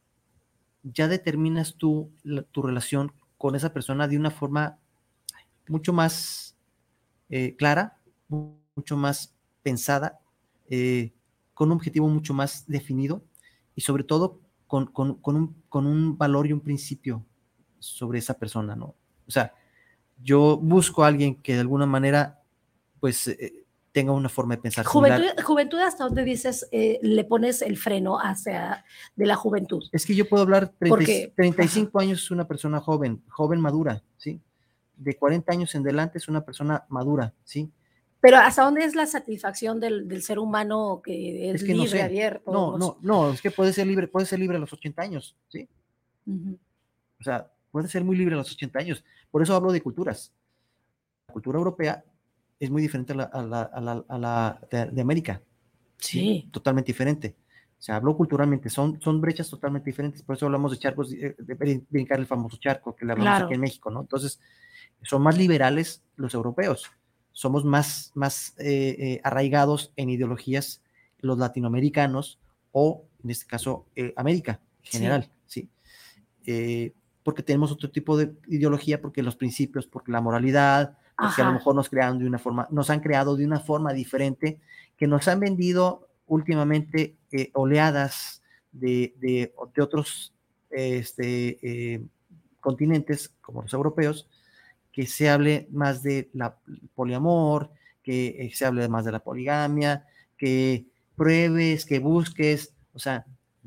ya determinas tú la, tu relación con esa persona de una forma mucho más eh, clara, mucho más pensada, eh, con un objetivo mucho más definido y sobre todo con, con, con, un, con un valor y un principio sobre esa persona, ¿no? O sea, yo busco a alguien que de alguna manera, pues, eh, tenga una forma de pensar Juventud, similar. juventud hasta donde dices, eh, le pones el freno hacia de la juventud. Es que yo puedo hablar, treinta, Porque, treinta y cinco ajá. años es una persona joven, joven madura, ¿sí? De cuarenta años en adelante es una persona madura, ¿sí? Pero ¿hasta dónde es la satisfacción del, del ser humano que es, es que libre, no sé. abierto? No, no, no, no, es que puede ser libre, puede ser libre a los ochenta años, ¿sí? Uh-huh. O sea, puede ser muy libre a los ochenta años. Por eso hablo de culturas. La cultura europea es muy diferente a la, a la, a la, a la de, de América. Sí. ¿sí? Totalmente diferente. O sea, habló culturalmente, son, son brechas totalmente diferentes. Por eso hablamos de charcos, de, de brincar el famoso charco que le hablamos claro. aquí en México, ¿no? Entonces, son más liberales los europeos. Somos más, más eh, eh, arraigados en ideologías los latinoamericanos o, en este caso, eh, América en general, ¿sí? ¿sí? Eh, porque tenemos otro tipo de ideología, porque los principios, porque la moralidad, porque Ajá. a lo mejor nos crearon de una forma, nos han creado de una forma diferente, que nos han vendido últimamente eh, oleadas de, de, de otros este, eh, continentes, como los europeos, que se hable más de la poliamor, que eh, se hable más de la poligamia, que pruebes, que busques, o sea,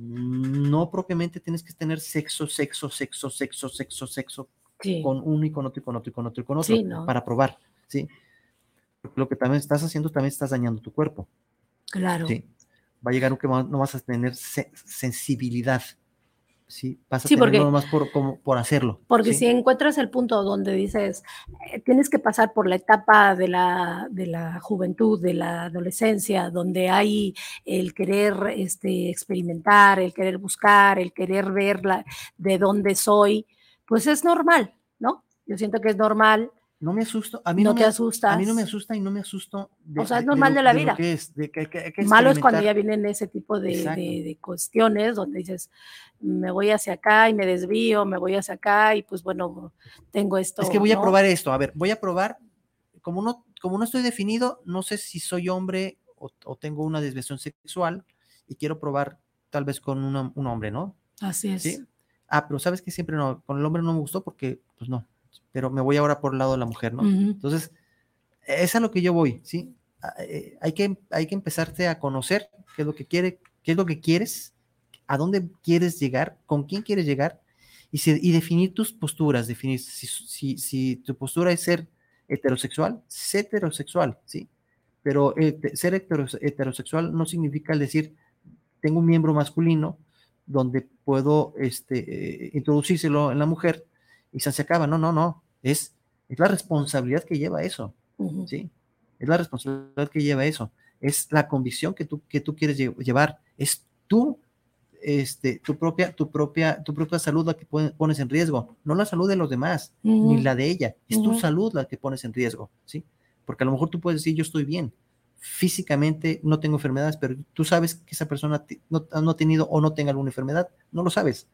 no propiamente tienes que tener sexo, sexo, sexo, sexo, sexo, sexo, sí. con uno y con otro y con otro y con otro y con otro, sí, ¿no? para probar, ¿sí? Porque lo que también estás haciendo, también estás dañando tu cuerpo. Claro. Sí. Va a llegar un que no vas a tener se- sensibilidad, ¿sí? Vas a sí, tenerlo porque, nomás por, como, por hacerlo. Porque ¿sí? si encuentras el punto donde dices, eh, tienes que pasar por la etapa de la, de la juventud, de la adolescencia, donde hay el querer este, experimentar, el querer buscar, el querer ver la, de dónde soy, pues es normal, ¿no? Yo siento que es normal. No me asusto, a mí no, no te me asustas. A mí no me asusta y no me asusto. De, o sea, es normal de, de, de la vida. De que es, de que, que, que Malo es cuando ya vienen ese tipo de, de, de cuestiones donde dices, me voy hacia acá y me desvío, me voy hacia acá y pues bueno, tengo esto. Es que voy ¿no? a probar esto, a ver, voy a probar, como no, como no estoy definido, no sé si soy hombre o, o tengo una desviación sexual y quiero probar tal vez con una, un hombre, ¿no? Así es. ¿Sí? Ah, pero sabes que siempre no, con el hombre no me gustó porque, pues no, pero me voy ahora por el lado de la mujer, ¿no? Uh-huh. Entonces, es a lo que yo voy, ¿sí? Hay que, hay que empezarte a conocer qué es lo que quiere, qué es lo que quieres, a dónde quieres llegar, con quién quieres llegar y, si, y definir tus posturas, definir si, si, si tu postura es ser heterosexual, sé heterosexual, ¿sí? Pero eh, ser heterosexual no significa el decir, tengo un miembro masculino donde puedo este, eh, introducírselo en la mujer y se, se acaba, no, no, no, es, es la responsabilidad que lleva eso. Uh-huh. ¿Sí? Es la responsabilidad que lleva eso, es la convicción que tú, que tú quieres llevar, es tú, este, tu, propia, tu, propia, tu propia salud la que pones en riesgo, no la salud de los demás, uh-huh. ni la de ella, es uh-huh. tu salud la que pones en riesgo, ¿sí? Porque a lo mejor tú puedes decir, yo estoy bien, físicamente no tengo enfermedades, pero tú sabes que esa persona no, no ha tenido o no tenga alguna enfermedad, no lo sabes.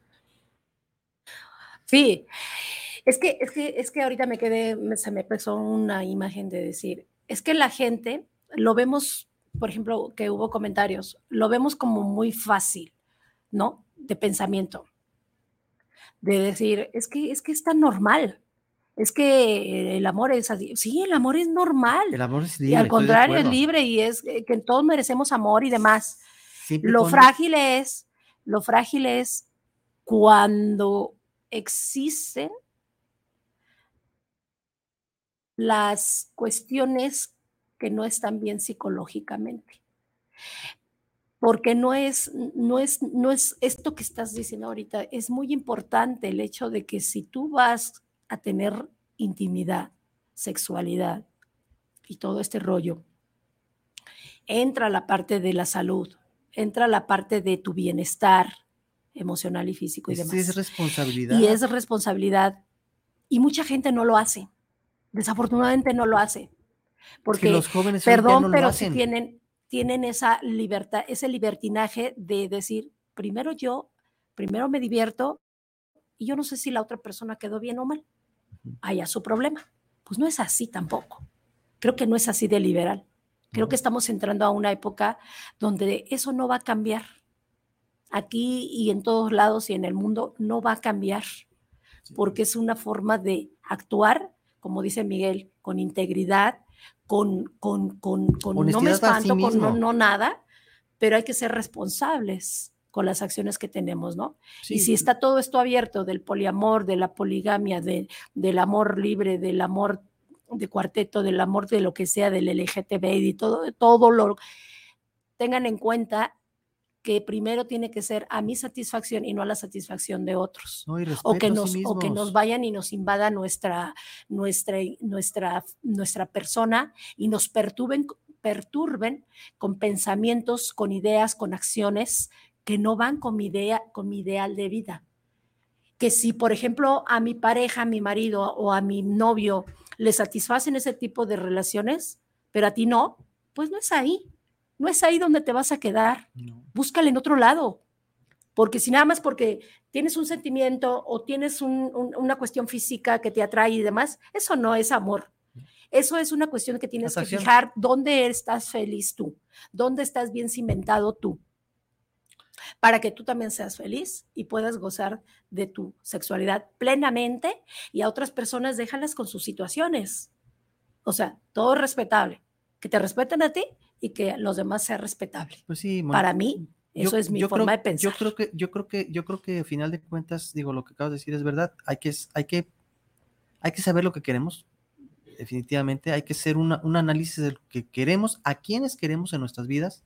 Sí. Es que, es que, es que ahorita me quedé, se me pasó una imagen de decir, es que la gente lo vemos, por ejemplo, que hubo comentarios, lo vemos como muy fácil, ¿no? De pensamiento. De decir, es que, es que está normal. Es que el amor es así. Sí, el amor es normal. El amor es libre. Y al contrario, es libre y es que todos merecemos amor y demás. Siempre lo cuando... frágil es, lo frágil es cuando existen las cuestiones que no están bien psicológicamente. Porque no es, no es, no es esto que estás diciendo ahorita, es muy importante el hecho de que si tú vas a tener intimidad, sexualidad y todo este rollo, entra la parte de la salud, entra la parte de tu bienestar emocional y físico y es, demás. Es responsabilidad. Y es responsabilidad. Y mucha gente no lo hace. Desafortunadamente no lo hace. Porque, es que los jóvenes perdón, no pero lo hacen. si tienen, tienen esa libertad, ese libertinaje de decir, primero yo, primero me divierto, y yo no sé si la otra persona quedó bien o mal. Allá su problema. Pues no es así tampoco. Creo que no es así de liberal. Creo no. que estamos entrando a una época donde eso no va a cambiar. Aquí y en todos lados y en el mundo no va a cambiar. Porque es una forma de actuar, como dice Miguel, con integridad, con, con, con, con no me Honestidad a espanto, sí con no, mismo. no nada, pero hay que ser responsables con las acciones que tenemos, ¿no? Sí. Y si está todo esto abierto del poliamor, de la poligamia, de, del amor libre, del amor de cuarteto, del amor de lo que sea, del L G T B y todo, todo lo tengan en cuenta que primero tiene que ser a mi satisfacción y no a la satisfacción de otros. No, y O que, respeto a nos, sí o que nos mismos. vayan y nos invada nuestra, nuestra, nuestra, nuestra persona y nos perturben, perturben con pensamientos, con ideas, con acciones que no van con mi idea, con mi ideal de vida. Que si, por ejemplo, a mi pareja, a mi marido o a mi novio le satisfacen ese tipo de relaciones, pero a ti no, pues no es ahí. No es ahí donde te vas a quedar. No. Búscale en otro lado. Porque si nada más porque tienes un sentimiento o tienes un, un, una cuestión física que te atrae y demás, eso no es amor. Eso es una cuestión que tienes que Atracción. fijar dónde estás feliz tú, dónde estás bien cimentado tú, para que tú también seas feliz y puedas gozar de tu sexualidad plenamente, y a otras personas déjalas con sus situaciones. O sea, todo es respetable. Que te respeten a ti y que los demás sean respetables. Pues sí, Mon- Para mí, eso yo, es mi yo forma creo, de pensar. Yo creo que, yo creo que, yo creo que a final de cuentas, digo, lo que acabas de decir es verdad. Hay que, hay que, hay que saber lo que queremos. Definitivamente hay que hacer una, un análisis de lo que queremos, a quiénes queremos en nuestras vidas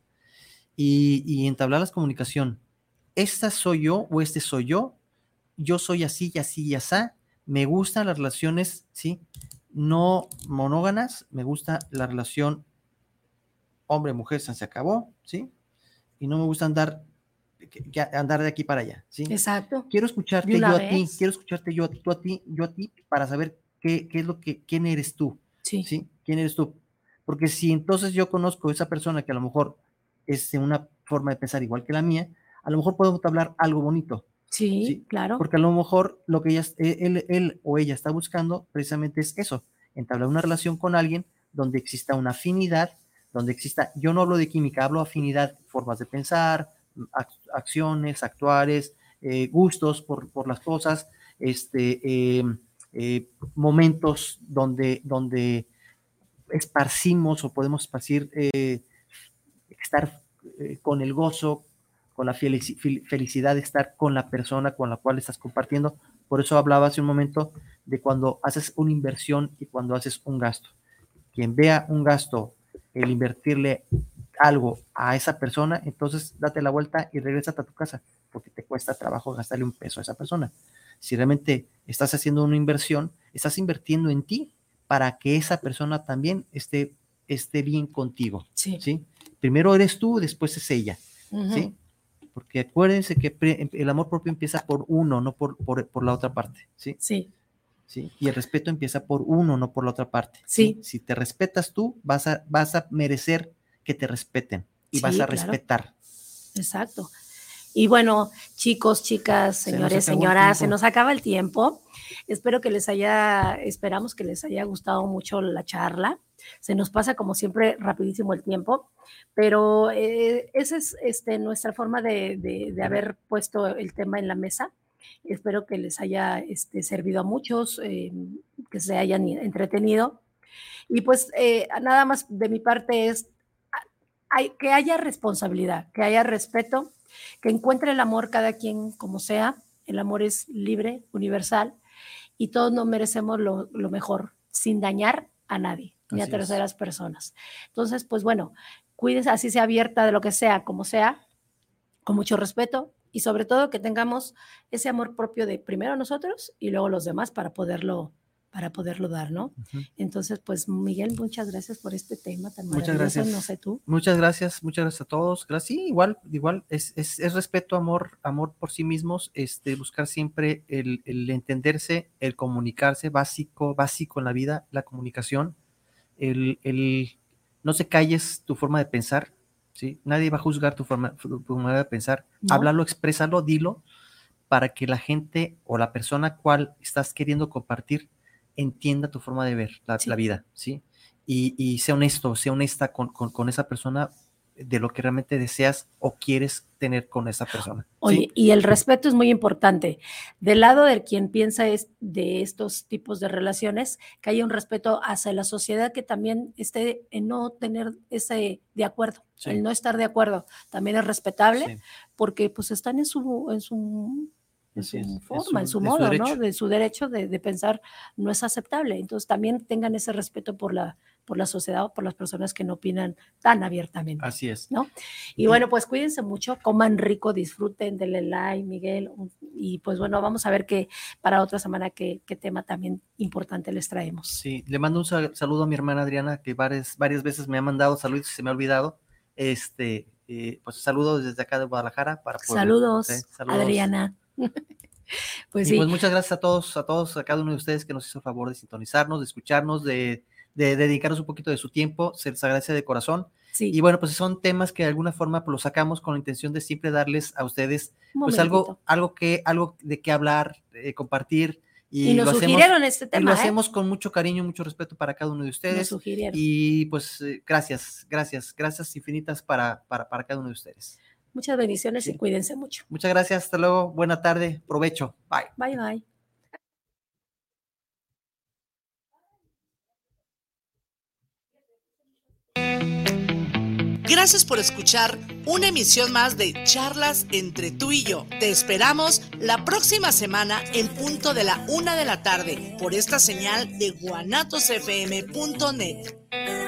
y, y entablar la comunicación. ¿Esta soy yo o este soy yo? Yo soy así y así y así. Me gustan las relaciones, ¿sí? No monógamas. Me gusta la relación hombre-mujer, se acabó, ¿sí? Y no me gusta andar, andar de aquí para allá, ¿sí? Exacto. Quiero De escucharte una yo a vez. ti, quiero escucharte yo, tú a ti, yo a ti, para saber qué, qué es lo que, quién eres tú, Sí. ¿sí? ¿Quién eres tú? Porque si entonces yo conozco a esa persona que a lo mejor es de una forma de pensar igual que la mía, a lo mejor podemos hablar algo bonito. Sí, ¿sí? claro. Porque a lo mejor lo que ella, él, él o ella está buscando precisamente es eso, entablar una relación con alguien donde exista una afinidad, donde exista, yo no hablo de química, hablo de afinidad, formas de pensar, acciones, actuares, eh, gustos por, por las cosas, este, eh, eh, momentos donde, donde esparcimos o podemos esparcir, eh, estar eh, con el gozo, con la felicidad de estar con la persona con la cual estás compartiendo. Por eso hablaba hace un momento de cuando haces una inversión y cuando haces un gasto. Quien vea un gasto, el invertirle algo a esa persona, entonces date la vuelta y regrésate a tu casa, porque te cuesta trabajo gastarle un peso a esa persona. Si realmente estás haciendo una inversión, estás invirtiendo en ti para que esa persona también esté, esté bien contigo. Sí. ¿sí? Primero eres tú, después es ella. Uh-huh. ¿sí? Porque acuérdense que pre, el amor propio empieza por uno, no por, por, por la otra parte. ¿sí? Sí. ¿sí? Y el respeto empieza por uno, no por la otra parte. Sí. ¿sí? Si te respetas tú, vas a, vas a merecer que te respeten y sí, vas a claro. respetar. Exacto. Y bueno, chicos, chicas, señores, se señoras, se nos acaba el tiempo. Espero que les haya, esperamos que les haya gustado mucho la charla. Se nos pasa como siempre rapidísimo el tiempo, pero eh, esa es este, nuestra forma de, de, de haber puesto el tema en la mesa. Espero que les haya este, servido a muchos, eh, que se hayan entretenido. Y pues eh, nada más de mi parte es hay, que haya responsabilidad, que haya respeto, que encuentre el amor cada quien como sea. El amor es libre, universal, y todos nos merecemos lo, lo mejor, sin dañar a nadie, ni Así a terceras es. personas. Entonces, pues bueno, cuídense, así sea abierta de lo que sea, como sea, con mucho respeto, y sobre todo que tengamos ese amor propio de primero nosotros y luego los demás para poderlo para poderlo dar, ¿no? Uh-huh. Entonces, pues, Miguel, muchas gracias por este tema tan maravilloso. Muchas gracias. No sé tú. Muchas gracias, muchas gracias a todos. Gracias. Sí, igual, igual, es, es, es respeto, amor, amor por sí mismos, este, buscar siempre el, el entenderse, el comunicarse, básico, básico en la vida, la comunicación, el, el no se calles tu forma de pensar, ¿sí? Nadie va a juzgar tu forma, tu manera de pensar. No. Háblalo, exprésalo, dilo, para que la gente o la persona cual estás queriendo compartir entienda tu forma de ver la, sí. la vida, ¿sí? Y, y sea honesto, sea honesta con, con, con esa persona de lo que realmente deseas o quieres tener con esa persona. Oye, ¿sí? Y el respeto es muy importante. Del lado de quien piensa es de estos tipos de relaciones, que haya un respeto hacia la sociedad que también esté en no tener ese de acuerdo, sí. el no estar de acuerdo, también es respetable, sí. porque pues están en su, en su, en su es, forma, en su, en su modo, su ¿no? De su derecho de, de pensar no es aceptable. Entonces también tengan ese respeto por la por la sociedad o por las personas que no opinan tan abiertamente. Así es. ¿no? Y, y bueno, pues cuídense mucho, coman rico, disfruten, denle like, Miguel, y pues bueno, vamos a ver que para otra semana qué, qué tema también importante les traemos. Sí, le mando un saludo a mi hermana Adriana, que varias, varias veces me ha mandado saludos y se me ha olvidado. Este, eh, pues saludos desde acá de Guadalajara. Para poder, saludos, ¿sí? saludos, Adriana. Pues y sí. pues muchas gracias a todos, a todos, a cada uno de ustedes que nos hizo el favor de sintonizarnos, de escucharnos, de de dedicarnos un poquito de su tiempo, se les agradece de corazón. Sí. Y bueno, pues son temas que de alguna forma pues, los sacamos con la intención de siempre darles a ustedes pues algo, algo, que, algo de qué hablar, de compartir. Y, y nos lo sugirieron hacemos, este tema. Y lo ¿eh? hacemos con mucho cariño, mucho respeto para cada uno de ustedes. Nos sugirieron. Y pues eh, gracias, gracias, gracias infinitas para, para, para cada uno de ustedes. Muchas bendiciones sí. y cuídense mucho. Muchas gracias, hasta luego, buena tarde, provecho, bye. Bye, bye. Gracias por escuchar una emisión más de Charlas entre tú y yo. Te esperamos la próxima semana en punto de la una de la tarde por esta señal de guanatos f m punto net.